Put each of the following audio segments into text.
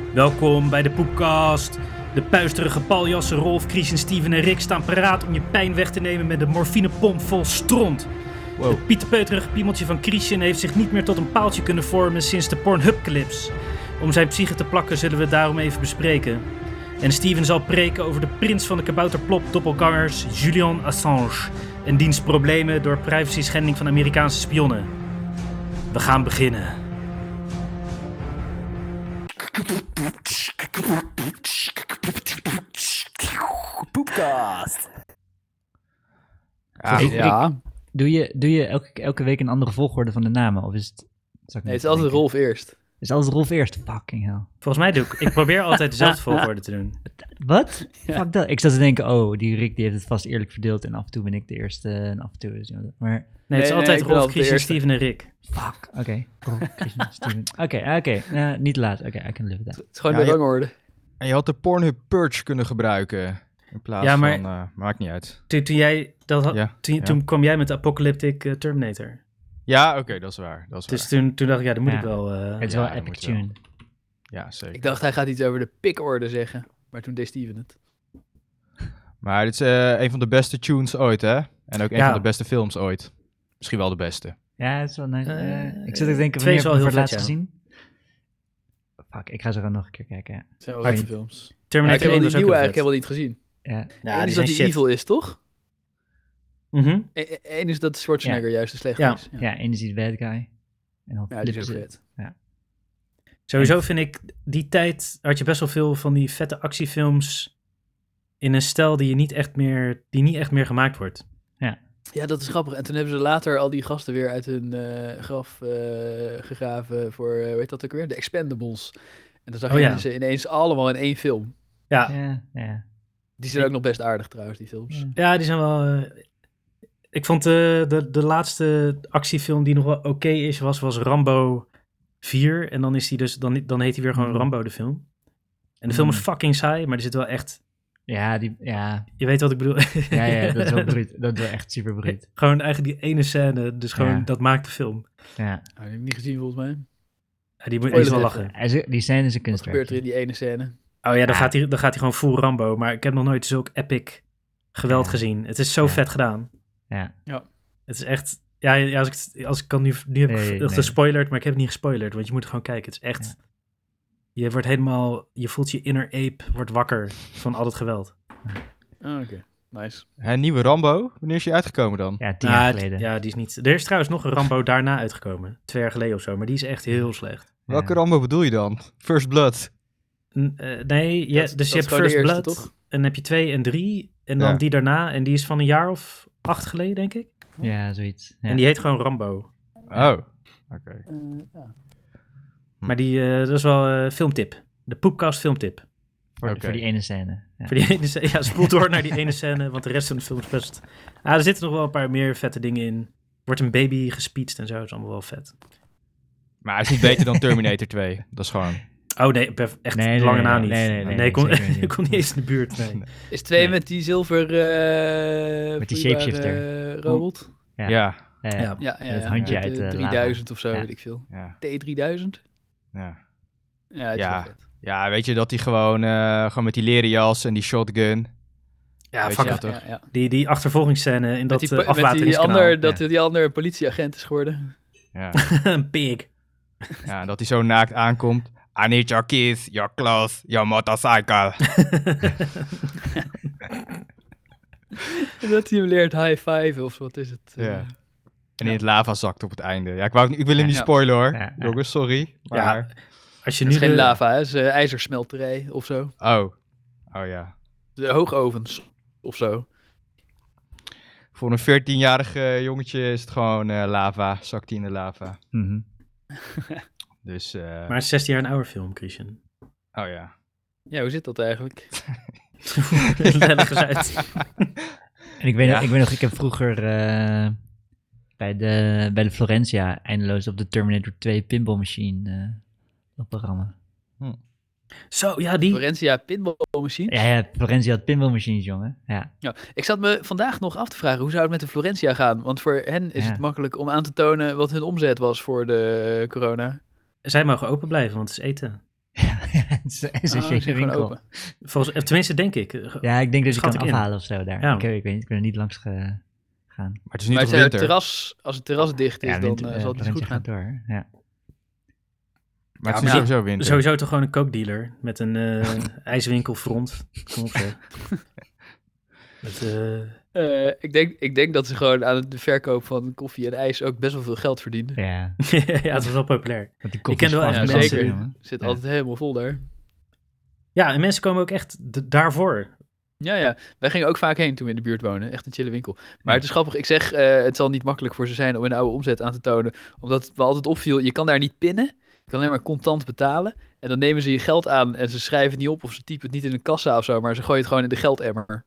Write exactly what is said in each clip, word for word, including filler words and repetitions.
Welkom bij de Poepcast. De puisterige paljassen Rolf, Chris en Steven en Rick staan paraat om je pijn weg te nemen met een morfinepomp vol stront. Wow. Het pieterpeuterige piemeltje van Christian heeft zich niet meer tot een paaltje kunnen vormen sinds de Pornhub-clips. Om zijn psyche te plakken zullen we het daarom even bespreken. En Steven zal preken over de prins van de kabouterplop doppelgangers Julian Assange en diens problemen door privacy-schending van Amerikaanse spionnen. We gaan beginnen. Poepcast. Ja, Ik- ja. ik- Doe je, doe je elke, elke week een andere volgorde van de namen? Of is het... zou ik Nee, het niet is altijd denken? Rolf eerst. Is alles Rolf eerst? Fucking hell. Volgens mij doe ik... Ik probeer altijd dezelfde volgorde te doen. Wat? Ja. Fuck dat. Ik zat te denken, oh, die Rick die heeft het vast eerlijk verdeeld en af en toe ben ik de eerste en af en toe is iemand. Maar, Nee, het is Nee, nee, altijd ik ben Rolf, altijd de Christian, eerste. Steven en Rick. fuck. Oké. Rolf, Christian, Steven. Oké, oké. Eh, niet te laat. Oké, I can live with that. Het is gewoon Ja, de je- rangorde. En je had de Pornhub Purge kunnen gebruiken. In plaats Ja, maar- van... eh, maakt niet uit. Toen, toen jij... Dat had, Ja, toen, ja. toen kwam jij met de Apocalyptic eh, Terminator. Ja, oké, dat is waar. Dat is Dus waar. toen, toen dacht ik, ja, dat moet Ja. ik wel... eh, Het is Ja, wel dat epic moet wel. tune. Ja, zeker. Ik dacht hij gaat iets over de pikorde zeggen. Maar toen deed Steven het. Maar dit is eh, een van de beste tunes ooit, hè? En ook een Ja. van de beste films ooit. Misschien wel de beste. Ja, het is wel nice. Eh, Eh, ik zit te denken, twee wanneer is heb wel ik hem voor heel het vet, laatst gezien? Fuck, ik ga zo nog een keer kijken. Ja. Het zijn wel Maar goede ik- films. Maar ik Terminator heb wel één die was ook nieuwe heel eigenlijk vet. helemaal niet gezien. Ja. Ja, Eén die is zijn dat die shit. evil is, toch? Mhm. Eén is dat Schwarzenegger juist de slechte Ja. is. Ja, één is die bad guy. En dan Ja, die is ook flippen ze- vet. Sowieso vind ik, die tijd had je best wel veel van die vette actiefilms in een stijl die je niet echt meer, die niet echt meer gemaakt wordt. Ja, dat is grappig. En toen hebben ze later al die gasten weer uit hun eh, graf eh, gegraven voor, eh, hoe heet dat ook weer? De Expendables. En dan zag Oh, je ja. ze ineens allemaal in één film. Ja, Ja, ja. Die zijn ook nog best aardig trouwens, die films. Ja. ja die zijn wel... eh, ik vond de, de, de laatste actiefilm die nog wel oké is, was, was Rambo vier. En dan, is die dus, dan, dan heet hij weer gewoon Mm. Rambo de film. En de film is Mm. fucking saai, maar er zit wel echt... Ja, die, ja, Je weet wat ik bedoel. ja, ja, dat is wel bruut. Dat is wel echt super bruut. Gewoon eigenlijk die ene scène, dus gewoon Ja. dat maakt de film. Ja. Oh, die heb ik niet gezien volgens mij. Ja, die moet die is wel Spoiler lachen. Hij is- Die scène is een Wat gebeurt er in kunstwerk. die ene scène? Oh ja, dan, Ja. Gaat hij, dan gaat hij gewoon full Rambo. Maar ik heb nog nooit zulk epic geweld Ja. gezien. Het is zo Ja. vet gedaan. Ja. Het is echt... Ja, ja, als ik, het- als ik kan nu... Nu heb ik Nee, ge- nee. gespoilerd, maar ik heb het niet gespoilerd. Want je moet het gewoon kijken. Het is echt... Je wordt helemaal... Je voelt je inner ape wordt wakker van al het geweld. Oh, oké. Nice. Hè, nieuwe Rambo. Wanneer is die uitgekomen dan? Ja, tien Ah, jaar het- geleden. Ja, die is niet... Er is trouwens nog een Rambo daarna uitgekomen. Twee jaar geleden of zo. Maar die is echt heel slecht. Welke Ja. Rambo bedoel je dan? First Blood. N- eh, nee, je, Dat- dus je dat hebt is gewoon de First eerste, Blood. toch? En dan heb je twee en drie. En dan Ja. die daarna. En die is van een jaar of acht geleden, denk ik. Ja, zoiets. Ja. En die heet gewoon Rambo. Oh, oké. ja. Hm. Maar die, eh, dat is wel een filmtip. De Poepcast filmtip. voor, Oké. voor die ene scène. Ja. Voor die ene scène. Ja, spoel door naar die ene scène, want de rest van de film is best... Ah, er zitten nog wel een paar meer vette dingen in. Wordt een baby gespietst en zo, dat is allemaal wel vet. Maar hij is niet beter dan Terminator twee. Dat is gewoon... Oh nee, bef- echt Nee, nee, lange nee, na nee, niet. nee, nee, nee, ik kon, zeker niet. ik kon niet eens in de buurt, nee. Is twee Nee. met die zilver eh Met die vloeibare, shapeshifter. eh, robot? Ja. Ja. Ja, ja. Ja. Ja, ja, Het ja. handje Met uit de de drieduizend of zo, Ja. weet ik veel. Ja. T drieduizend? Ja. Ja, het is Ja. wel vet. Ja, weet je dat hij gewoon, eh, gewoon met die leren jas en die shotgun... Ja, Weet fuck je it. dat Ja, toch? ja. Die, die achtervolgingsscène in dat Met die, uh, met die afwateringskanaal. ander, dat ja. die ander politieagent is geworden. Ja. Een pig. Ja, dat hij zo naakt aankomt. I need your keys, your clothes, your motorcycle. En dat hij hem leert high five of wat is het? eh. Ja. En in het lava zakt op het einde. Ja, ik, wou, ik wil hem niet Ja. spoilen hoor. Ja, ja. Jongens, sorry. Maar... Ja, als je Het nu is geen de- lava, hè? Het is eh, ijzersmelterij of zo. Oh. Oh ja. De hoogovens of zo. Voor een veertienjarig jongetje is het gewoon eh, lava. Zakt hij in de lava. Mhm. Dus, eh, Maar het is zestien jaar een oude film, Christian. oh ja. Ja, hoe zit dat eigenlijk? Leg eens uit. En ik weet, Ja. nog, ik weet nog, ik heb vroeger eh, bij, de, bij de Florentia eindeloos op de Terminator twee pinball machine eh op programma. Zo, ja, die... Florentia Pinball Machine. Ja, ja, Florentia had pinball machines, jongen. Ja. Ja, ik zat me vandaag nog af te vragen, hoe zou het met de Florentia gaan? Want voor hen is Ja. het makkelijk om aan te tonen wat hun omzet was voor de corona. Zij mogen open blijven, want het is eten. Ja, het is een Oh, essentiële is hij gewoon winkel. open. Volgens, eh, tenminste, denk ik. Eh, Ja, ik denk dat je Schat kan ik in. afhalen of zo daar. Ja. Ik, ik weet niet, ik ben er niet langs gegaan. Maar het is niet Maar op als, het winter. terras, als het terras dicht is, Ja, dan winter, eh, eh, zal het niet zo goed Florentje gaan. gaat door. Ja. Maar het Ja, is maar- sowieso winter. Sowieso toch gewoon een kookdealer met een eh ijswinkelfront. Kom op, zeg. Met, eh, Eh, ik, denk, ik denk dat ze gewoon aan de verkoop van koffie en ijs ook best wel veel geld verdienen. Ja, ja, het was wel populair. want die Ik ken wel koffie is echt vast mensen- wel zeker. jongen. Zit Ja. altijd helemaal vol daar. Ja, en mensen komen ook echt d- daarvoor. Ja, ja. Wij gingen ook vaak heen toen we in de buurt wonen. Echt een chille winkel. Maar Ja. het is grappig. Ik zeg, eh, het zal niet makkelijk voor ze zijn om een oude omzet aan te tonen. Omdat het me altijd opviel, je kan daar niet pinnen. Je kan alleen maar contant betalen. En dan nemen ze je geld aan en ze schrijven het niet op of ze typen het niet in een kassa of zo. Maar ze gooien het gewoon in de geldemmer.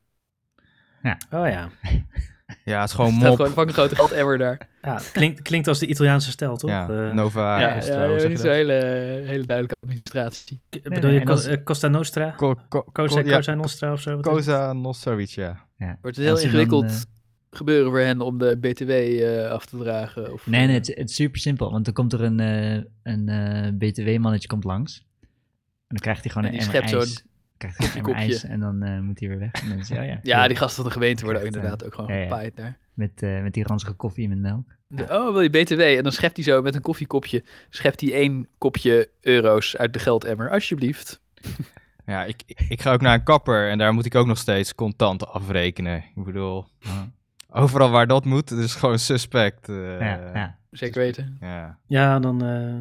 Oh ja. Ja, het is gewoon Er staat mop. gewoon een fucking grote geldemmer daar. Ja, het klinkt, klinkt als de Italiaanse stijl, toch? Ja, Eh, Nova ja, is ja, het wel, ja, zeg niet je zo'n dat? hele, hele duidelijke administratie. k- nee, bedoel je en Co- dat- eh, Costa Nostra? Co- co- Cosa, co- ja, Cosa Nostra of zo? Wat is het? Cosa Nostrovic, ja. Ja. Wordt het En heel als je dan, ingewikkeld eh, gebeuren voor hen om de B T W eh, af te dragen? Of, Nee, eh, nee, het, het is super simpel. Want dan komt er een, eh, een eh, B T W-mannetje komt langs. En dan krijgt hij gewoon En een die emmer schept ijs. zo'n Krijgt hij een emmer kopje. ijs en dan eh, moet hij weer weg. En dan is hij, oh ja, Ja, hier, die gasten van de gemeente worden ook Echt, eh, inderdaad ook gewoon ja, ja. gepaaid daar. met, eh, met die ranzige koffie met melk. De- oh, wil je B T W? En dan schept hij zo met een koffiekopje, schept hij één kopje euro's uit de geldemmer. Alsjeblieft. Ja, ik, ik, ik ga ook naar een kapper en daar moet ik ook nog steeds contant afrekenen. Ik bedoel, overal waar dat moet, het is gewoon suspect. eh, ja, ja. Zeker weten. ja. Ja, dan... eh,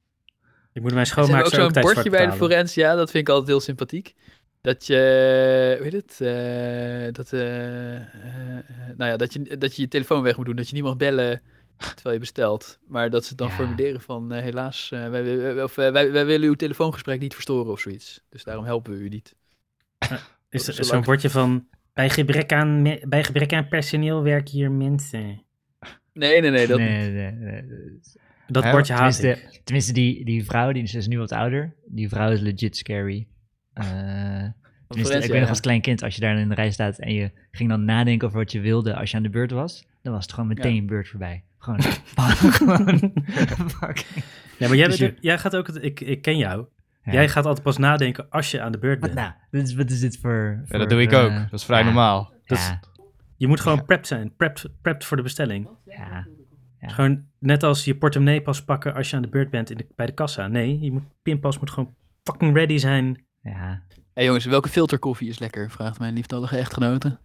ik moet mijn Ze hebben schoonmaak ook zo ook zo'n tijd bordje zwart bij de betalen. Florentia, dat vind ik altijd heel sympathiek. Dat je, hoe heet het, eh, dat, eh, eh, nou ja, dat je, dat je je telefoon weg moet doen, dat je niet mag bellen terwijl je bestelt. Maar dat ze het dan Ja. formuleren van, eh, helaas, eh, wij, wij, of, eh, wij, wij willen uw telefoongesprek niet verstoren of zoiets. Dus daarom helpen we u niet. Is er Zolang- zo'n bordje van... Bij gebrek, aan me- bij gebrek aan personeel werken hier mensen. Nee, nee, nee, dat niet. nee, nee, nee. Dat Hè? bordje haat ik. Tenminste, tenminste die, die vrouw, die is nu wat ouder. Die vrouw is legit scary. Eh, tenminste, Florentia, ik weet nog ja. als klein kind, als je daar in de rij staat en je ging dan nadenken over wat je wilde als je aan de beurt was, dan was het gewoon meteen beurt voorbij. Gewoon, gewoon fucking- Ja, maar jij, Dus bent je- ook- jij gaat ook... Het, ik, ik ken jou. Ja. Jij gaat altijd pas nadenken als je aan de beurt Wat bent. nou? Dit is, wat is dit voor... Ja, voor, dat doe ik eh, ook. Dat is vrij ja. normaal. Dat Ja, Je moet gewoon prepped zijn. Prepped, prepped voor de bestelling. ja. Ja. Gewoon net als je portemonnee pas pakken als je aan de beurt bent in de, bij de kassa. Nee, je moet, pinpas moet gewoon fucking ready zijn. ja. Hé jongens, welke filterkoffie is lekker? Vraagt mijn lieftallige echtgenote.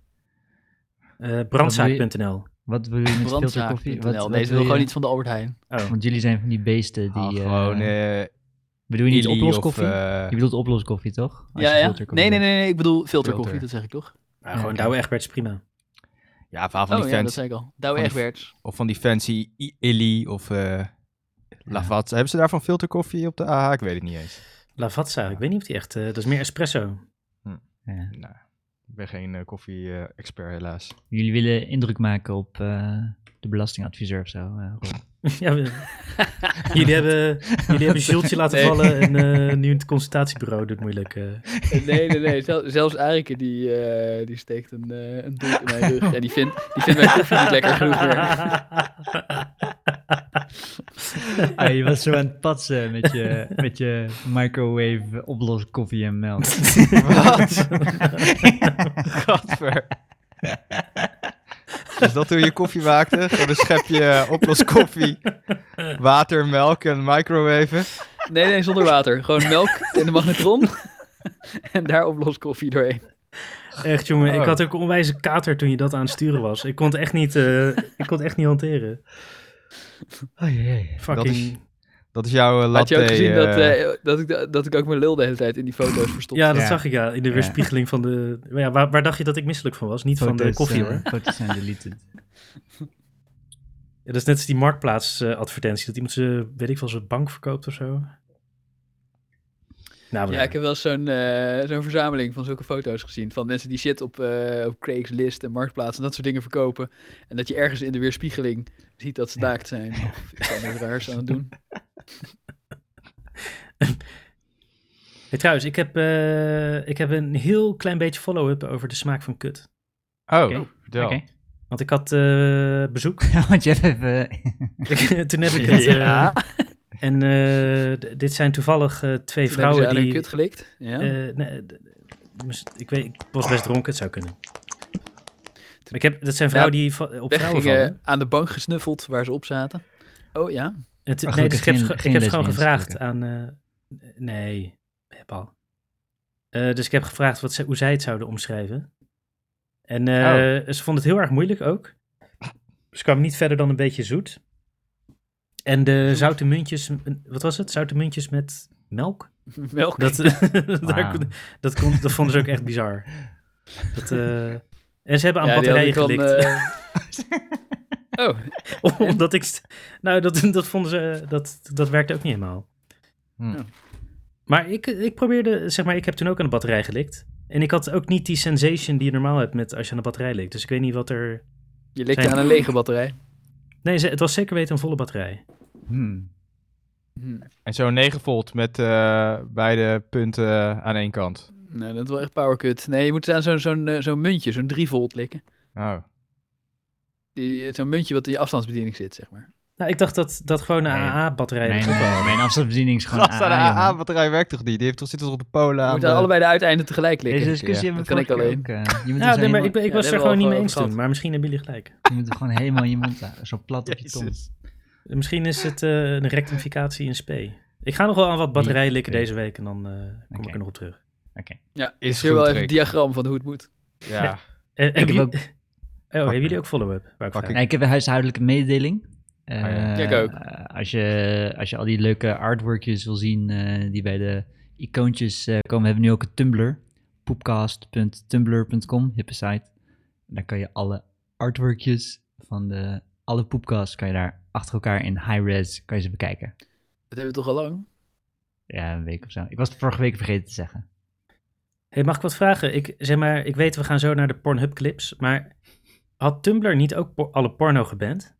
Uh, brandzaak punt n l. Wat wil je met filterkoffie? Wat, Brandzaak.nl. wat Nee, ze wil wil je- gewoon iets van de Albert Heijn. Oh. Want jullie zijn van die beesten die... Ah, eh, gewoon eh bedoel je niet Illy oploskoffie? of, eh, Je bedoelt oploskoffie, toch? Als Ja, je ja. filterkoffie Nee, nee, zegt. nee, nee, ik bedoel filterkoffie, Filter. dat zeg ik toch? Nou, gewoon oké. Douwe Egberts, prima. ja, van, van Oh die ja, dat fancy, zei ik al. Douwe van die- Egberts. of van die fancy I- Illy of eh Lavazza. Hebben ze daarvan filterkoffie op de A H? Ik weet het niet eens. Lavazza, ik weet niet of die echt... eh, dat is meer espresso. Ja. Nou, ik ben geen eh, koffie-expert helaas. Jullie willen indruk maken op eh, de belastingadviseur of zo, eh, Rob. ja, we- jullie hebben, jullie hebben Jultje laten Nee. vallen en eh, nu het consultatiebureau doet moeilijk. eh. Nee, nee, nee. Zel- zelfs Arike die, eh, die steekt een, eh een dolk in mijn rug. En die vindt, die vindt mijn koffie niet lekker genoeg meer. Ah, je was zo aan het patsen met je, met je microwave oplos koffie en melk. Wat? Gadver. Is dat hoe je koffie maakte? Gewoon een schepje oploskoffie, water, melk en microwaven? Nee, nee, zonder water. Gewoon melk in de magnetron. En daar oplost koffie doorheen. Echt jongen, ik Oh. had ook een onwijze kater toen je dat aan het sturen was. Ik kon het echt niet, eh, ik kon het echt niet hanteren. Oh jee. Fucking... Dat is- Dat is jouw eh, Had latte. je ook gezien dat, eh, eh, dat, ik, dat ik ook mijn lul de hele tijd in die foto's verstopte? Ja, dat Ja. zag ik ja, in de Ja. weerspiegeling van de... Maar ja, waar, waar dacht je dat ik misselijk van was? Niet van de Foto's, koffie eh, hoor. Foto's zijn deleted. Ja, dat is net als die marktplaats eh, advertentie, dat iemand ze, weet ik veel, zijn bank verkoopt of zo. Nou, Ja, ik heb wel eens zo'n eh, zo'n verzameling van zulke foto's gezien. Van mensen die shit op, eh, op Craigslist en Marktplaats en dat soort dingen verkopen. En dat je ergens in de weerspiegeling ziet dat ze Ja. naakt zijn. Of iets anders raars aan het doen. Hey, trouwens, ik heb, eh, ik heb een heel klein beetje follow-up over de smaak van kut. Oh, Oké. vertel. Oké. Want ik had eh, bezoek. Want je hebt even... Toen heb ik het... eh, Ja. En uh, d- dit zijn toevallig uh, twee Toen vrouwen hebben ze aan die... hun kut gelikt. Ja. Uh, nee, d- mis- ik, weet, ik was best dronken, het zou kunnen. Maar ik heb, dat zijn vrouwen Ja, die va- op vrouwen Weggingen, vallen. aan de bank gesnuffeld waar ze op zaten. Oh ja. Het, Maar nee, dus ik heb, gelukkig ge- geen- ik heb geen gewoon lesbiennes, gevraagd aan... Uh, nee, Paul. Uh, dus ik heb gevraagd wat ze, hoe zij het zouden omschrijven. En uh, Oh. ze vonden het heel erg moeilijk ook. Ze kwamen niet verder dan een beetje zoet. En de zoute muntjes... Wat was het? Zoute muntjes met melk? Melk. Dat, daar, Wauw. dat, kon, dat vonden ze ook echt bizar. Dat, uh, en ze hebben aan Ja, die batterijen had ik gelikt. dan, uh... oh, Omdat ik... st- Nou, dat, dat vonden ze... Dat, dat werkte ook niet helemaal. Hm. Maar ik, ik probeerde... Zeg maar, ik heb toen ook aan de batterij gelikt. En ik had ook niet die sensation die je normaal hebt met als je aan de batterij likt. Dus ik weet niet wat er... je likte Zijn- aan een lege batterij. Nee, ze- het was zeker weten een volle batterij. Hmm. Hm. En zo'n negen volt met uh, beide punten aan één kant. Nee, dat is wel echt powercut. Nee, je moet aan zo'n zo'n uh, zo'n muntje, zo'n drie volt likken. Oh. Die, zo'n muntje wat in je afstandsbediening zit, zeg maar. Nou, ik dacht dat, dat gewoon een Nee. A A-batterij... Mijn, ook wel- mijn afstandsbediening is gewoon Gast, een A A, jongen. A A-batterij werkt toch niet? Die heeft toch zitten op de polen Je aan moet de... aan allebei de uiteinden tegelijk likken. Deze discussie Ja, hebben we dat kan vorige ik keer alleen. ook, uh, je moet Ja, dus nee, maar helemaal, ik, ben- ik Ja, was daar er hebben gewoon we niet al mee over eens gehad. toen. Maar misschien hebben jullie gelijk. je moet er gewoon helemaal in je mond houden. Zo plat op je tong. Jezus. Misschien is het uh, een rectificatie in spe. Ik ga nog wel aan wat batterijen likken Oké. deze week en dan uh, kom Oké. ik er nog op terug. Oké. Ja, Is is hier goed, wel even Rick. een diagram van hoe het moet. Ja. Uh, Ik hebben heb ook... jullie- Oh, hebben jullie ook follow-up? Wou ik Pak vragen. ik. Nee, ik heb een huishoudelijke mededeling. Uh, ja. Ik ook. uh, als, je, als je al die leuke artworkjes wil zien uh, die bij de icoontjes uh, komen, hebben we nu ook een Tumblr. poepcast punt tumblr punt com, hippe site. En daar kan je alle artworkjes van de, alle poepcasts kan je daar achter elkaar in high-res kan je ze bekijken. Dat hebben we toch al lang? Ja, een week of zo. Ik was het vorige week vergeten te zeggen. Hey, mag ik wat vragen? Ik, zeg maar, ik weet, we gaan zo naar de Pornhub clips, maar had Tumblr niet ook por- alle porno geband?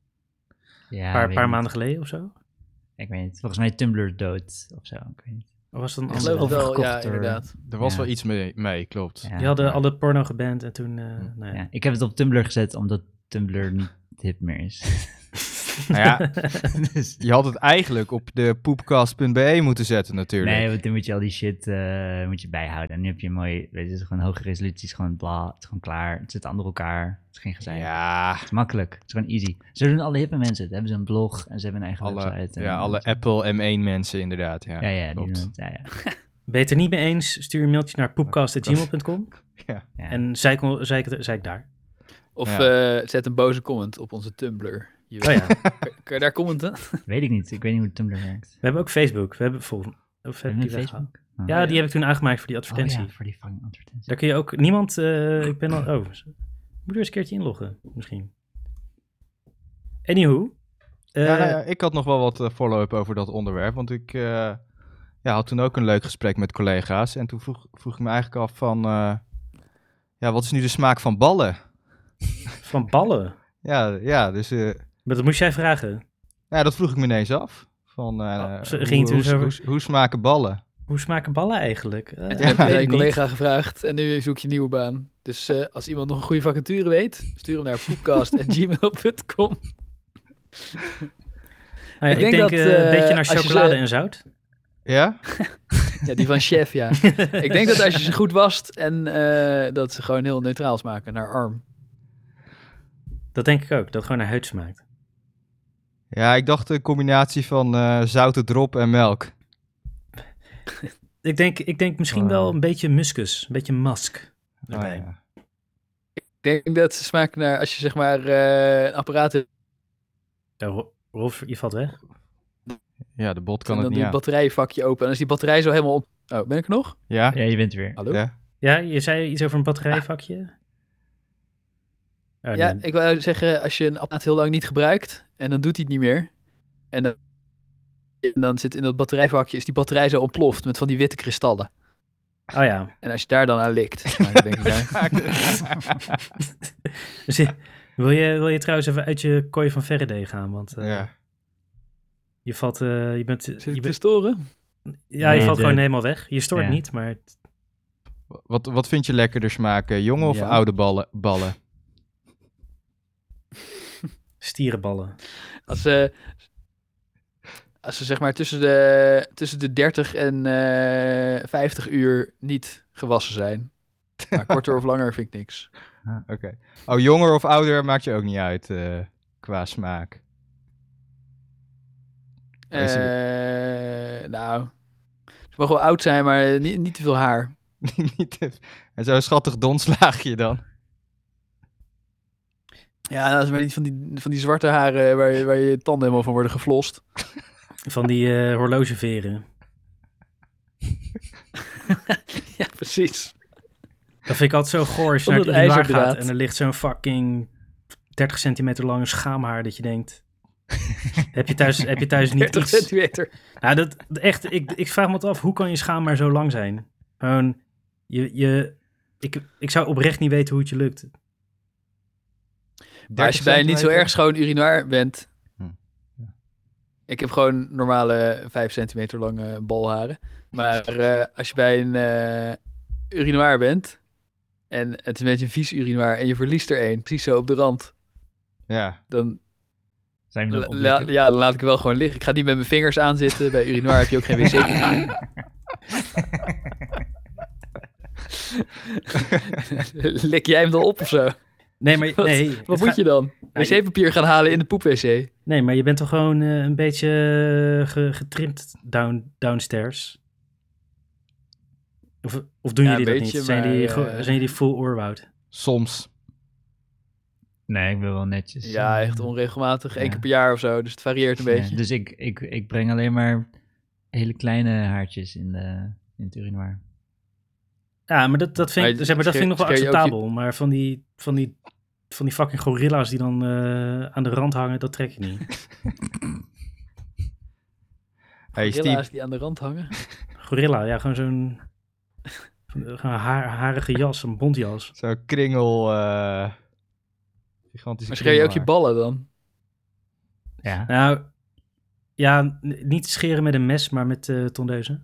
Ja, Een paar, weet paar niet. maanden geleden of zo? Ik weet niet. Volgens mij Tumblr is dood of zo. Ik weet niet. Of was het een Ik andere? geloof het wel, overgekocht ja, door- inderdaad. Er was Ja. wel iets mee, mee klopt. Ja, Die hadden maar- alle porno geband en toen... Uh, nou ja. Ja, ik heb het op Tumblr gezet omdat Tumblr niet hip meer is. Nou ja, Dus- je had het eigenlijk op de poepcast punt b e moeten zetten natuurlijk. nee, want dan moet je al die shit uh, moet je bijhouden. En nu heb je een mooi, weet je, het is gewoon hoge resoluties, gewoon bla, het is gewoon klaar. Het zit onder elkaar, het is geen gezeik. Ja, Het is makkelijk, het is gewoon easy. Zo doen alle hippe mensen het. Hebben ze een blog en ze hebben een eigen alle, website. en- ja, alle Apple M één mensen inderdaad. Ja, Ja, ja, die klopt. doen het. Ja, ja. Ben je het er niet mee eens? Stuur een mailtje naar poepcast punt gmail punt com Ja. Ja. en zei ik, zei, ik, zei ik daar. Of Ja. uh, zet een boze comment op onze Tumblr. Je Oh ja, kan, kan je daar commenten? Weet ik niet, ik weet niet hoe Tumblr werkt. we hebben ook Facebook. We hebben volgens of heb Hebben ik we die een weggehaald? Facebook? Oh. Ja, ja. die heb ik toen aangemaakt voor die Oh advertentie. ja, voor die fucking advertentie. Daar kun je ook... Niemand... Uh, ik ben al... Oh, moet er eens een keertje inloggen, misschien. Anywho. Uh, Ja, nou ja, ik had nog wel wat uh, follow-up over dat onderwerp, want ik uh, ja, had toen ook een leuk gesprek met collega's en toen vroeg, vroeg ik me eigenlijk af van, uh, ja, wat is nu de smaak van ballen? Van ballen. Ja, ja, dus uh, Maar dat moest jij vragen. ja, dat vroeg ik me ineens af. Van, uh, Oh, ze- hoe, ging het hoe, dus over- hoe, hoe smaken ballen? Hoe smaken ballen eigenlijk? Uh, En toen Ja, heb je weet naar je ik niet. collega gevraagd en nu zoek je een nieuwe baan. Dus uh, als iemand nog een goede vacature weet, stuur hem naar poepcast punt gmail punt com. Nou ja, ik ik denk, denk uh, dat, een uh, beetje naar als je chocolade ze- en zout. Ja? Ja, die van chef, ja. Ik denk dat als je ze goed wast en uh, dat ze gewoon heel neutraal smaken, naar arm. Dat denk ik ook, dat het gewoon naar huid smaakt. Ja, ik dacht een combinatie van uh, zoute drop en melk. Ik denk, ik denk misschien Oh. wel een beetje muskus, een beetje musk. Ah, erbij. ja. Ik denk dat ze smaken naar, als je zeg maar uh, een apparaat hebt, Ja, Ro- Rolf, je valt weg. Ja, de bot kan en het dan niet doe je het aan. batterijvakje open. En als die batterij zo helemaal op... Oh, ben ik er nog? Ja? Ja, je bent er weer. Hallo? Ja? Ja, je zei iets over een batterijvakje? Oh, Ja, nee. ik wou zeggen, als je een apparaat heel lang niet gebruikt en dan doet hij het niet meer. En dan, en dan zit in dat batterijvakje, is die batterij zo ontploft met van die witte kristallen. Oh ja. En als je daar dan aan likt, smaakt het denk ik daar. Dus je- wil, je, wil je trouwens even uit je kooi van Faraday gaan? Want uh, Ja. je valt... Uh, je bent, Zit je ik te bent, storen? ja, je Nee, valt de- gewoon helemaal weg. Je stoort Ja. niet, maar... het- Wat, wat vind je lekkerder smaken? Jonge of Ja. oude ballen? ballen? Stierenballen. Als, uh, als ze zeg maar tussen de, tussen de dertig en uh, vijftig uur niet gewassen zijn. Maar korter of langer vind ik niks. Oké. Okay. Oh, jonger of ouder maakt je ook niet uit uh, qua smaak? Uh, nou, ze mag wel oud zijn, maar niet, niet te veel haar. niet te... En zo'n schattig donslaagje dan? Ja, dat is maar niet van die, van die zwarte haren waar je, waar je tanden helemaal van worden geflost. Van die uh, horlogeveren. Ja, precies. Dat vind ik altijd zo goor als je naar het urinoir gaat en er ligt zo'n fucking dertig centimeter lange schaamhaar dat je denkt... heb, je thuis, heb je thuis niet dertig iets... centimeter. Nou, dat, echt, ik, ik vraag me het af, hoe kan je schaamhaar zo lang zijn? Gewoon, je, je, ik, ik zou oprecht niet weten hoe het je lukt. Maar als je bij een niet zo erg schoon urinoir bent... Hm. Ja. Ik heb gewoon normale vijf centimeter lange balharen. Maar uh, als je bij een uh, urinoir bent... en het is een beetje een vies urinoir... en je verliest er één, precies zo op de rand... Ja. Dan... Zijn we la, la, ja, dan laat ik wel gewoon liggen. Ik ga niet met mijn vingers aanzitten. Bij urinoir heb je ook geen wc. Lik jij hem dan op of zo? Nee, maar wat, nee. Wat moet ga... je dan? wc-papier gaan halen in de poep-wc? Nee, maar je bent toch gewoon uh, een beetje uh, ge, getrimd down, downstairs? Of, of doen ja, jullie dat beetje, niet? Zijn, maar, die, uh, zijn jullie full oorwoud? Soms. Nee, ik ben wel netjes. Ja, echt onregelmatig. Ja. Eén keer per jaar of zo. Dus het varieert een beetje. Ja, dus ik, ik, ik breng alleen maar hele kleine haartjes in, de, in het urinoir. Ja, maar dat, dat vind ik, zeg maar, dat vind ik nog wel acceptabel. Je... Maar van die, van, die, van die fucking gorilla's die dan uh, aan de rand hangen, dat trek ik niet. Hey, gorilla's Steve. die aan de rand hangen? Gorilla, ja, gewoon zo'n gewoon haar, harige jas, een bontjas. Zo'n kringel... Uh... Gigantische maar scheer je ook je ballen dan? Ja. Nou, ja, niet scheren met een mes, maar met uh, tondeuzen.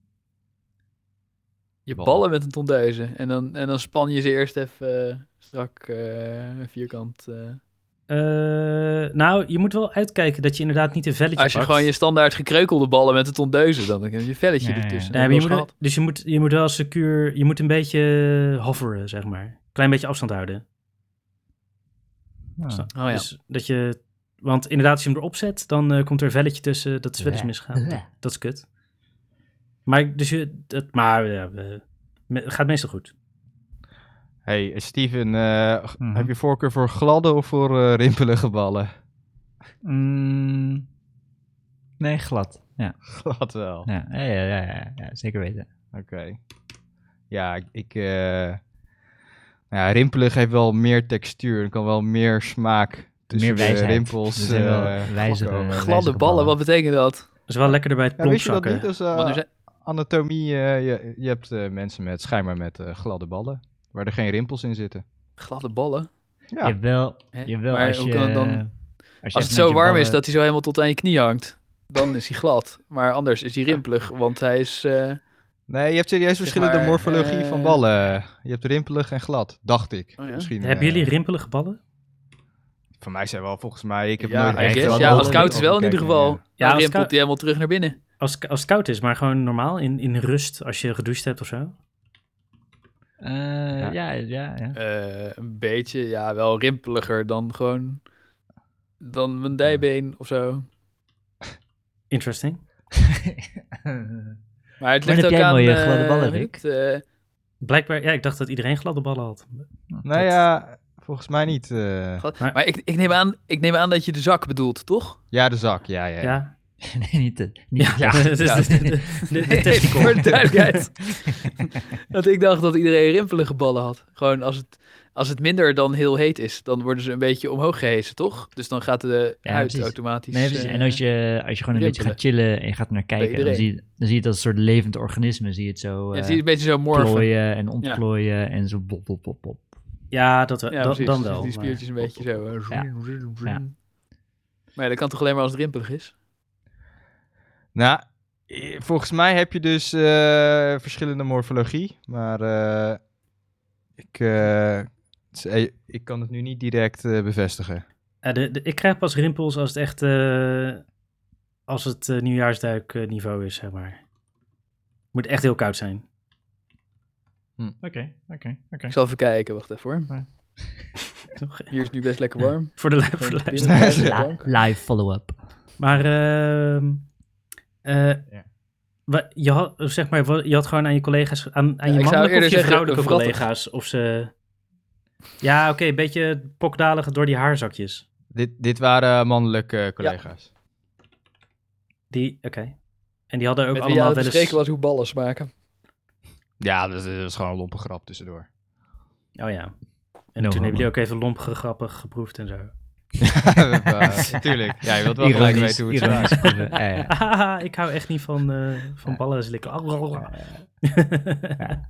Je ballen. ballen met een tondeuze. En dan, en dan span je ze eerst even uh, strak uh, vierkant. Uh... Uh, nou, je moet wel uitkijken dat je inderdaad niet een velletje Als je pakt. gewoon je standaard gekreukelde ballen met een tondeuze, dan heb je een velletje ja, ertussen. Ja, ja. Nee, je moet, dus je moet, je moet wel secuur, je moet een beetje hoveren, zeg maar. Klein beetje afstand houden. Oh. Dus, oh, ja. dus dat je, want inderdaad, als je hem erop zet, dan uh, komt er een velletje tussen. Dat is wel eens misgaan. Dat, dat is kut. Maar, dus je, dat, maar ja, uh, het gaat meestal goed. Hey, Steven, uh, mm-hmm. heb je voorkeur voor gladde of voor uh, rimpelige ballen? Mm, nee, glad. Ja. Glad wel. Ja, ja, ja, ja, ja, ja zeker weten. Oké. Okay. Ja, ik... ik uh, ja, rimpelig heeft wel meer textuur en kan wel meer smaak tussen meer wijsheid. De rimpels. Dus uh, wijzere, gladde ballen, wat betekent dat? Dat is wel lekkerder bij het plompzakken. Ja, weet je dat niet? Dus, uh, anatomie, uh, je, je hebt uh, mensen met schijnbaar met uh, gladde ballen, waar er geen rimpels in zitten. Gladde ballen? Ja. Jawel, jawel maar als je... Dan, als, je als het zo warm ballen... is dat hij zo helemaal tot aan je knie hangt, dan is hij glad. Maar anders is hij rimpelig, want hij is... Uh, nee, je hebt serieus verschillende maar, morfologie uh, van ballen. Je hebt rimpelig en glad, dacht ik. Oh ja? Misschien, hebben uh, jullie rimpelige ballen? Voor mij zijn wel volgens mij... Ik heb ja, nooit echt guess, ja, als het koud is wel in ieder geval. Ja, ja dan rimpelt hij helemaal terug naar binnen. Als, als het koud is, maar gewoon normaal, in, in rust, als je gedoucht hebt of zo? Uh, ja, ja, ja. ja. Uh, een beetje, ja, wel rimpeliger dan gewoon... dan mijn dijbeen of zo. Interesting. Maar het maar ligt ook aan... mooie uh, gladde ballen, Rick? Het, uh... Blijkbaar, ja, ik dacht dat iedereen gladde ballen had. Nou ja, volgens mij niet. Uh... Maar, maar ik, ik, neem aan, ik neem aan dat je de zak bedoelt, toch? Ja, de zak, ja, ja. ja. ja. Nee, niet de... Niet, ja, ja. De, de, de, de, de nee, voor de duidelijkheid. Dat ik dacht dat iedereen rimpelige ballen had. Gewoon als het, als het minder dan heel heet is, dan worden ze een beetje omhoog gehesen, toch? Dus dan gaat de ja, huid precies. automatisch... Nee, precies. Uh, en als je, als je gewoon een rimpelen. beetje gaat chillen en je gaat er naar kijken, dan zie, je, dan zie je het als een soort levend organisme. Zie je het zo uh, ja, zie je een beetje zo morfen. plooien en ontplooien ja. en zo bop, bop, bop, bop. Ja, dat, ja, dat dan wel. Dus die spiertjes maar... een beetje zo... Uh, ja. Ja. Maar ja, dat kan toch alleen maar als het rimpelig is? Nou, volgens mij heb je dus uh, verschillende morfologie, maar uh, ik, uh, ik kan het nu niet direct uh, bevestigen. Uh, de, de, ik krijg pas rimpels als het echt uh, als het uh, nieuwjaarsduikniveau is, zeg maar. Moet echt heel koud zijn. Oké, oké, oké. Ik zal even kijken, wacht even hoor. Maar... Hier is het nu best lekker warm. voor de, voor de luisteraars. Live follow-up. Maar uh, uh, ja. je, had, zeg maar, je had gewoon aan je collega's, aan, aan ja, je mannelijke of je vrouwelijke collega's, of ze... Ja, oké, okay, een beetje pokdalig door die haarzakjes. Dit, dit waren mannelijke collega's. Ja. Die, oké. Okay. En die hadden ook Met allemaal wel wel eens... eens... was hoe ballen smaken. Ja, dat is, dat is gewoon een lompe grap tussendoor. Oh ja. En no, toen hebben jullie ook even lompige grappen geproefd en zo. Ja, tuurlijk. Ja, je wilt wel gelijk weten hoe het gaat. ja, ja. Ah, ik hou echt niet van, uh, van ja. ballen slikken. Oh, ja.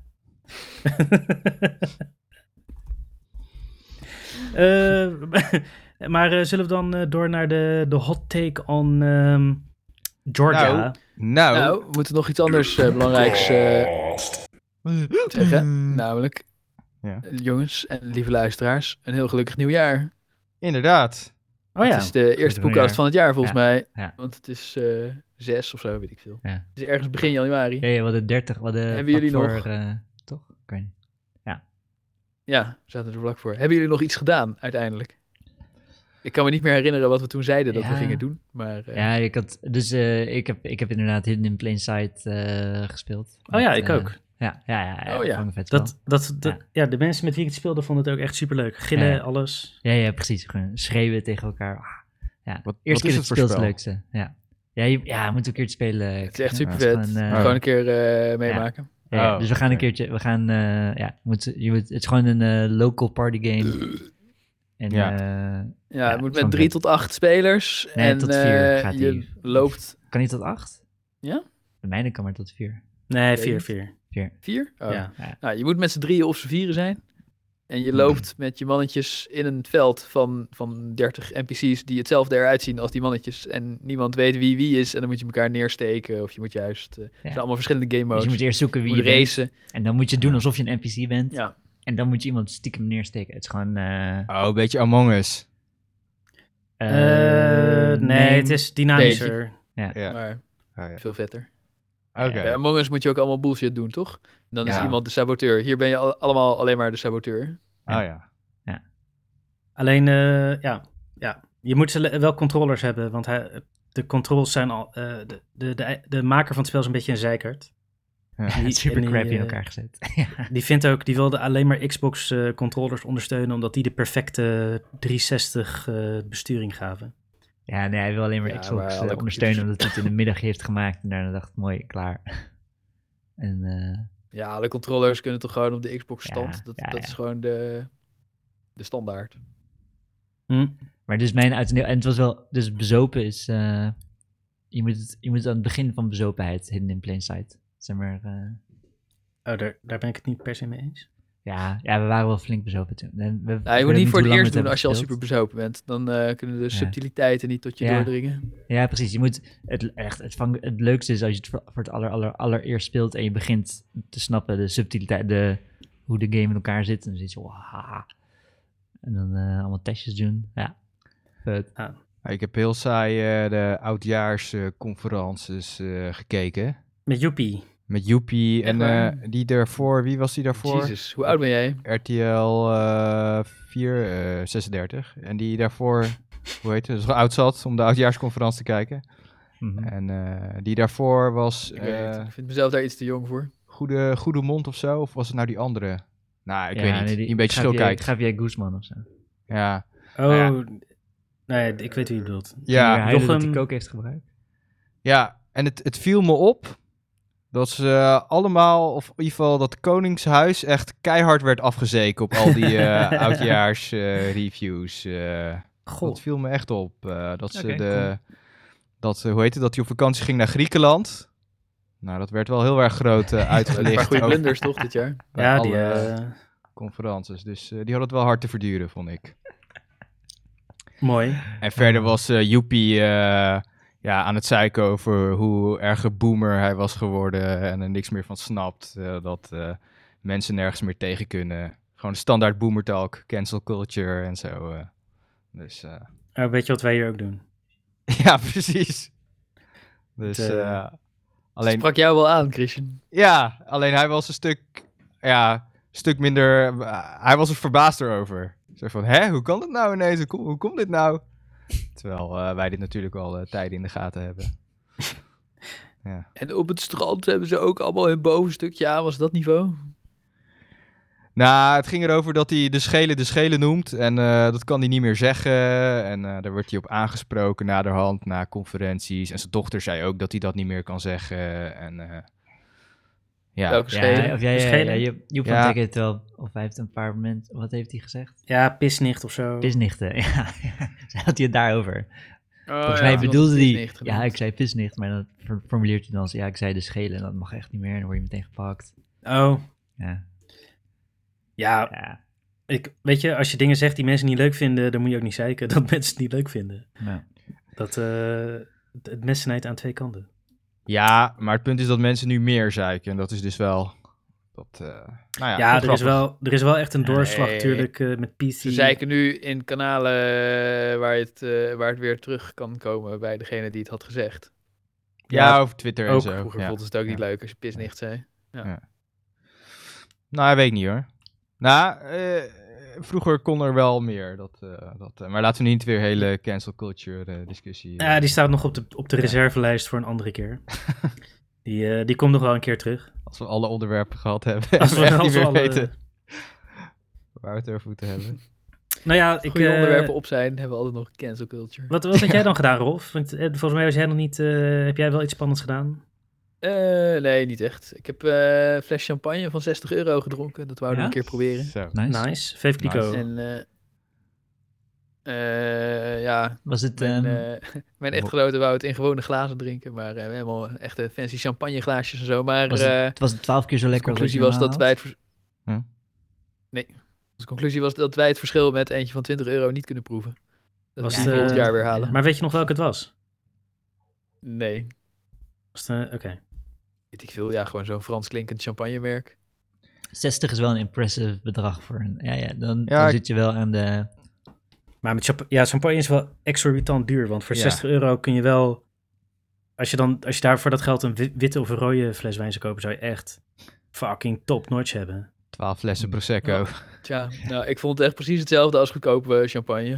uh, maar uh, zullen we dan uh, door naar de, de hot take on um, Georgia? Nou, nou. nou, we moeten nog iets anders uh, belangrijks uh, zeggen. Namelijk, ja. jongens en lieve luisteraars, een heel gelukkig nieuwjaar. Inderdaad. Oh ja. Het is de eerste podcast van het jaar volgens ja. mij. Ja. Want het is uh, zes of zo, weet ik veel. Ja. Het is ergens begin januari. Ja, ja, wat de dertig. Wat de Hebben jullie voor, nog... Uh, toch? Ik weet niet. Ja. Ja, we zaten er vlak voor. Hebben jullie nog iets gedaan uiteindelijk? Ik kan me niet meer herinneren wat we toen zeiden dat ja. we gingen doen. Maar, uh... Ja, ik had, dus uh, ik, heb, ik heb inderdaad Hidden in Plain Sight uh, gespeeld. Oh ja, ik uh, ook. Ja, ja, ja. ja oh ja. Vet dat, dat, dat, ja. ja, de mensen met wie ik het speelde vonden het ook echt superleuk. Gillen, ja, ja. alles. Ja, ja, precies. Gewoon schreeuwen tegen elkaar. Ah, ja, wat, eerst wat keer is het speelt het leukste. Ja, ja, je, ja, moet een keer spelen. Het is echt super vet. Ja, gewoon, uh, gewoon een keer uh, meemaken. Ja, ja, oh, dus we gaan okay. een keertje, we gaan, uh, ja, moet, je moet, het is gewoon een uh, local party game. En, ja. Uh, ja, ja, het moet met drie tot acht spelers. Nee, en tot vier uh, gaat je die. loopt... Kan niet tot acht? Ja? De mijne kan maar tot vier. Nee, vier, vier. Vier? Vier? Oh. Ja. ja. Nou, je moet met z'n drieën of z'n vieren zijn. En je loopt met je mannetjes in een veld van, van dertig N P C's die hetzelfde eruit zien als die mannetjes. En niemand weet wie wie is. En dan moet je elkaar neersteken. Of je moet juist... Uh, ja. Er zijn allemaal verschillende game modes. Dus je moet eerst zoeken wie je, je racen. bent. En dan moet je doen alsof je een N P C bent. Ja. En dan moet je iemand stiekem neersteken. Het is gewoon... Uh... Oh, een beetje Among Us. Uh, nee, nee, het is dynamischer. Ja. ja. Maar oh, ja. veel vetter. Oké. Okay. Bij Among Us moet je ook allemaal bullshit doen, toch? En dan ja. is iemand de saboteur. Hier ben je al, allemaal alleen maar de saboteur. Ah ja. ja. Alleen, uh, ja, ja, je moet ze wel controllers hebben, want hij, de controls zijn al... Uh, de, de, de, de maker van het spel is een beetje een zeikert. Ja, die, super die, crappy in elkaar gezet. Die vindt ook, die wilde alleen maar Xbox uh, controllers ondersteunen, omdat die de perfecte driehonderdzestig uh, besturing gaven. Ja, nee, hij wil alleen maar ja, Xbox uh, ondersteunen, omdat hij het in de middag heeft gemaakt. En daarna dacht ik, mooi, klaar. En, uh, ja, alle controllers kunnen toch gewoon op de Xbox stand. Ja, dat ja, dat ja. is gewoon de, de standaard. Hm. Maar dus mijn uitendeel, en het was wel, dus bezopen is, uh, je, moet het, je moet het aan het begin van bezopenheid, Hidden in Plain Sight. Zeg maar, uh... oh, daar, daar ben ik het niet per se mee eens. Ja, ja, we waren wel flink bezopen toen. We, we, nou, je moet niet voor het eerst doen als je al super bezopen bent. Dan uh, kunnen de ja. subtiliteiten niet tot je ja. doordringen. Ja, precies. Je moet het, echt, het, vang, het leukste is als je het voor, voor het aller, aller, allereerst speelt en je begint te snappen de subtiliteit, de, hoe de game in elkaar zit. En dan zit je, wow. En dan uh, allemaal testjes doen. Ja, vet. Ah. Ik heb heel saai uh, de oudjaarsconferences uh, gekeken. Met Joepie. Met Joepie en uh, die daarvoor, wie was die daarvoor? Jezus, hoe oud ben jij? R T L uh, vier, uh, zesendertig. En die daarvoor, hoe heet het, dus oud zat om de oudjaarsconferentie te kijken. Mm-hmm. En uh, die daarvoor was... Ik, uh, ik vind mezelf daar iets te jong voor. Goede, goede Mond of zo, of was het nou die andere? Nou, ik ja, weet niet, nee, die, die een beetje schil kijkt. Javier Guzman of zo. Ja. Oh, ja. Nee, ik weet wie je bedoelt. Ja, Jochem... dat hij ook heeft gebruikt. Ja, en het, het viel me op... dat ze uh, allemaal, of in ieder geval dat Koningshuis echt keihard werd afgezeken op al die uh, oudjaars uh, reviews. Uh, dat viel me echt op. Uh, dat ze okay, de, cool. dat, uh, hoe heet het, dat hij op vakantie ging naar Griekenland. Nou, dat werd wel heel erg groot uh, uitgelicht. Maar goede blunders toch dit jaar? Ja, die uh... conferences. Dus uh, die had het wel hard te verduren, vond ik. Mooi. En verder was uh, Joepie... Uh, Ja, aan het zeiken over hoe erg een boomer hij was geworden en er niks meer van snapt. Uh, dat uh, mensen nergens meer tegen kunnen. Gewoon standaard boomertalk, cancel culture en zo. Uh. Dus, uh... oh, weet je wat wij hier ook doen? Ja, precies. Dus Het, eh, uh, alleen... Sprak jou wel aan, Christian. Ja, alleen hij was een stuk, ja, een stuk minder... Uh, hij was er verbaasd erover. Zo van, hè, hoe kan dit nou ineens? Hoe, kom, hoe komt dit nou? Terwijl uh, wij dit natuurlijk al uh, tijden in de gaten hebben. Ja. En op het strand hebben ze ook allemaal hun bovenstukje aan. Was dat niveau? Nou, het ging erover dat hij de schelen de schelen noemt. En uh, dat kan hij niet meer zeggen. En uh, daar wordt hij op aangesproken naderhand, na conferenties. En zijn dochter zei ook dat hij dat niet meer kan zeggen. En uh, ja. Welke Ja, schelen? of ja, ja, ja, Schelen? ja, Joep Ja. van Dijk heeft wel, of hij heeft een paar momenten, wat heeft hij gezegd? Ja, pisnicht of zo. Pisnichten, ja. Zij had hij het daarover. Oh, Volgens ja, mij iemand bedoelde heeft hij, niet ja, genoemd. ik zei pisnicht, maar dan for- formuleert hij dan als, ja, ik zei de schelen en dat mag echt niet meer. En dan word je meteen gepakt. Oh, Ja, ja, ja. ik, weet je, als je dingen zegt die mensen niet leuk vinden, dan moet je ook niet zeiken dat mensen het niet leuk vinden. Nou, Dat, eh, het- het mes snijdt aan twee kanten. Ja, maar het punt is dat mensen nu meer zeiken. En dat is dus wel... Dat, uh, nou ja, Ja, wel er is, grappig. wel, er is wel echt een Nee. doorslag natuurlijk eh, met P C. Ze zeiken nu in kanalen eh, waar het, eh, waar het weer terug kan komen bij degene die het had gezegd. Ja, Ja, over Twitter en ook. zo. Vroeger ja. vond het ook niet Ja. leuk als je pisnicht zei. Nou, weet ik niet hoor. Nou, eh, vroeger kon er wel meer. Dat, eh, dat, eh, maar laten we niet weer hele cancel culture eh, discussie... Ja, die staat nog op de, op de reservelijst voor een andere keer. Die, eh, die komt nog wel een keer terug. Als we alle onderwerpen gehad hebben. Als en we- echt als niet we meer alle- weten waar we het over moeten hebben. Nou ja, ik, Goede eh, onderwerpen op zijn, hebben we altijd nog cancel culture. Wat, wat had jij dan gedaan, Rolf? Want, eh, volgens mij was jij nog niet... eh, heb jij wel iets spannends gedaan? Eh, nee, niet echt. Ik heb eh, een fles champagne van zestig euro gedronken. Dat wouden we Ja? een keer proberen. Zo. nice. Nice. Vijf Clico. Nice. En eh, eh, ja, Was het, mijn, ehm, eh, mijn echtgenote wou het in gewone glazen drinken. Maar eh, we hebben helemaal echte fancy champagneglaasjes en zo. Maar was, eh, het, was het twaalf keer zo de lekker als wat je conclusie was dat normaal wij het... Hm? vers- Nee. De conclusie was dat wij het verschil met eentje van twintig euro niet kunnen proeven. Dat Was we die het, volgend eh, jaar weer halen. Maar weet je nog welke het was? Nee, was het, eh, Oké. weet ik veel. Ja, gewoon zo'n Frans klinkend champagnemerk. had? zestig is wel een impressive bedrag voor een... Ja, ja, dan, Ja, dan ik- zit je wel aan de... Maar met champa- ja, champagne is wel exorbitant duur. Want voor Ja. zestig euro kun je wel... Als je, dan, als je daar voor dat geld een wi- witte of een rode fles wijn zou kopen... zou je echt fucking top notch hebben. twaalf flessen Prosecco. Ja. Tja, nou, ik vond het echt precies hetzelfde als goedkope champagne.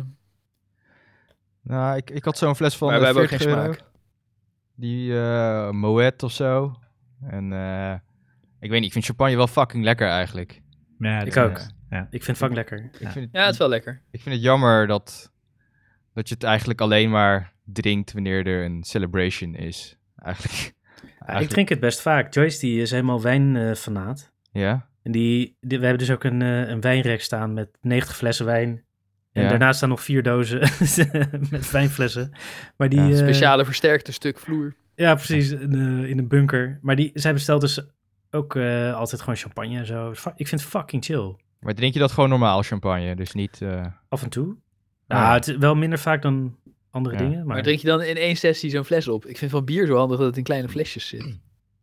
Nou, ik, ik had zo'n fles van Maar eh, wij hebben ook veertig geen euro. smaak. Die eh Moet of zo. En eh, ik weet niet, ik vind champagne wel fucking lekker eigenlijk. Ja, Ik dat- ook. Ja. Ik vind het fucking lekker. Ik Ja. vind het, Ja, het is wel lekker. ik vind het jammer dat, dat je het eigenlijk alleen maar drinkt wanneer er een celebration is. Eigenlijk. Ja, ik eigenlijk- drink het best vaak. Joyce die is helemaal wijnfanaat. Ja? En die, die, we hebben dus ook een, eh, een wijnrek staan met negentig flessen wijn. En Ja. daarnaast staan nog vier dozen met wijnflessen. Maar die, Ja, eh, Speciale versterkte stuk vloer. ja, precies. In, eh, in een bunker. Maar die, zij bestelt dus ook eh, altijd gewoon champagne en zo. Fu- Ik vind het fucking chill. Maar drink je dat gewoon normaal, champagne? Dus niet... eh, Af en toe. Oh, Nou, ja. het is wel minder vaak dan andere Ja. dingen. Maar, Maar drink je dan in één sessie zo'n fles op? Ik vind van bier zo handig dat het in kleine flesjes zit.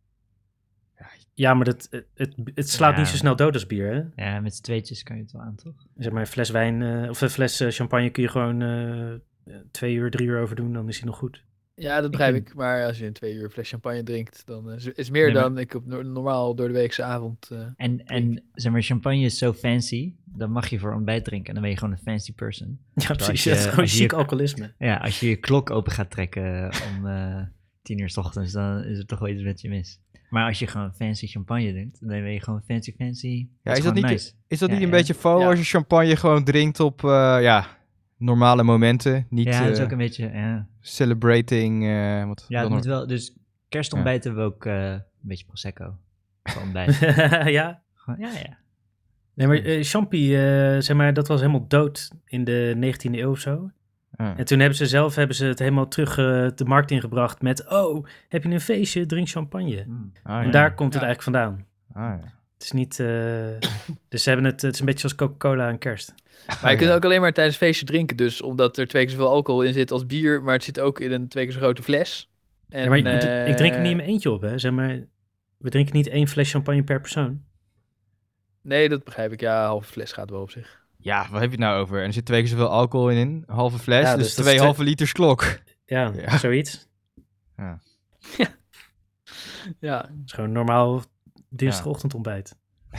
ja, maar dat, het, het, het slaat Ja. niet zo snel dood als bier, hè? Ja, met z'n tweetjes kan je het wel aan, toch? Zeg maar, een fles wijn eh, of een fles eh, champagne kun je gewoon eh, twee uur, drie uur over doen. Dan is hij nog goed. Ja, dat begrijp vind- ik. Maar als je in twee uur een fles champagne drinkt, dan is is meer Nee, maar- dan ik op no- normaal door de weekse avond. eh, En, en zeg maar, champagne is zo fancy, dan mag je voor ontbijt drinken en dan ben je gewoon een fancy person. Ja, als precies. je- Het is gewoon als je- chic alcoholisme. Ja, als je je klok open gaat trekken om eh, tien uur 's ochtends, dan is er toch wel iets met je mis. Maar als je gewoon fancy champagne drinkt, dan ben je gewoon fancy fancy. Ja, is is dat gewoon niet- nice. Is dat Ja, niet een ja. beetje faux Ja. als je champagne gewoon drinkt op eh, ja, normale momenten? Niet Ja, dat is eh, ook een beetje, ja. celebrating... eh, wat Ja, het dan moet wel, dus kerstontbijt hebben we ook eh, een beetje Prosecco. Voor ontbijt. ja. Gewoon, ja, ja. Nee, maar eh champi, eh, zeg maar, dat was helemaal dood in de negentiende eeuw of zo. Ah, En toen hebben ze zelf hebben ze het helemaal terug eh, de markt ingebracht met... Oh, heb je een feestje? Drink champagne. Mm. ah, En ja. daar komt het Ja. eigenlijk vandaan. Ah, ja. Het is niet... eh, dus ze hebben het... Het is een beetje zoals Coca-Cola en kerst. Maar je kunt ja. ook alleen maar tijdens feestje drinken, dus omdat er twee keer zoveel alcohol in zit als bier, maar het zit ook in een twee keer zo grote fles. En, Ja, maar je moet- eh, ik drink hem niet in mijn eentje op, hè. Zeg maar, we drinken niet één fles champagne per persoon. Nee, dat begrijp ik. Ja, een halve fles gaat wel op zich. Ja, wat heb je het nou over? En er zit twee keer zoveel alcohol in, een halve fles, Ja, dus, dus dat twee is halve liters klok. Ja, Ja. zoiets. Ja. Ja, Het is gewoon normaal dinsdagochtend ontbijt.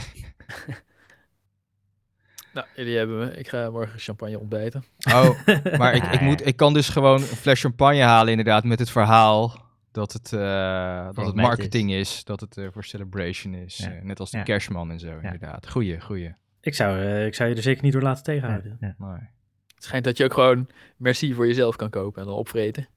nou, jullie hebben me. Ik ga morgen champagne ontbijten. Oh, maar ik, ik, moet, ik kan dus gewoon een fles champagne halen inderdaad met het verhaal dat het, uh, dat het ontbijt marketing is. Dat het uh, voor celebration is. Ja. Uh, net als de Ja. kerstman en zo, Ja. inderdaad. Goeie, goeie. Ik zou, uh, ik zou je er zeker niet door laten tegenhouden. Ja. Nee. Het schijnt dat je ook gewoon merci voor jezelf kan kopen en dan opvreten.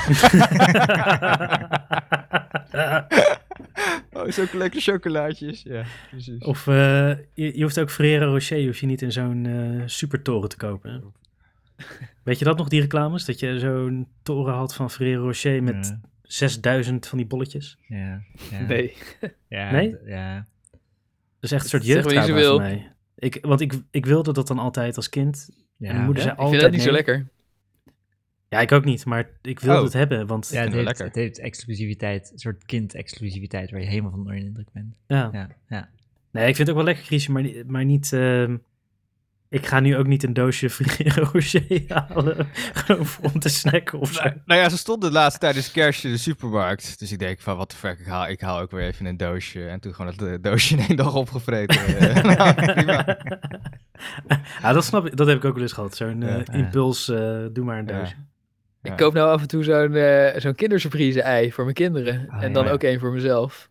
Oh, zulke lekkere chocolaatjes. Ja, precies. Of uh, je, je hoeft ook Ferrero Rocher, hoef je niet in zo'n uh, supertoren te kopen. Weet je dat nog, die reclames? Dat je zo'n toren had van Ferrero Rocher met Ja. zesduizend van die bolletjes. Ja. Ja. Nee. Ja, Nee? d- Ja. Dat is echt een soort Zeg maar niet jeugdtrauma zoveel. voor mij. Ik, want ik, ik wilde dat dan altijd als kind. Ja. En mijn moeder Ja. zei Ik vind altijd dat niet zo nee. lekker. Ja, ik ook niet, maar ik wilde Oh. het hebben, want Ja, het Vinden we heeft, lekker. het heeft exclusiviteit, een soort kind-exclusiviteit waar je helemaal van onder de indruk bent. ja. Ja, ja. Nee, ik vind het ook wel lekker, Chrisje, maar, ni- maar niet... ehm, ik ga nu ook niet een doosje Ferrero Rocher halen, gewoon voor om te snacken of zo. Nou, nou ja, ze stonden laatst tijdens kerst in de supermarkt. Dus ik denk van, wat de fuck, ik haal, ik haal ook weer even een doosje. En toen gewoon het uh, doosje in één dag opgevreten. Uh, nou, prima. Ja, dat snap ik, dat heb ik ook wel eens gehad. Zo'n eh, Ja. impuls, eh, doe maar een Ja. doosje. Ja. Ik koop nou af en toe zo'n eh, zo'n kindersurprise ei voor mijn kinderen. Ah, en dan ja. ook één voor mezelf.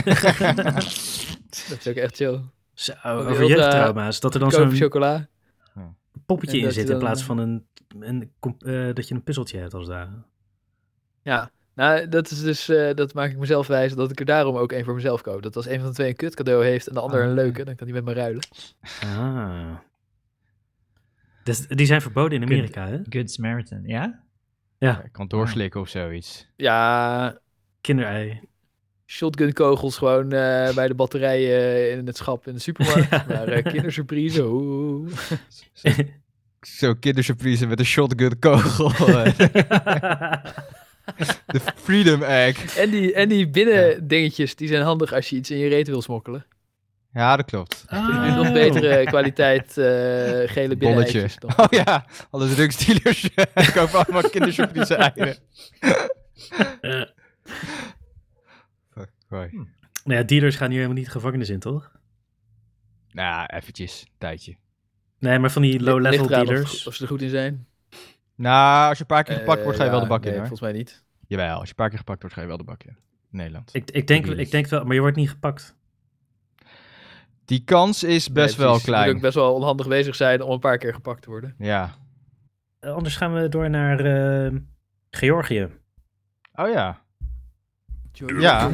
Dat is ook echt chill. Zo, die over ultra jeugdtrauma's, dat er dan Koop zo'n chocola. poppetje en in dat zit je in dan, plaats eh, van een, een, com- eh, dat je een puzzeltje hebt als daar. Ja, nou, dat is dus, eh, dat maak ik mezelf wijs dat ik er daarom ook één voor mezelf koop. Dat als een van de twee een kut cadeau heeft en de ander Ah. een leuke, dan kan die met me ruilen. Ah. Dus, die zijn verboden in Amerika, hè? Good Samaritan, ja? Ja, Ik kan doorslikken of zoiets. Ja, kinderei. shotgun kogels gewoon eh, bij de batterijen in het schap in de supermarkt. Ja. Maar eh, kindersurprise, oeh. Zo kindersurprise met een shotgun kogel. De Freedom Egg. En die, en die binnen dingetjes, die zijn handig als je iets in je reet wil smokkelen. Ja, dat klopt. Ah. Nog betere kwaliteit eh gele Bolletje. binnen dan. Oh ja, alle drugsdealers kopen allemaal kindersurprise eieren. Eh, Fuck, hoi. nou ja, dealers gaan nu helemaal niet de gevangenis in, toch? Nou, eventjes, tijdje. Nee, maar van die low-level Ligt eraan dealers. Of, of ze er goed in zijn. Nou, als je een paar keer gepakt Eh, wordt, ga je ja, wel de bak nee, in, hoor. volgens mij niet. Jawel, als je een paar keer gepakt wordt, ga je wel de bak in. In Nederland. Ik, ik, denk, Dealers. ik denk wel, maar je wordt niet gepakt. Die kans is best Nee, wel precies. Je moet klein. ook best wel onhandig bezig zijn om een paar keer gepakt te worden. Ja. Eh, anders gaan we door naar eh, Georgië. Oh ja. Ja.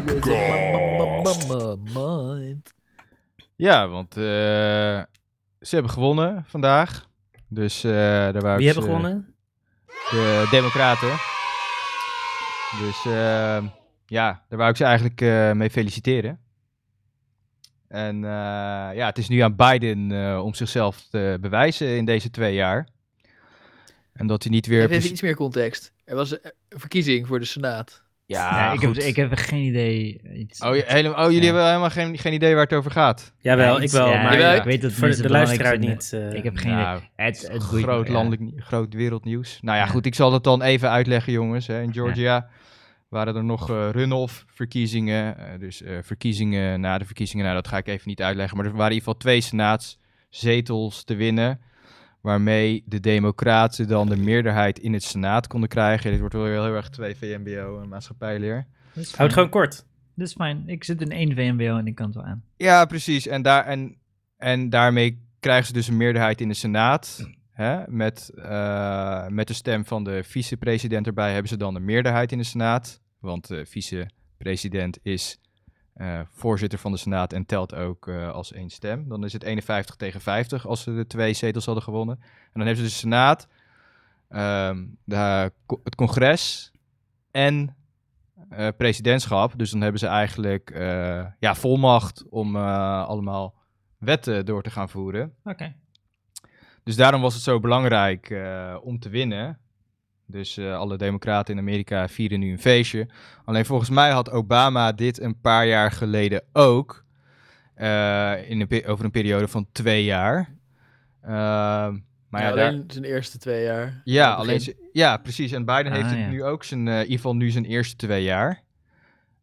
Ja, want eh, ze hebben gewonnen vandaag. Dus eh daar wou Wie ik hebben ze- gewonnen? De Democraten. Dus eh, ja, daar wou ik ze eigenlijk eh, mee feliciteren. En eh, ja, het is nu aan Biden eh, om zichzelf te bewijzen in deze twee jaar. En dat hij niet weer... Even, even presi- iets meer context. Er was een verkiezing voor de Senaat. Ja, Ja, ik, heb, goed. ik heb geen idee. Iets, Oh, je- helemaal, oh jullie Ja. hebben helemaal geen, geen idee waar het over gaat? Jawel, Ja, ik iets- wel, ja, maar ja, ik weet het voor niet de, zo de belangrijk luisteraar vinden. niet. eh. Ik heb geen Nou, idee. Het, het boeit groot, me, ja. landelijk, nie- groot wereldnieuws. Nou ja, Ja. goed, ik zal het dan even uitleggen, jongens. Hè. In Georgia waren er nog eh runoff-verkiezingen. Eh, dus eh, verkiezingen na de verkiezingen, nou, dat ga ik even niet uitleggen. Maar er waren in ieder geval twee senaatszetels te winnen. Waarmee de Democraten dan de meerderheid in het Senaat konden krijgen. Dit wordt wel heel erg twee V M B O en maatschappijleer. Dat is Houd fijn. gewoon kort. Dat is fijn. Ik zit in één V M B O en ik kan het wel aan. Ja, precies. En, daar, en, en daarmee krijgen ze dus een meerderheid in de Senaat. Hè? Met, eh, met de stem van de vicepresident erbij hebben ze dan een meerderheid in de Senaat. Want de vicepresident is eh, voorzitter van de Senaat en telt ook eh, als één stem. Dan is het eenenvijftig tegen vijftig als ze de twee zetels hadden gewonnen. En dan hebben ze de Senaat, ehm, de, het congres en eh, presidentschap. Dus dan hebben ze eigenlijk eh, ja, volmacht om eh, allemaal wetten door te gaan voeren. Oké. Dus daarom was het zo belangrijk eh, om te winnen. Dus eh, alle democraten in Amerika vieren nu een feestje. Alleen volgens mij had Obama dit een paar jaar geleden ook. eh, in een pe- over een periode van twee jaar. Ehm, maar ja, Ja, daar- alleen zijn eerste twee jaar. ja, Aan het alleen begin. ze- ja, precies. En Biden heeft Ah, het ja. nu ook zijn, eh, in ieder geval nu zijn eerste twee jaar.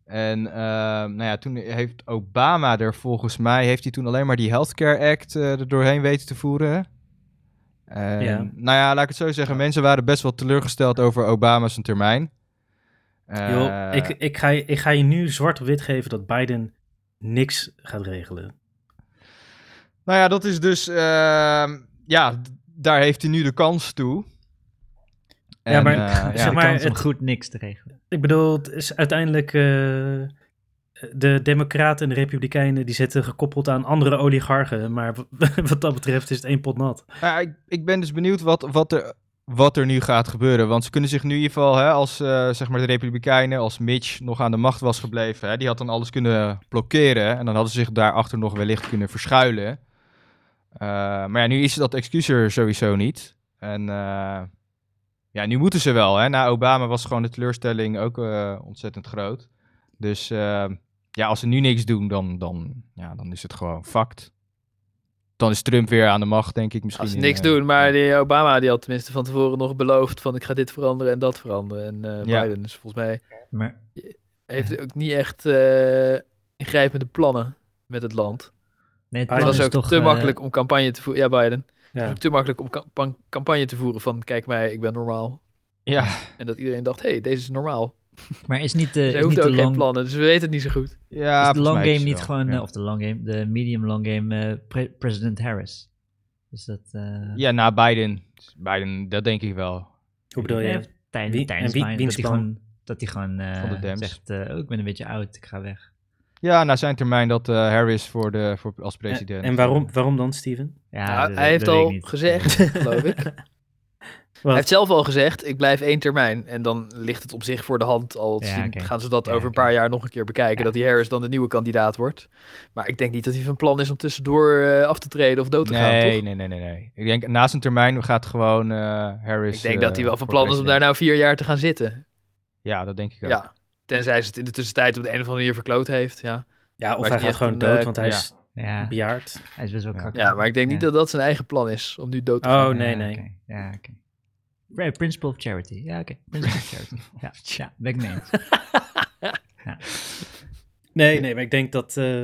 En uh, nou ja, toen heeft Obama er volgens mij, heeft hij toen alleen maar die Healthcare Act uh, er doorheen weten te voeren. En, Ja. Nou ja, laat ik het zo zeggen, mensen waren best wel teleurgesteld over Obama's termijn. Uh, Joh, ik, ik, ga, je- ik ga je nu zwart op wit geven dat Biden niks gaat regelen. Nou ja, dat is dus, uh, ja, d- daar heeft hij nu de kans toe. Ja, maar- uh, zeg Ja, maar, kans om het- goed niks te regelen. Ik bedoel, het is uiteindelijk uh, de Democraten en de Republikeinen die zitten gekoppeld aan andere oligarchen. Maar w- wat dat betreft is het één pot nat. Ja, ik, ik ben dus benieuwd wat, wat, er, wat er nu gaat gebeuren. Want ze kunnen zich nu in ieder geval, hè, als uh, zeg maar de Republikeinen, als Mitch nog aan de macht was gebleven, hè, die had dan alles kunnen blokkeren. En dan hadden ze zich daarachter nog wellicht kunnen verschuilen. Uh, maar ja, nu is dat excuus er sowieso niet. En uh, ja, nu moeten ze wel. Hè. Na Obama was gewoon de teleurstelling ook uh, ontzettend groot. Dus uh, ja, als ze nu niks doen, dan, dan, ja, dan is het gewoon fact. Dan is Trump weer aan de macht, denk ik. Misschien Als ze in, niks uh, doen, maar die Obama die had tenminste van tevoren nog beloofd van ik ga dit veranderen en dat veranderen. En uh, Ja. Biden is volgens mij Maar heeft ook niet echt uh, ingrijpende plannen met het land. nee, het Het Het plan was is ook toch, te eh, makkelijk om campagne te voeren. Ja, Biden. Het Ja. was ook te makkelijk om cam- campagne te voeren van kijk mij, ik ben normaal. Ja, En dat iedereen dacht, hé, hey, deze is normaal. Maar is niet de, Dus is hij hoeft niet de ook geen long, plannen, dus we weten het niet zo goed. ja is de volgens long mij game het niet wel, gewoon, ja. eh, of de long game, de medium long game, eh, pre- President Harris? Is dat... eh, Ja, na Biden. Biden, dat denk ik wel. Hoe bedoel je? ja, tij- Wie- tijdens en wie- Biden, wiens dat hij plan? gewoon, dat hij gewoon eh, Van de Dems. zegt, eh, oh, ik ben een beetje oud, ik ga weg. Ja, na zijn termijn dat uh, Harris voor de, voor, als president. En, en waarom, waarom dan, Steven? Ja, Nou, dat- hij heeft dat weet ik al niet. gezegd, geloof ik. Hij heeft zelf al gezegd, ik blijf één termijn. En dan ligt het op zich voor de hand. Al Ja, zien, oké. gaan ze dat Ja, over een oké. paar jaar nog een keer bekijken. Ja. Dat die Harris dan de nieuwe kandidaat wordt. Maar ik denk niet dat hij van plan is om tussendoor uh, af te treden of dood te gaan, Nee, toch? nee, nee, nee, nee. Ik denk na zijn termijn gaat gewoon uh, Harris... Ik denk uh, dat hij wel van voor plan is om daar president. nou vier jaar te gaan zitten. Ja, dat denk ik ook. Ja. Tenzij ze het in de tussentijd op de een of andere manier verkloot heeft. Ja, Ja, of Maar hij is niet gaat gewoon echt een, dood, eh, want hij ja. is Ja, bejaard. hij is best wel Ja. krak. ja maar ik denk niet Ja. dat dat zijn eigen plan is om nu dood te Oh, gaan. nee, Ja, nee. oké. Ja, oké. Right, principle of charity. Ja, oké. Principle of charity. Ja, ja, ben ik mee eens. Nee, nee, maar ik denk dat... eh,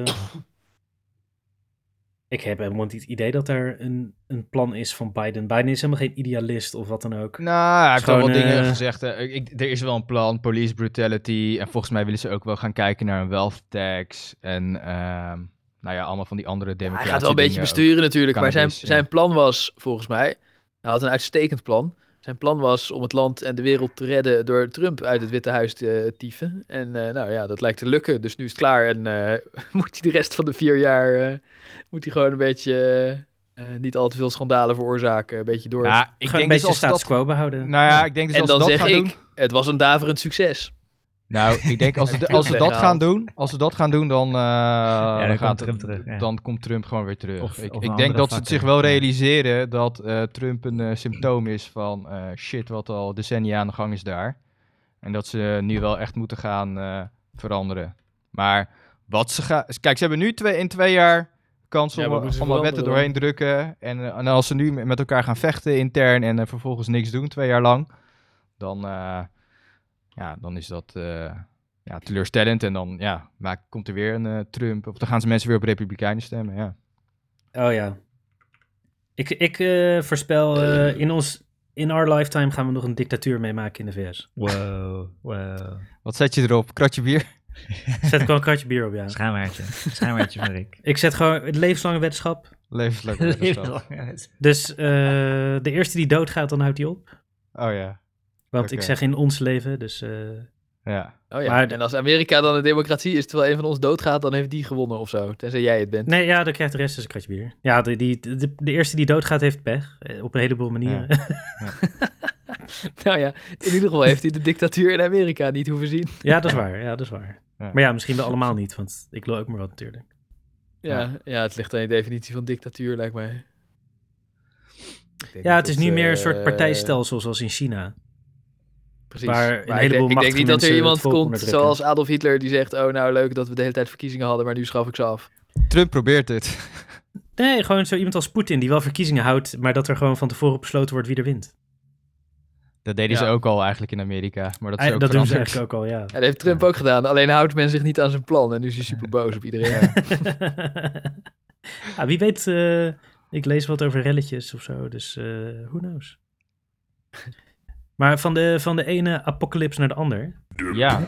ik heb helemaal niet het idee dat er een, een plan is van Biden. Biden is helemaal geen idealist of wat dan ook. Nou, hij heeft Gewoon, al wel dingen eh, gezegd. hè. Ik, ik- er is wel een plan, police brutality. En volgens mij willen ze ook wel gaan kijken naar een wealth tax. En ehm, nou ja, allemaal van die andere Hij democratische gaat wel een beetje dingen ook. besturen natuurlijk, maar zijn, Cannabis, ja. zijn plan was, volgens mij, hij had een uitstekend plan. Zijn plan was om het land en de wereld te redden door Trump uit het Witte Huis te tieven. En eh, nou ja, dat lijkt te lukken, dus nu is het klaar. En eh, moet hij de rest van de vier jaar, eh, moet hij gewoon een beetje, eh, eh, niet al te veel schandalen veroorzaken, een beetje door. Ja, ik Ik denk een dus beetje als ze status dat... quo behouden. Nou ja, ik denk dus en als dan ze dat zeg gaan ik, doen... het was een daverend succes. Nou, ik denk als ze, als ze dat gaan doen, als ze dat gaan doen, dan, uh, dan, dan gaat komt Trump het- terug, ja. dan komt Trump gewoon weer terug. Of- ik of ik een denk andere dat ze het factor, zich wel ja. realiseren dat uh, Trump een uh, symptoom is van uh, shit wat al decennia aan de gang is daar. En dat ze nu wel echt moeten gaan uh, veranderen. Maar wat ze gaan... Kijk, ze hebben nu twee, in twee jaar kans Ja, om wat moeten ze allemaal wetten doorheen veranderen drukken. En, uh, en als ze nu met elkaar gaan vechten intern en uh, vervolgens niks doen twee jaar lang, dan, uh, ja, dan is dat... Uh, Ja, teleurstellend. En dan ja, maar komt er weer een uh, Trump. Of dan gaan ze mensen weer op Republikeinen stemmen. Ja. Oh ja. Ik, ik eh, voorspel, eh, in, ons, in our lifetime gaan we nog een dictatuur meemaken in de V S. Wow, wow. Wat zet je erop? Kratje bier? Zet ik wel een kratje bier op, ja. Schaamhaartje. Schaamhaartje van Rick. Ik zet gewoon het levenslange weddenschap. Levenslang. wetenschap. Dus eh, de eerste die doodgaat, dan houdt hij op. Oh ja. Want Oké. ik zeg in ons leven, dus... eh, Ja. Oh ja, Maar- en als Amerika dan een democratie is, terwijl een van ons doodgaat, dan heeft die gewonnen of zo. Tenzij jij het bent. Nee, ja, dan krijgt de rest dus een kratje bier. Ja, de, die, de, de eerste die doodgaat heeft pech. eh, Op een heleboel manieren. Nou ja, in ieder geval heeft hij de dictatuur in Amerika niet hoeven zien. Ja, dat is waar. Ja, dat is waar. Ja. Maar ja, misschien wel allemaal niet, want ik wil ook maar wat natuurlijk. Ja, ja, het ligt aan je definitie van dictatuur, lijkt mij. Ik denk Ja, niet het is dat, niet meer een eh, soort partijstelsel zoals in China. Precies. waar een Maar ik heleboel denk, ik denk machtige niet dat er mensen iemand het volk komt onderdrukken. zoals Adolf Hitler die zegt, oh nou leuk dat we de hele tijd verkiezingen hadden, maar nu schaf ik ze af. Trump probeert het. Nee, gewoon zo iemand als Poetin die wel verkiezingen houdt, maar dat er gewoon van tevoren besloten wordt wie er wint. Dat deden Ja. ze ook al eigenlijk in Amerika. Maar dat is Ah, ook dat doen ze veranderd. eigenlijk ook al, ja. Ja, dat heeft Trump ook gedaan. Alleen houdt men zich niet aan zijn plan. En nu is hij super boos op iedereen. ah, wie weet, uh, ik lees wat over relletjes of zo, dus uh, who knows. Maar van de, van de ene apocalypse naar de ander. Ja.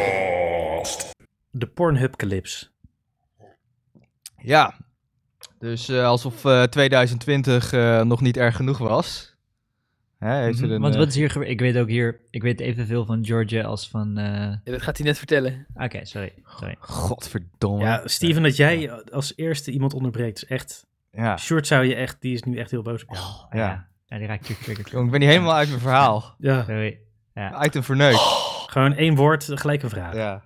De Pornhub-calypse. Ja. Dus uh, alsof uh, twintig twintig uh, nog niet erg genoeg was. Hè, heeft Mm-hmm. een, Want uh, wat is hier gebeurd? Ik weet ook hier, ik weet evenveel van Georgia als van... Uh... Ja, dat gaat hij net vertellen. Oké, okay, sorry, sorry. Godverdomme. Ja, Steven, dat jij als eerste iemand onderbreekt is echt... Ja. Short zou je echt, die is nu echt heel boos op jou. Oh, ja. ja. Ja, die raakt je getriggerd. Jong, ik ben niet helemaal uit mijn verhaal. Ja. Sorry. Ja. Item verneukt. Gewoon één woord, gelijk een vraag. Ja.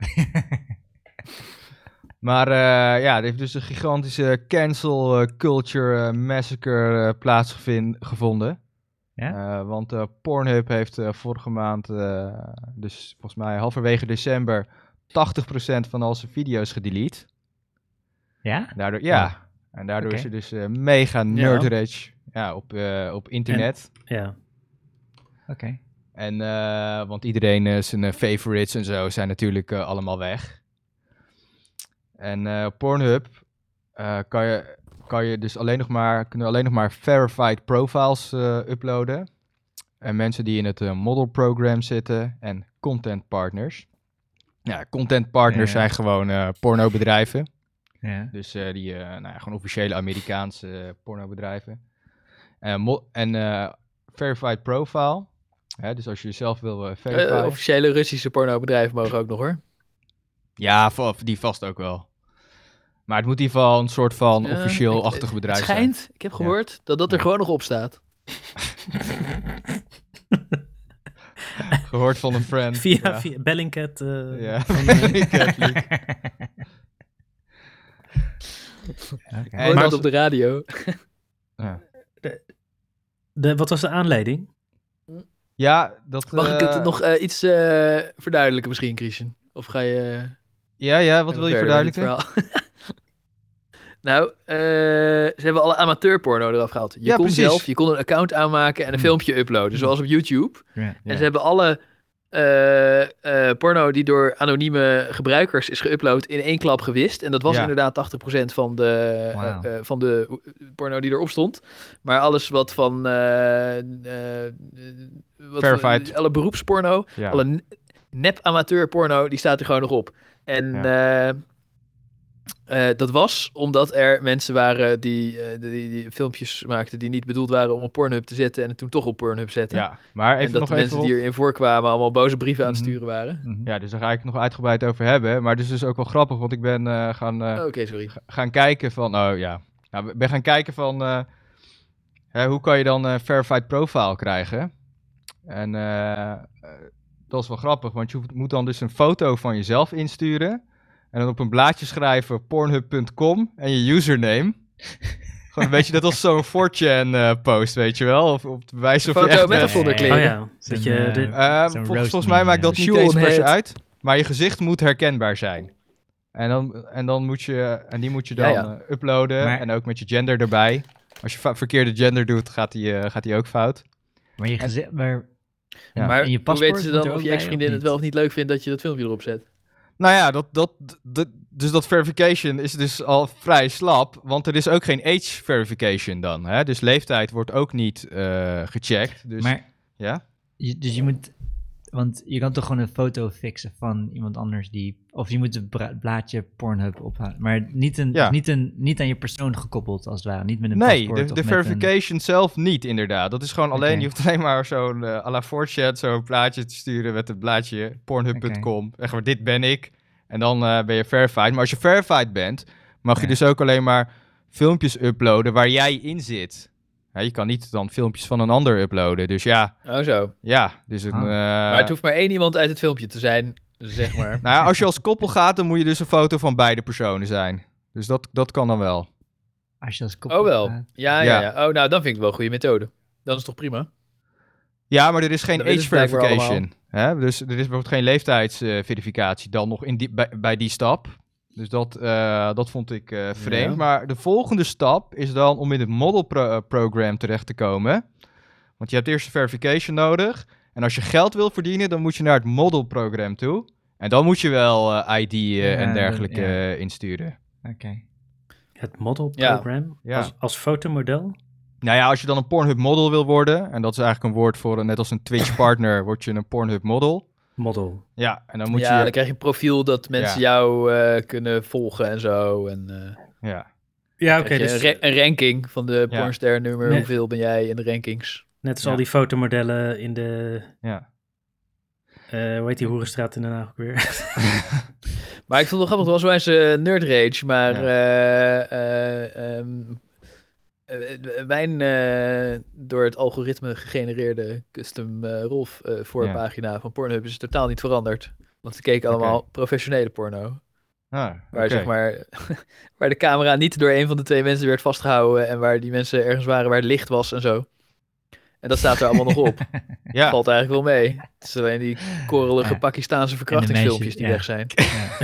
Maar uh, ja, er heeft dus een gigantische cancel uh, culture uh, massacre uh, plaatsgevonden. Ja? Uh, want uh, Pornhub heeft uh, vorige maand, uh, dus volgens mij halverwege december, tachtig procent van al zijn video's gedelete. Ja? Daardoor, ja. Oh. En daardoor okay. is er dus uh, mega nerd rage ja, op, uh, op internet. En, ja. Oké. Okay. En, uh, want iedereen uh, zijn uh, favorites en zo zijn natuurlijk uh, allemaal weg. En uh, Pornhub uh, kan, je, kan je dus alleen nog maar, kunnen alleen nog maar verified profiles uh, uploaden. En mensen die in het uh, model program zitten en content partners. Ja, content partners ja, ja. zijn gewoon uh, pornobedrijven. Ja. Dus uh, die, uh, nou ja, gewoon officiële Amerikaanse uh, pornobedrijven. Uh, mo- en uh, verified profile. Hè, dus als je jezelf wil uh, verifieren. Uh, officiële Russische pornobedrijven mogen ook nog hoor. Ja, die vast ook wel. Maar het moet in ieder geval een soort van ja, officieel-achtig bedrijf het schijnt, zijn. Ik heb gehoord ja. dat dat er gewoon nog op staat. Gehoord van een friend. Via, ja. via Bellingcat. Uh, ja, Bellingcat leak. Okay. Hoort op de radio. ja. de, de, wat was de aanleiding? Ja, dat... Mag uh... ik het nog uh, iets uh, verduidelijken misschien, Christian? Of ga je... Ja, ja, wat wil je verduidelijken? nou, uh, ze hebben alle amateurporno eraf gehaald. Je ja, kon precies. zelf, je kon een account aanmaken en een hmm. filmpje uploaden, zoals op YouTube. Ja, en ja. ze hebben alle uh, uh, porno die door anonieme gebruikers is geüpload in één klap gewist. En dat was ja. inderdaad tachtig procent van de, wow. uh, uh, van de porno die erop stond. Maar alles wat van... Uh, uh, wat Verified. Van, alle beroepsporno, ja. alle nep amateurporno, die staat er gewoon nog op. En ja. uh, uh, dat was omdat er mensen waren die, uh, die, die filmpjes maakten die niet bedoeld waren om op Pornhub te zetten en het toen toch op Pornhub zetten. Ja, maar even en dat nog de mensen even die erin voorkwamen allemaal boze brieven mm-hmm. aan het sturen waren. Mm-hmm. Ja, dus daar ga ik nog uitgebreid over hebben. Maar het is dus ook wel grappig, want ik ben uh, gaan, uh, oh, okay, sorry. G- gaan kijken van, oh ja, nou, ik ben gaan kijken van, uh, hè, hoe kan je dan een verified profile krijgen? En uh, uh, dat is wel grappig, want je moet dan dus een foto van jezelf insturen. En dan op een blaadje schrijven pornhub punt com en je username. Gewoon een beetje dat als zo'n four chan uh, post, weet je wel? Of op de wijze of je echt... met of zonder kleren. Oh ja. Dat je uh, de, uh, volgens, volgens mij maakt dat niet eens per se uit. Maar je gezicht moet herkenbaar zijn. En, dan, en, dan moet je, en die moet je dan ja, ja. Uh, uploaden. Maar, en ook met je gender erbij. Als je fa- verkeerde gender doet, gaat die, uh, gaat die ook fout. Maar je gezicht... Maar, ja. maar je hoe weten ze dan of je ex-vriendin het wel of niet leuk vindt dat je dat filmpje erop zet? Nou ja, dat, dat, dat, dus dat verification is dus al vrij slap, want er is ook geen age verification dan. Hè? Dus leeftijd wordt ook niet uh, gecheckt. Dus, maar, ja? Je, dus je moet, want je kan toch gewoon een foto fixen van iemand anders die, of je moet een bra- blaadje Pornhub ophalen, maar niet, een, ja. niet, een, niet aan je persoon gekoppeld als het ware, niet met een nee, paspoort. de, de of verification een... zelf niet inderdaad. Dat is gewoon alleen, okay. Je hoeft alleen maar zo'n uh, à la four chan zo'n plaatje te sturen met het blaadje pornhub punt com. Okay. Echt maar, dit ben ik. En dan uh, ben je verified. Maar als je verified bent, mag ja. je dus ook alleen maar filmpjes uploaden waar jij in zit. Ja, je kan niet dan filmpjes van een ander uploaden. Dus ja. Oh zo. Ja. Dus een, ah. uh... Maar het hoeft maar één iemand uit het filmpje te zijn, zeg maar. Nou ja, als je als koppel gaat, dan moet je dus een foto van beide personen zijn. Dus dat, dat kan dan wel. Als je als koppel Oh wel. gaat. Ja, ja, ja. Oh, nou, dan vind ik het wel een goede methode. Dan is het toch prima? Ja, maar er is geen age verification. Hè? Dus er is bijvoorbeeld geen leeftijdsverificatie uh, dan nog in die, bij, bij die stap. Dus dat, uh, dat vond ik uh, vreemd. Ja. Maar de volgende stap is dan om in het model pro- uh, program terecht te komen. Want je hebt eerst een verification nodig. En als je geld wil verdienen, dan moet je naar het modelprogramma toe. En dan moet je wel uh, I D uh, Ja, en dat- dergelijke ja. uh, insturen. Oké. Het modelprogram Ja. als, als fotomodel? Nou ja, als je dan een Pornhub model wil worden, en dat is eigenlijk een woord voor, uh, net als een Twitch partner, word je een Pornhub model. Model. Ja, en dan moet ja, je... dan krijg je een profiel dat mensen Ja. jou uh, kunnen volgen en zo. En uh, Ja, Ja, krijg oké. je dus een, ra- een ranking van de Ja. pornster nummer. Nee. Hoeveel ben jij in de rankings? net als Ja. al die fotomodellen in de... ja. eh hoe heet die Hoerenstraat in Den Haag ook weer? Maar ik vond het wel grappig, het was wel eens uh, nerd rage, maar Ja. eh, eh, ehm, eh, mijn eh, door het algoritme gegenereerde custom eh, Rolf eh, voorpagina van Pornhub is totaal niet veranderd. Want ze keken allemaal Oké. professionele porno. Ah, Waar, oké. zeg maar, waar de camera niet door een van de twee mensen werd vastgehouden en waar die mensen ergens waren waar het licht was en zo. En dat staat er allemaal nog op. Ja, Valt eigenlijk wel mee. Het is alleen die korrelige Ja. Pakistaanse verkrachtingsfilmpjes die meisjes, weg zijn.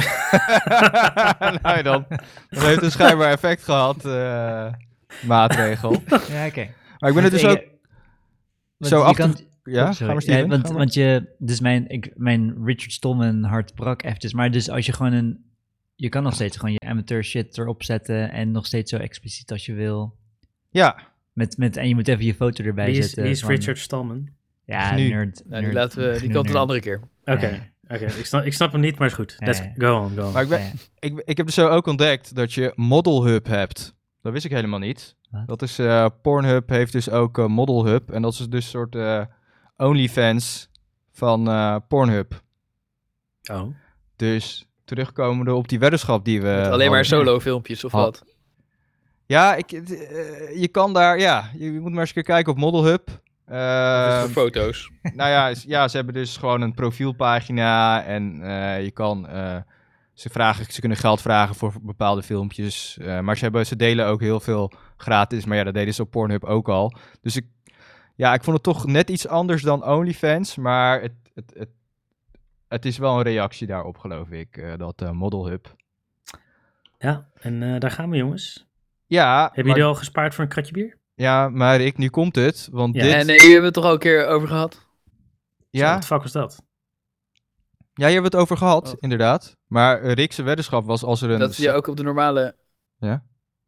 Ja. nou dan. Dat heeft een schijnbaar effect gehad, uh, maatregel. Ja, oké. Maar ik ben het dus ook... Want Zo je af kan- te- Ja, Oh, sorry. ga maar Steven. Ja, want, ga maar. want je, dus mijn, ik, mijn Richard Stallman hart brak eventjes. Maar dus als je gewoon een, je kan nog steeds gewoon je amateur shit erop zetten en nog steeds zo expliciet als je wil. Ja, Met, met, en je moet even je foto erbij Wie is, zetten. wie is van- Richard Stallman? Ja, Nu. nerd. Nou, die, nerd- laten we, die nerd- komt een andere keer. Oké, Ja. oké. Ik, snap, ik snap hem niet, maar is goed. Ja, Let's ja. go on, go on. maar ik, ben, Ja, ja. ik, ik heb dus zo ook ontdekt dat je Modelhub hebt. Dat wist ik helemaal niet. Wat? Dat is, uh, Pornhub heeft dus ook uh, Modelhub. En dat is dus een soort uh, OnlyFans van uh, Pornhub. Oh. Dus terugkomende op die weddenschap die we... Met alleen maar hadden. solo filmpjes of Had- wat? Ja, ik, uh, je kan daar... Ja, je moet maar eens een keer kijken op Modelhub. Of is Uh, het voor foto's? nou ja, is- ja, ze hebben dus gewoon een profielpagina en uh, je kan, uh, ze, vragen, ze kunnen geld vragen voor bepaalde filmpjes, uh, maar ze, hebben, ze delen ook heel veel gratis, maar ja, dat deden ze op Pornhub ook al. Dus ik, ja, ik vond het toch net iets anders dan OnlyFans, maar het, het, het, het is wel een reactie daarop, geloof ik, uh, dat uh, Modelhub. Ja, en uh, daar gaan we, jongens. Ja, Hebben maar, jullie al gespaard voor een kratje bier? ja, maar Rick, nu komt het, want Ja. dit... En uh, hier hebben we het toch al een keer over gehad? Zo, ja, Wat fuck was dat? ja, je hebt het over gehad, Oh. inderdaad. Maar uh, Rick's weddenschap was als er een... Dat je ook op de normale... Ja?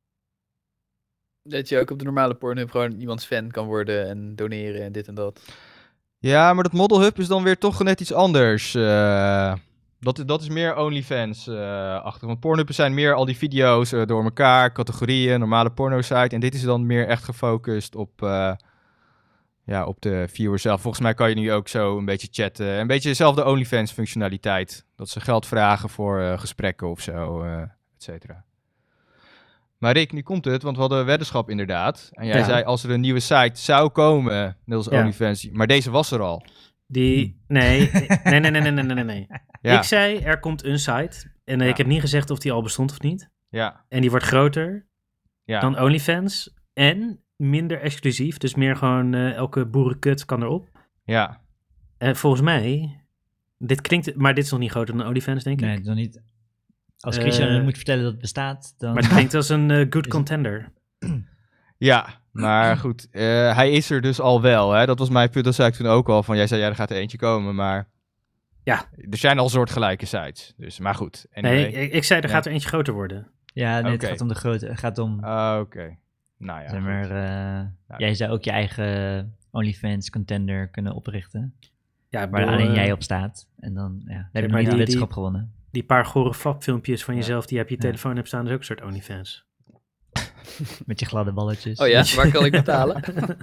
Dat je ook op de normale Pornhub gewoon iemands fan kan worden en doneren en dit en dat. Ja, maar dat Modelhub is dan weer toch net iets anders. Uh, dat, dat is meer OnlyFans-achtig. Want Pornhub zijn meer al die video's uh, door elkaar, categorieën, normale porno-site. En dit is dan meer echt gefocust op, uh, ja, op de viewer zelf. Volgens mij kan je nu ook zo een beetje chatten. Een beetje dezelfde OnlyFans-functionaliteit. Dat ze geld vragen voor uh, gesprekken of zo, uh, et cetera. Maar Rick, nu komt het, want we hadden een weddenschap inderdaad. En jij Ja. zei als er een nieuwe site zou komen, net als Ja. OnlyFans. Maar deze was er al. Die... Nee, nee, nee, nee, nee, nee, nee, nee. Ja, Ik zei, er komt een site. En uh, Ja. ik heb niet gezegd of die al bestond of niet. ja, En die wordt groter ja. dan OnlyFans. En minder exclusief. Dus meer gewoon uh, elke boerenkut kan erop. ja. En volgens mij... Dit klinkt... Maar dit is nog niet groter dan OnlyFans, denk ik. Nee, dan niet. Als Christian Eh, moet vertellen dat het bestaat, dan... Maar het klinkt als een uh, good Is- contender. Ja, maar goed, uh, hij is er dus al wel. Hè? Dat was mijn punt, dat zei ik toen ook al. Van, jij zei, ja, er gaat er eentje komen, maar... Ja. Er zijn al soortgelijke sites. Dus, maar goed, anyway. Nee, ik, ik zei er Ja. gaat er eentje groter worden. Ja, nee, Oké. het gaat om de grote... Het gaat om... Ah, Oké. Nou ja, zeg goed. maar, uh, jij zou ook je eigen OnlyFans contender kunnen oprichten. Ja, ik Waar bedoel, alleen uh, jij op staat. En dan ja, dan heb je maar nog niet de die- wetenschap die- gewonnen. Die paar gore fapfilmpjes van Ja. jezelf die je op je Ja. telefoon hebt staan, is ook een soort OnlyFans. Met je gladde balletjes. Oh ja, waar kan ik betalen?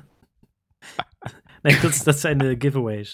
Nee, dat, dat zijn de giveaways.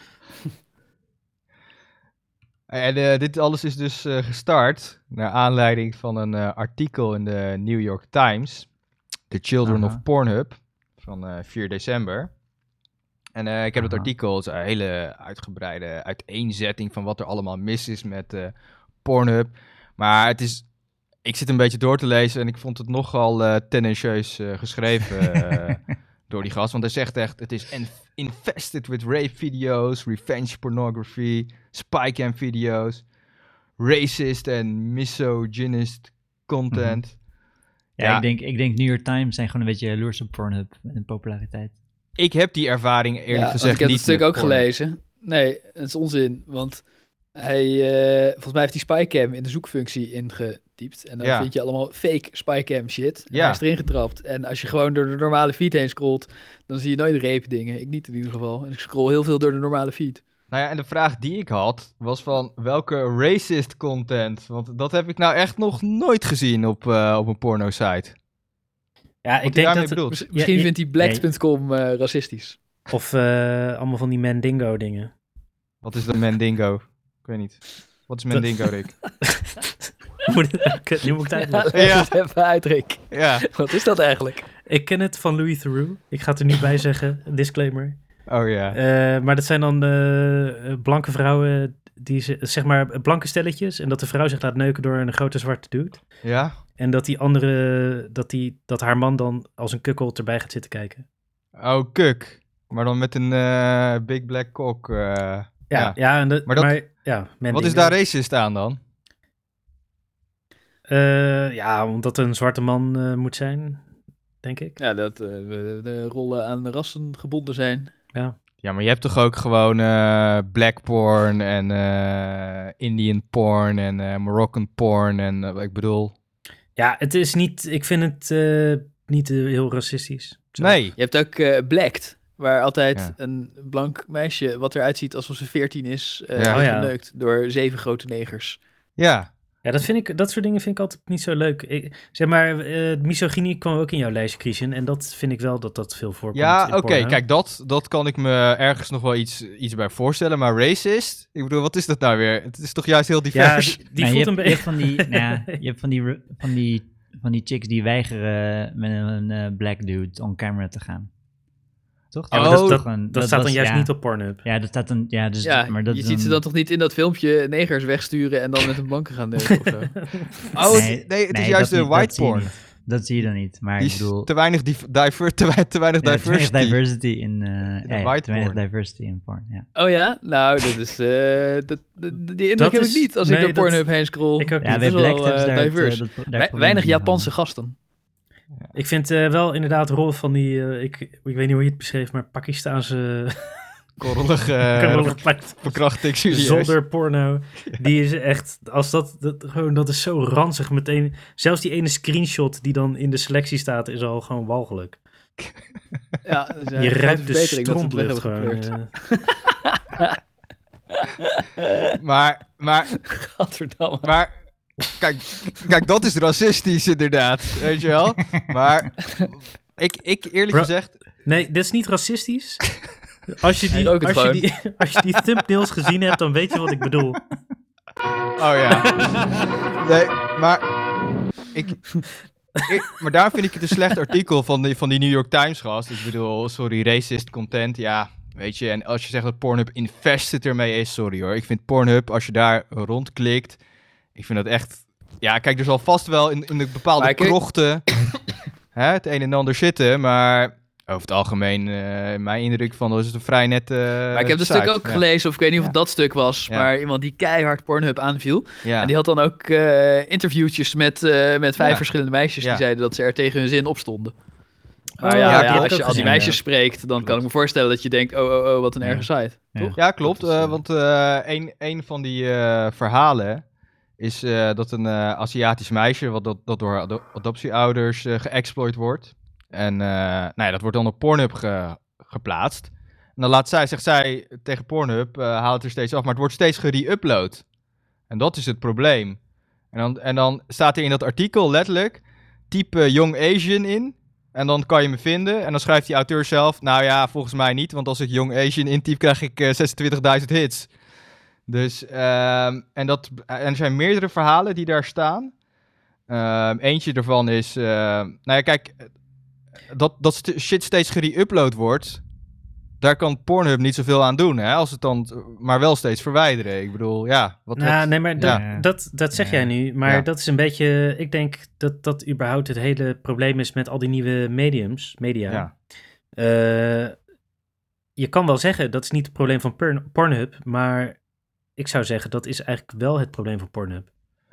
En uh, dit alles is dus uh, gestart naar aanleiding van een uh, artikel in de New York Times. The Children Aha. of Pornhub van uh, vier december. En uh, ik heb het Aha. artikel, het is een hele uitgebreide uiteenzetting van wat er allemaal mis is met uh, Pornhub. Maar het is, ik zit een beetje door te lezen en ik vond het nogal uh, tendentieus uh, geschreven uh, door die gast. Want hij zegt echt, het is inf- infested with rape video's, revenge pornography, spycam video's, racist en misogynist content. Ja, Ja. Ik, denk, ik denk New York Times zijn gewoon een beetje jaloers op Pornhub en populariteit. ik heb die ervaring eerlijk Ja, want gezegd ik heb niet het stuk met ook porno. gelezen. Nee, het is onzin, want hij, eh, volgens mij heeft die spycam in de zoekfunctie ingetypt. En dan Ja. vind je allemaal fake spycam shit. En Ja. hij is erin getrapt. En als je gewoon door de normale feed heen scrolt, dan zie je nooit rape dingen. Ik niet in ieder geval. En ik scroll heel veel door de normale feed. Nou ja, en de vraag die ik had, was van welke racist content? Want dat heb ik nou echt nog nooit gezien op, uh, op een porno-site. Ja, Wat ik hij denk daarmee dat... bedoelt. Miss- Misschien ja, vindt hij blacked punt com uh, racistisch. Of uh, allemaal van die Mandingo dingen. Wat is dat Mandingo? Ik weet niet. Wat is Mandingo, Rick? Moet het- nu moet ik het Ja, uitleggen. leg Ja. het even uit, Rick. Ja. Wat is dat eigenlijk? Ik ken het van Louis Theroux. Ik ga het er niet bij zeggen, een disclaimer. Oh ja. Uh, maar dat zijn dan uh, blanke vrouwen, die ze, zeg maar blanke stelletjes. En dat de vrouw zich laat neuken door een grote zwarte dude. Ja? En dat die andere, dat, die, dat haar man dan als een kukkel erbij gaat zitten kijken. Oh, kuk. Maar dan met een uh, big black cock. Uh, Ja, ja. ja, en de, Maar dat- maar, ja Wat Mandingo. is daar racist aan dan? Uh, ja, omdat het een zwarte man uh, moet zijn, denk ik. Ja, dat uh, de, de rollen aan rassen gebonden zijn. Ja. Ja, maar je hebt toch ook gewoon uh, black porn en uh, Indian porn en uh, Moroccan porn en uh, ik bedoel... Ja, het is niet, ik vind het uh, niet uh, heel racistisch. Zo. Nee. Je hebt ook uh, Blacked, waar altijd Ja. een blank meisje, wat eruit ziet alsof ze veertien is, uh, Ja. Oh ja. geneukt door zeven grote negers. Ja. Ja, dat, vind ik, dat soort dingen vind ik altijd niet zo leuk. Ik, zeg maar, uh, misogynie kwam ook in jouw lijstje, Christian. En dat vind ik wel dat dat veel voorkomt. Ja, in oké, porno. kijk, dat, dat kan ik me ergens nog wel iets, iets bij voorstellen. Maar racist? Ik bedoel, wat is dat nou weer? Het is toch juist heel Ja, divers? die, die Nou, voelt je, een hebt, je beetje... hebt van die, nou ja, je hebt van die, ru- van die, van die chicks die weigeren met een uh, black dude on camera te gaan. Toch? Ja, maar dat, Oh, dat, Gewoon- dat staat dan was- juist ja. niet op Pornhub. Ja, dat staat dan, ja, dus, Ja, maar dat je is ziet dan- ze dan toch niet in dat filmpje negers wegsturen en dan met een blanke gaan neuken of zo? Oh, het- Nee, nee, het is nee, juist dat de niet, dat white zie je porn. niet. Dat zie je dan niet, maar Die ik is bedoel... te weinig, div- diver, te, wei- te weinig ja, te diversity. weinig diversity in, uh, de ja, ja, white te weinig porn. diversity in porn, ja. Oh ja? Nou, dat is, uh, dat, dat, die indruk Dat heb is- ik niet als nee, ik door dat- Pornhub heen scroll. Ik ook Ja, niet. bij Het is wel, Black hebben ze uh, daar het, diverse. uh, dat- daar Wei- probleem weinig niet van. Japanse gasten. Ik vind uh, wel inderdaad rol van die... Uh, ik, ik weet niet hoe je het beschreef, maar Pakistaanse... Korrelige uh, Korrelige plek- verkrachting, serieus. zonder porno. Die is echt, als dat, dat, gewoon, dat is zo ranzig meteen. Zelfs die ene screenshot die dan in de selectie staat, is al gewoon walgelijk. Ja, dat is een Je grote ruikt de verbetering dat ze het weg strontlucht hebben gewoon. gekleurd. eh. Maar, maar, Gadverdamme. maar... Kijk, kijk, dat is racistisch inderdaad, weet je wel. Maar ik, ik eerlijk Bro- gezegd... Nee, dit is niet racistisch. Als je Hij die, rookt het als je gewoon. die, als je die thumbnails gezien hebt, dan weet je wat ik bedoel. Oh ja. Nee, maar... Ik, ik, maar daar vind ik het een slecht artikel van die, van die New York Times gast. Ik bedoel, sorry, racist content, ja, weet je. En als je zegt dat Pornhub infested ermee is, sorry hoor. Ik vind Pornhub, als je daar rondklikt, ik vind dat echt... Ja, kijk, er zal vast wel in, in de bepaalde Maar kijk- krochten hè, het een en ander zitten, maar... Over het algemeen, uh, mijn indruk van dat is het een vrij net. Uh, Maar ik heb dat site. stuk ook ja. gelezen, of ik weet niet of Ja. het dat stuk was, Ja. maar iemand die keihard Pornhub aanviel. Ja. En die had dan ook eh, interviewtjes met, eh, met vijf Ja. verschillende meisjes Ja. die zeiden dat ze er tegen hun zin op stonden. Maar Oh, ja, ja, ja, klopt. als je als die Ja, meisjes ja. spreekt, dan kan ik me voorstellen dat je denkt, oh, oh, oh, wat een Ja. erge site. Ja. Toch? Ja, klopt. Dat is, eh, eh, want eh, een, een van die eh, verhalen is eh, dat een eh, Aziatisch meisje, wat, dat, dat door ado- adoptieouders eh geëxploit wordt. En eh, nou ja, dat wordt dan op Pornhub ge- geplaatst. En dan laat zij, zegt zij tegen Pornhub, eh haal het er steeds af, maar het wordt steeds gere-upload. En dat is het probleem. En dan, en dan staat er in dat artikel letterlijk, type Young Asian in. En dan kan je me vinden. En dan schrijft die auteur zelf, nou ja, volgens mij niet. Want als ik Young Asian intyp, krijg ik uh, zesentwintigduizend hits. Dus, um, en, dat, en er zijn meerdere verhalen die daar staan. Um, eentje daarvan is, uh, nou ja, kijk, dat, dat st- shit steeds gere-upload wordt. Daar kan Pornhub niet zoveel aan doen, hè? Als het dan, maar wel steeds verwijderen. Ik bedoel, ja. Wat, Nou, wat, nee, maar dat, Ja. dat, dat zeg Ja. jij nu. Maar Ja. dat is een beetje... Ik denk dat dat überhaupt het hele probleem is met al die nieuwe mediums, media. ja. Eh, je kan wel zeggen, dat is niet het probleem van Porn- Pornhub, maar ik zou zeggen, dat is eigenlijk wel het probleem van Pornhub.